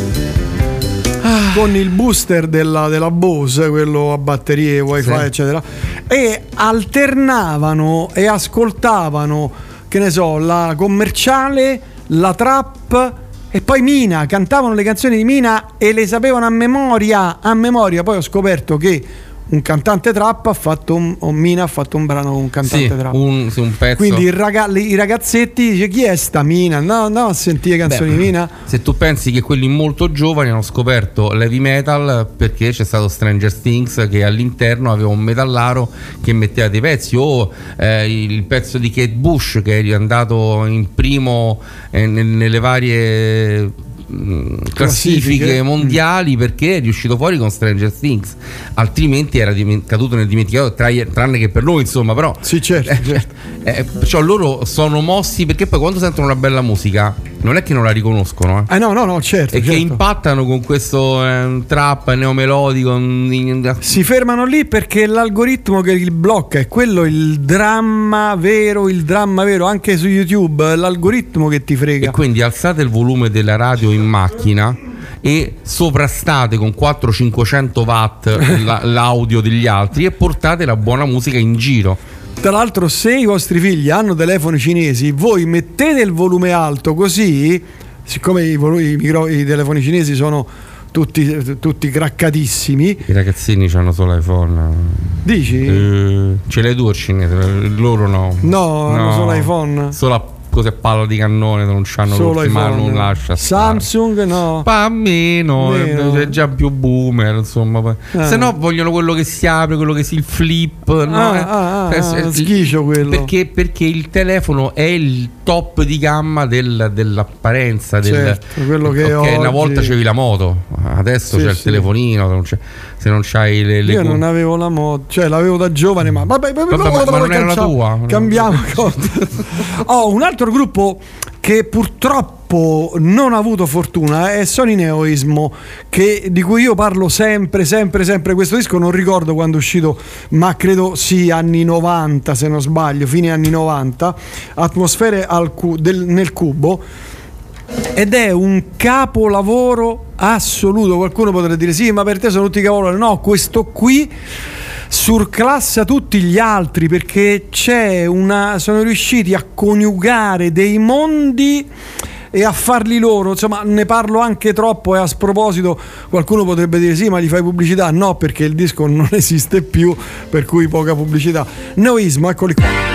Con il booster della Bose, quello a batterie, wifi, eccetera. E alternavano e ascoltavano, che ne so, la commerciale, la trap e poi Mina, cantavano le canzoni di Mina e le sapevano a memoria. Poi ho scoperto che un cantante trap ha fatto Mina ha fatto un brano con un cantante trap. Un pezzo. Quindi i ragazzetti dice: chi è sta Mina? No, a sentire canzoni di Mina. Se tu pensi che quelli molto giovani hanno scoperto l'heavy metal perché c'è stato Stranger Things, che all'interno aveva un metallaro che metteva dei pezzi, o il pezzo di Kate Bush che è andato in primo nelle varie classifiche mondiali perché è riuscito fuori con Stranger Things, altrimenti era caduto nel dimenticato, tranne che per noi, insomma. Però sì, certo. Perciò loro sono mossi, perché poi quando sentono una bella musica non è che non la riconoscono, no, certo. E che impattano con questo trap neomelodico. Si fermano lì perché l'algoritmo che li blocca è quello, il dramma vero, anche su YouTube, l'algoritmo che ti frega. E quindi alzate il volume della radio in macchina e sovrastate con 400-500 watt l'audio degli altri e portate la buona musica in giro. Tra l'altro, se i vostri figli hanno telefoni cinesi, voi mettete il volume alto, così, siccome i telefoni cinesi sono tutti craccatissimi, i ragazzini hanno solo iPhone. Dici? Ce l'hai tu il cinese, loro no. No, hanno solo iPhone. Solo cose a palla di cannone, non c'hanno solo ma non lascia Samsung stare. No, pa' meno, è già più boomer, insomma. Se no vogliono quello che si apre, quello che si il flip, sghicio quello. Perché il telefono è il top di gamma dell'apparenza, quello che oggi... una volta c'avevi la moto, adesso c'è il telefonino, se non c'hai le io non avevo la moto, cioè l'avevo da giovane, ma non era la tua. Cambiamo un altro gruppo che purtroppo non ha avuto fortuna è Sony Neoismo, di cui io parlo sempre. Questo disco non ricordo quando è uscito, ma credo anni 90, se non sbaglio, fine anni 90, Atmosfere nel cubo, ed è un capolavoro assoluto. Qualcuno potrebbe dire sì, ma per te sono tutti capolavori. No, questo qui surclassa tutti gli altri, perché sono riusciti a coniugare dei mondi e a farli loro. Insomma, ne parlo anche troppo, e a sproposito qualcuno potrebbe dire sì, ma gli fai pubblicità? No, perché il disco non esiste più, per cui poca pubblicità. Neoismo, eccoli qua.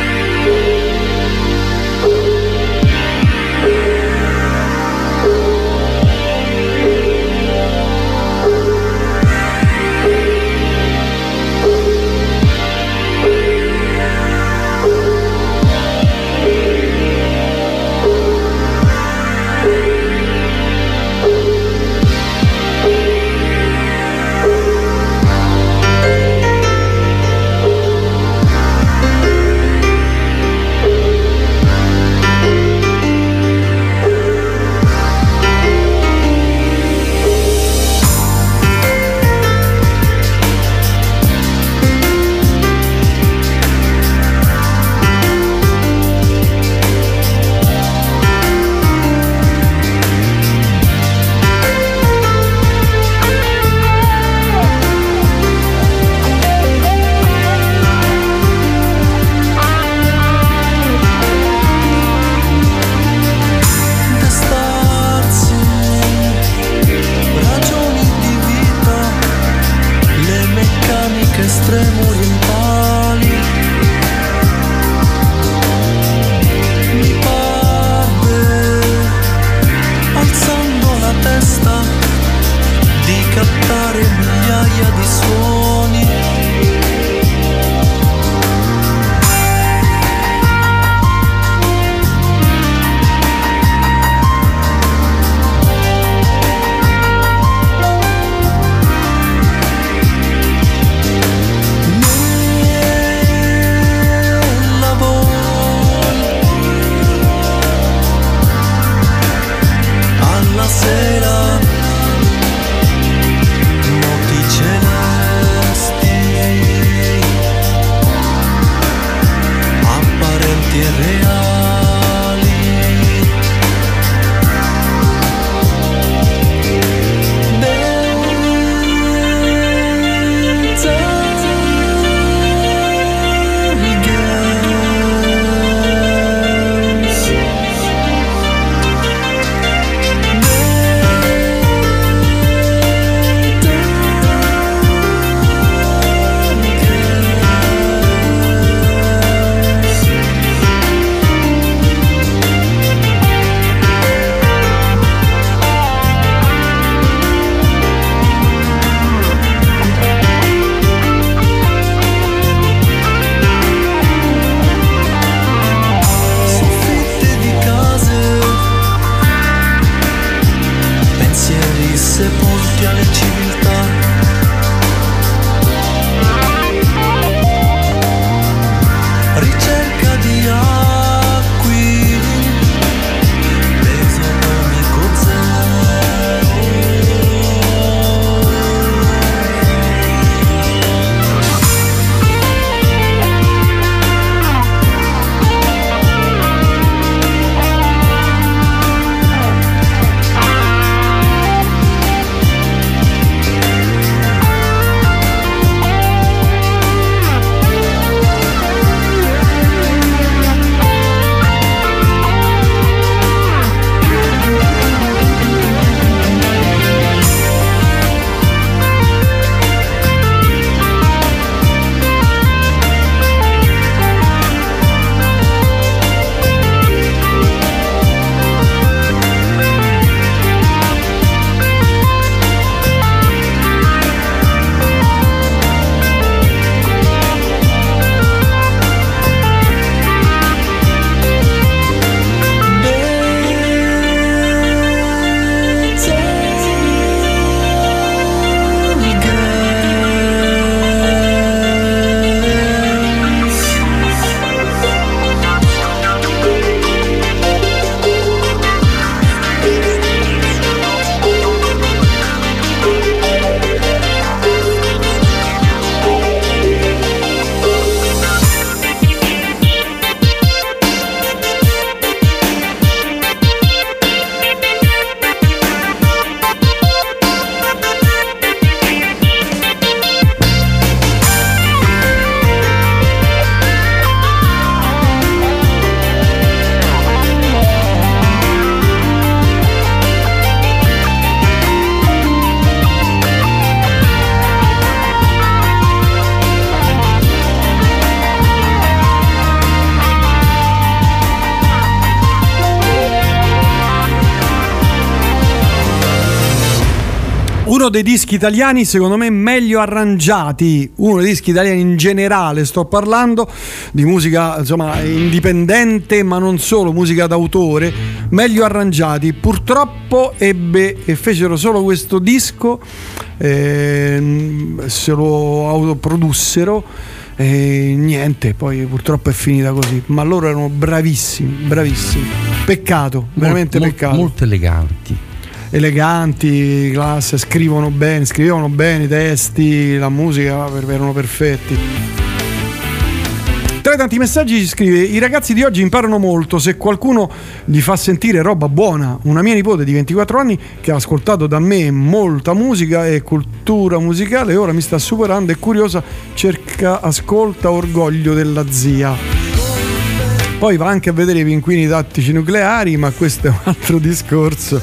uno dei dischi italiani secondo me meglio arrangiati, uno dei dischi italiani in generale, sto parlando di musica insomma indipendente ma non solo, musica d'autore, meglio arrangiati. Purtroppo fecero solo questo disco, se lo autoprodussero e niente, poi purtroppo è finita così, ma loro erano bravissimi, peccato, veramente peccato. Molto eleganti, classe, scrivevano bene i testi, la musica erano perfetti. Tra i tanti messaggi ci scrive: i ragazzi di oggi imparano molto, se qualcuno gli fa sentire roba buona. Una mia nipote di 24 anni che ha ascoltato da me molta musica e cultura musicale, ora mi sta superando, è curiosa, ascolta orgoglio della zia. Poi va anche a vedere i pinguini tattici nucleari, ma questo è un altro discorso.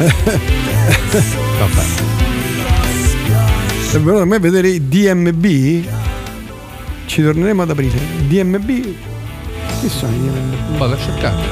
Vabbè. È venuto a me vedere i DMB? Ci torneremo ad aprire. DMB? Chi sono i DMB? Vado a cercare.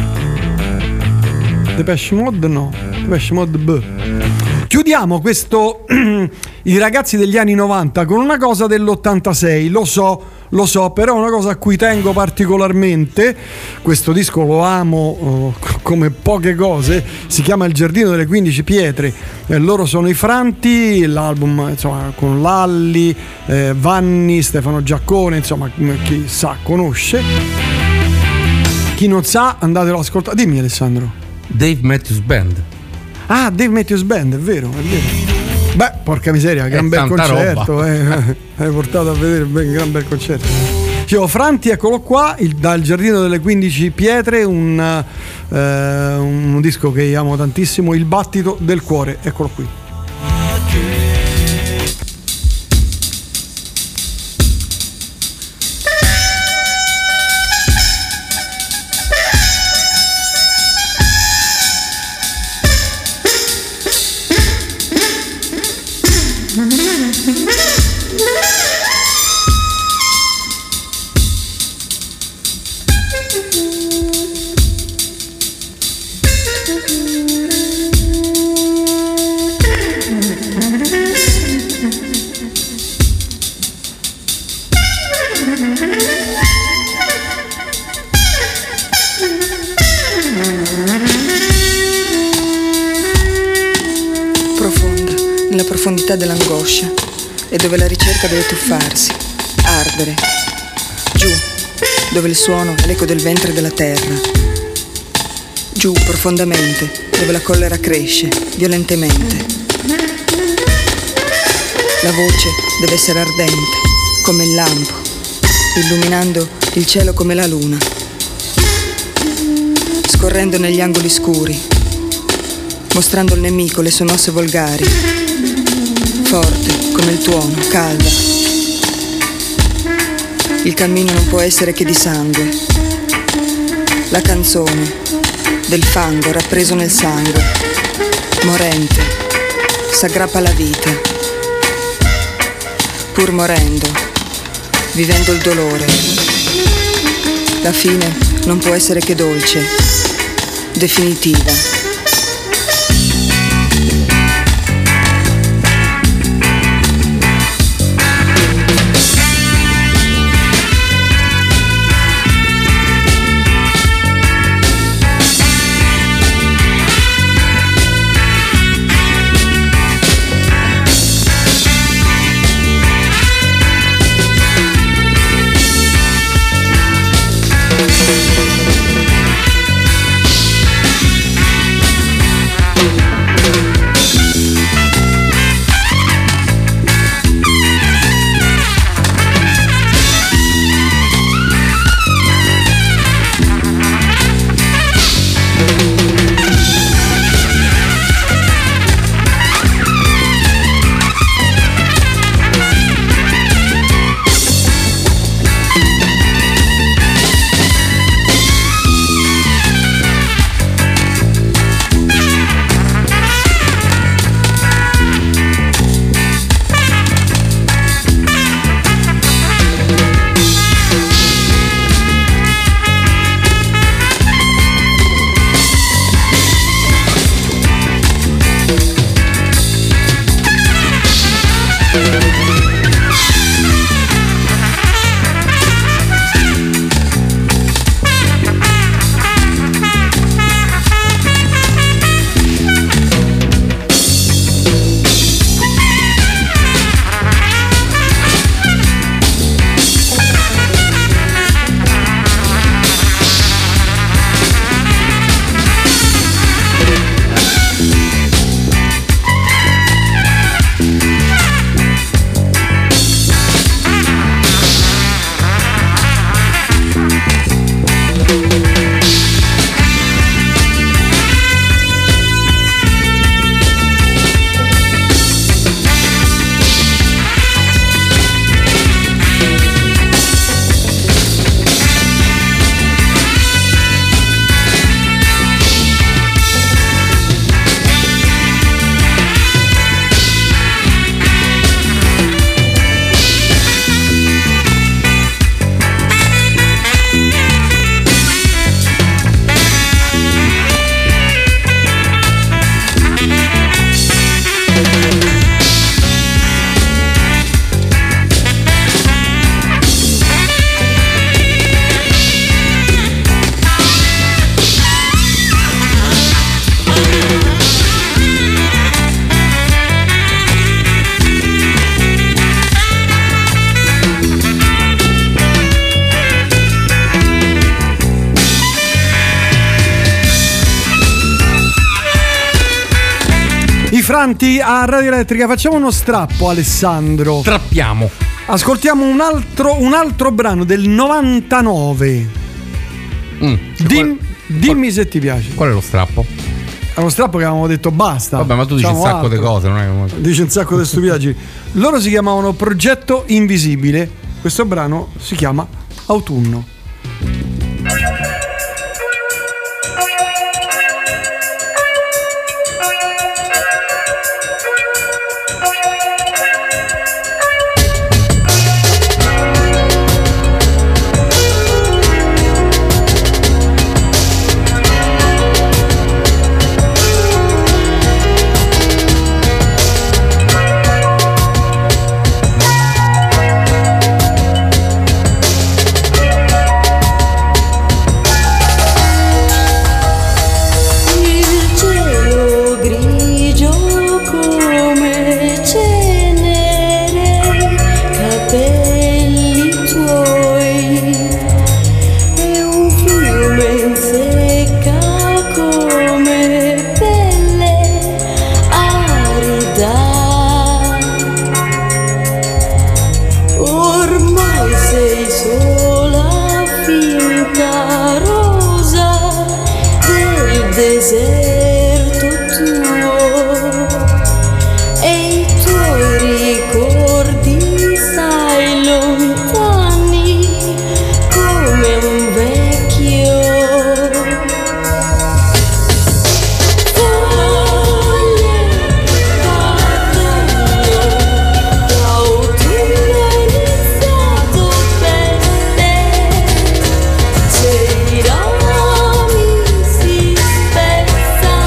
Depeche Mode no. Depeche Mode B. Chiudiamo questo i ragazzi degli anni 90 con una cosa dell'86. Lo so, però è una cosa a cui tengo particolarmente. Questo disco lo amo come poche cose. Si chiama Il giardino delle 15 pietre. Loro sono i Franti, l'album insomma con Lalli, Vanni, Stefano Giaccone, insomma chi sa conosce. Chi non sa andatelo ad ascoltare. Dimmi Alessandro. Dave Matthews Band. Ah, Dave Matthews Band, è vero. Beh, porca miseria, gran bel concerto, hai portato a vedere un gran bel concerto. Dicevo, Franti, eccolo qua, dal Giardino delle 15 Pietre, un disco che amo tantissimo, Il battito del cuore, eccolo qui. Dell'angoscia e dove la ricerca deve tuffarsi, ardere, giù, dove il suono è l'eco del ventre della terra, giù profondamente, dove la collera cresce violentemente. La voce deve essere ardente, come il lampo, illuminando il cielo come la luna, scorrendo negli angoli scuri, mostrando al nemico le sue mosse volgari, forte come il tuono, calda. Il cammino non può essere che di sangue. La canzone del fango rappreso nel sangue, morente, s'aggrappa alla vita. Pur morendo, vivendo il dolore. La fine non può essere che dolce, definitiva. di Franti a Radio Elettrica. Facciamo uno strappo, Alessandro. Strappiamo. Ascoltiamo un altro brano del 99. Dimmi se ti piace. Qual è lo strappo? È uno strappo che avevamo detto basta. Vabbè, ma tu dici un sacco di cose, non è che... Dici un sacco di stupidaggini. Loro si chiamavano Progetto Invisibile. Questo brano si chiama Autunno. Sei rami si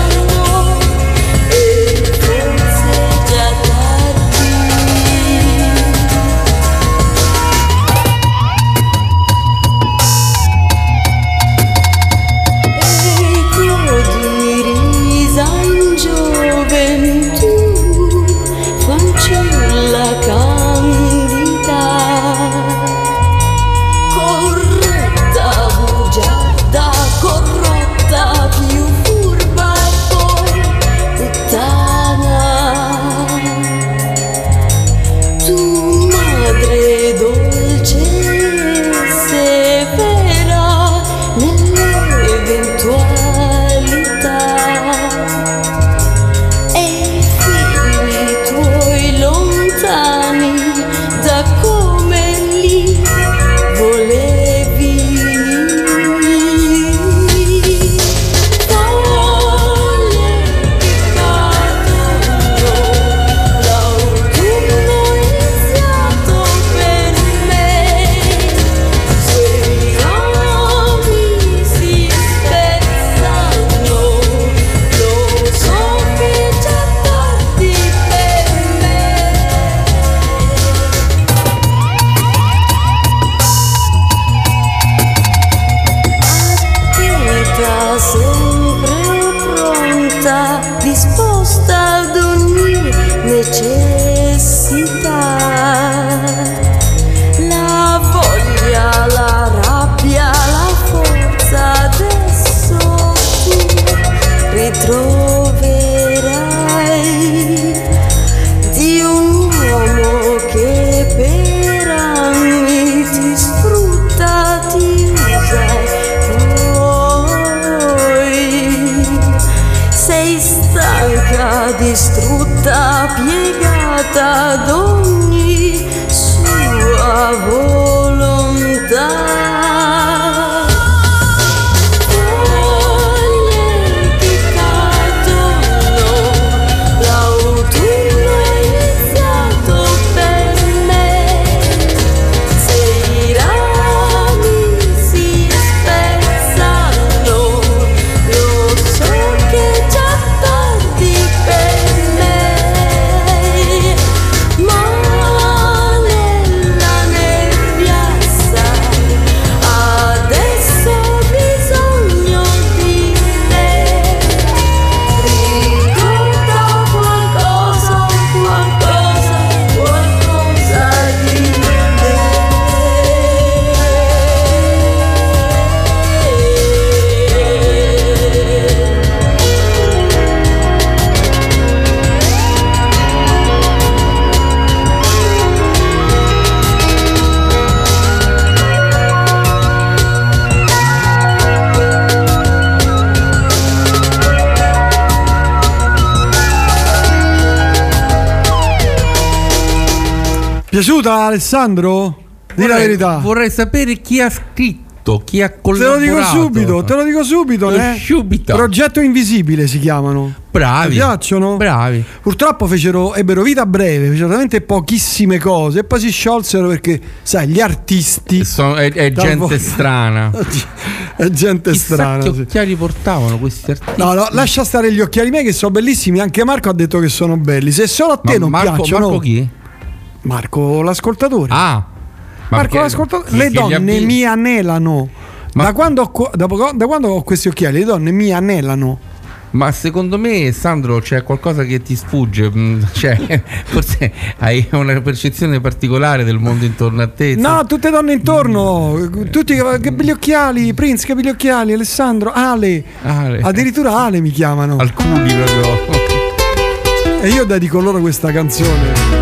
Piaciuta, Alessandro? Dì la verità. Vorrei sapere chi ha scritto, chi ha collaborato. Te lo dico subito. Progetto Invisibile si chiamano. Bravi. Mi piacciono? Bravi. Purtroppo ebbero vita breve, fecero veramente pochissime cose e poi si sciolsero perché, sai, gli artisti è gente strana. È gente strana. Che occhiali portavano questi artisti? No, lascia stare gli occhiali miei che sono bellissimi. Anche Marco ha detto che sono belli. Se solo a te non piacciono. Marco chi? Marco l'ascoltatore. Marco l'ascoltatore. Le donne mi anelano. Da quando ho questi occhiali, le donne mi anelano. Ma secondo me, Sandro, c'è qualcosa che ti sfugge. Cioè, forse hai una percezione particolare del mondo intorno a te. No, tutte donne intorno. Tutti che belli occhiali. Prince, che belli occhiali. Alessandro, Ale. Addirittura Ale mi chiamano. Alcuni proprio. E io dedico loro questa canzone.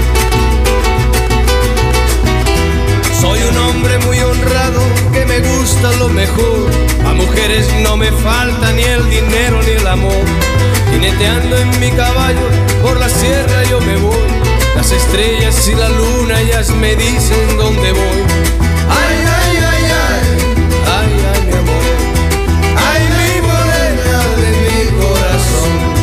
Soy un hombre muy honrado que me gusta lo mejor. A mujeres no me falta ni el dinero ni el amor. Jineteando en mi caballo por la sierra yo me voy. Las estrellas y la luna ellas me dicen dónde voy. Ay, ay, ay, ay, ay, ay, mi amor. Ay, mi morena de mi corazón.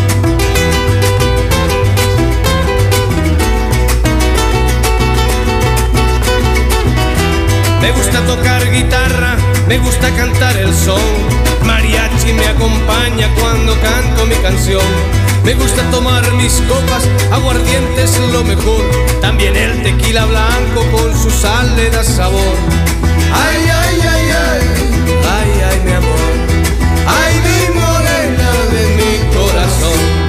Me gusta tocar guitarra, me gusta cantar el son. Mariachi me acompaña cuando canto mi canción. Me gusta tomar mis copas, aguardiente es lo mejor. También el tequila blanco con su sal le da sabor. Ay, ay, ay, ay, ay, ay, mi amor. Ay, mi morena de mi corazón.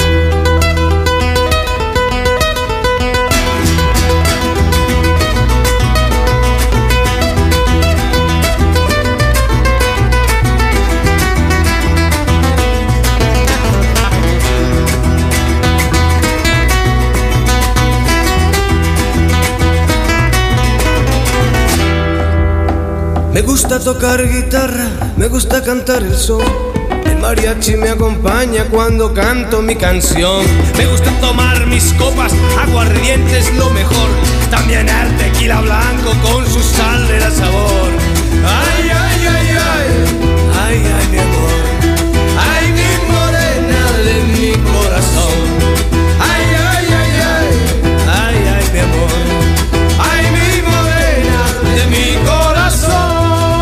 Me gusta tocar guitarra, me gusta cantar el son. El mariachi me acompaña cuando canto mi canción. Me gusta tomar mis copas, aguardiente es lo mejor. También el tequila blanco con su sal le da sabor. Ay, ay, ay, ay, ay, ay, mi amor. Ay, mi morena de mi corazón. Ay, ay, ay, ay, ay, ay, mi amor. Ay, mi morena de mi corazón.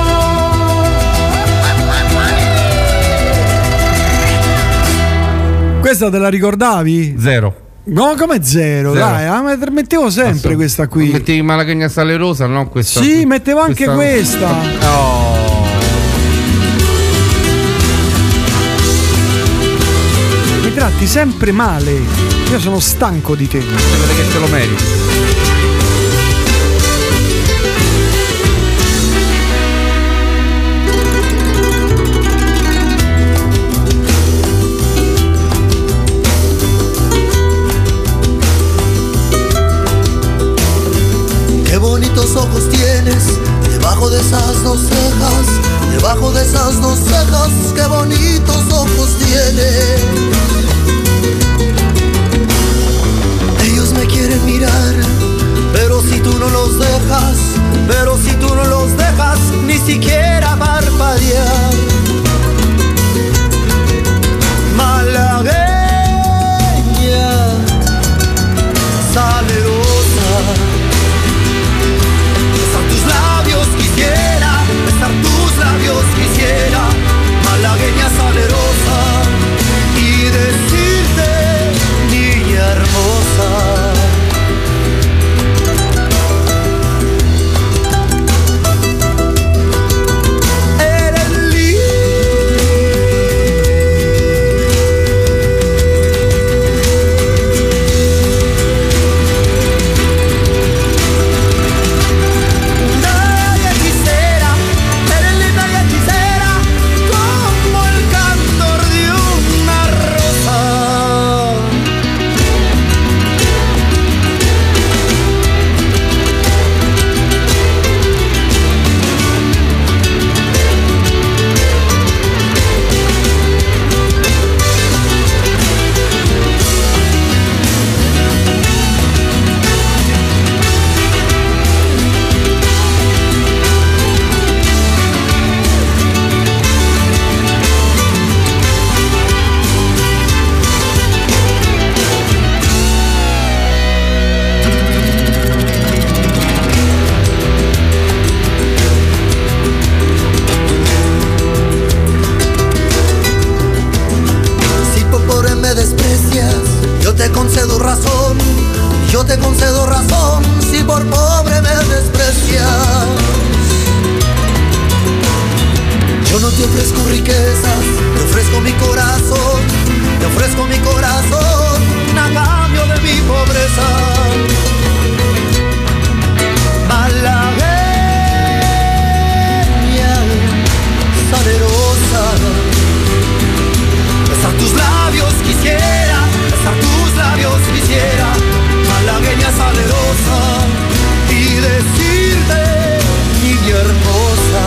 Questa te la ricordavi? Zero. No, come zero? Dai, ma mettevo sempre questa qui. Mettevi Malagagna Salerosa, no? Questa. Sì, mettevo anche questa. Mi tratti sempre male. Io sono stanco di te. Quello che te lo meriti. Bonitos ojos tienes, debajo de esas dos cejas, debajo de esas dos cejas, qué bonitos ojos tienes. Ellos me quieren mirar ofrezco riquezas, te ofrezco mi corazón, te ofrezco mi corazón a cambio de mi pobreza. Malagueña, salerosa, besar tus labios quisiera, besar tus labios quisiera, malagueña salerosa, y decirte, niña hermosa.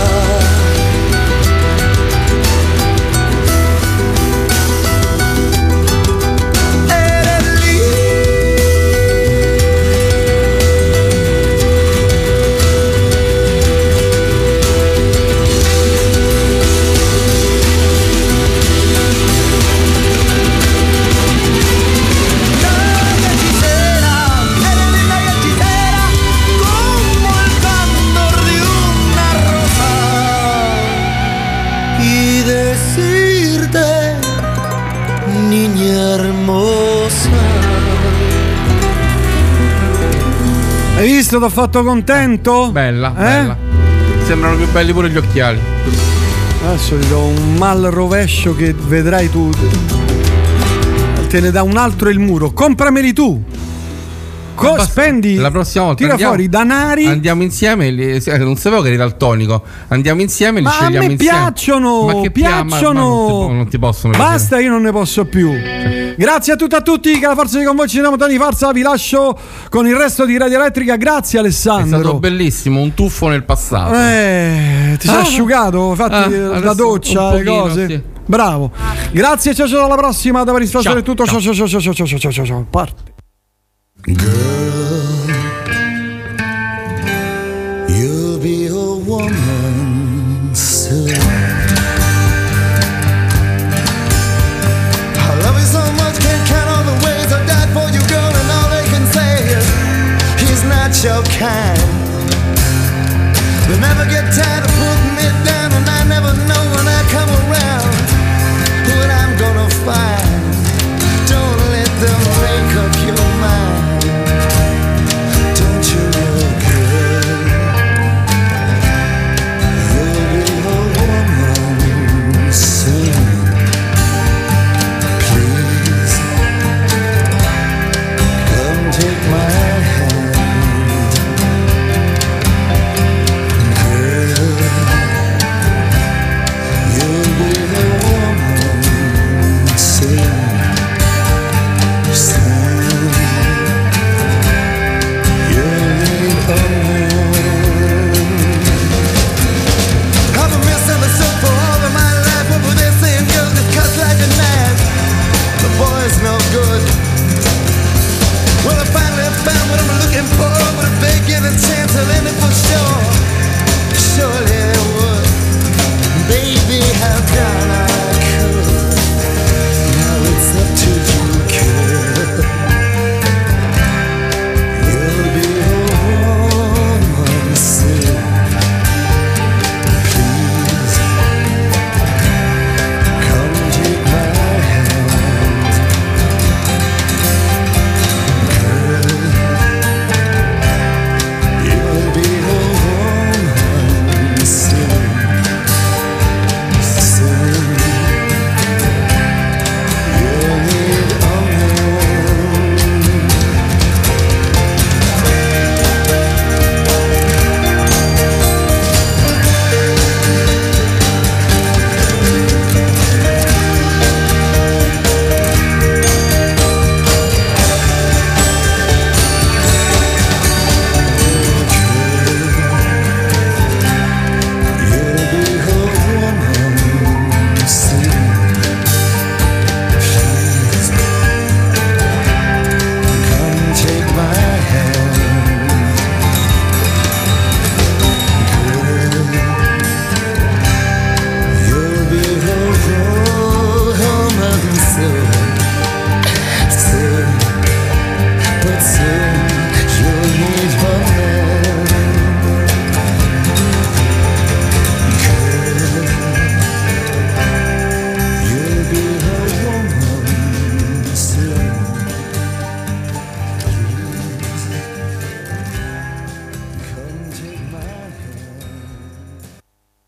Hai visto? T'ho fatto contento? Bella, bella. Sembrano più belli pure gli occhiali. Adesso ti do un mal rovescio che vedrai tu. Te ne dà un altro il muro. Comprameli tu. Spendi la prossima volta. Tira fuori i danari. Andiamo insieme. Non sapevo che eri daltonico. Andiamo insieme e li scegliamo insieme. Ma a me piacciono. Ma che piacciono. Non ti possono. Basta, io non ne posso più. Grazie a tutti, che la forza di con voi, ci diamo tanti forza. Vi lascio con il resto di Radio Elettrica. Grazie Alessandro. È stato bellissimo, un tuffo nel passato. Ti sei asciugato? Fatti la doccia, le cose. Sì. Bravo. Grazie, ciao, alla prossima. Da Paris è tutto. Ciao. Parte. Girl, you'll be a woman still. I love you so much, can't count all the ways I died for you, girl, and all they can say is he's not your kind.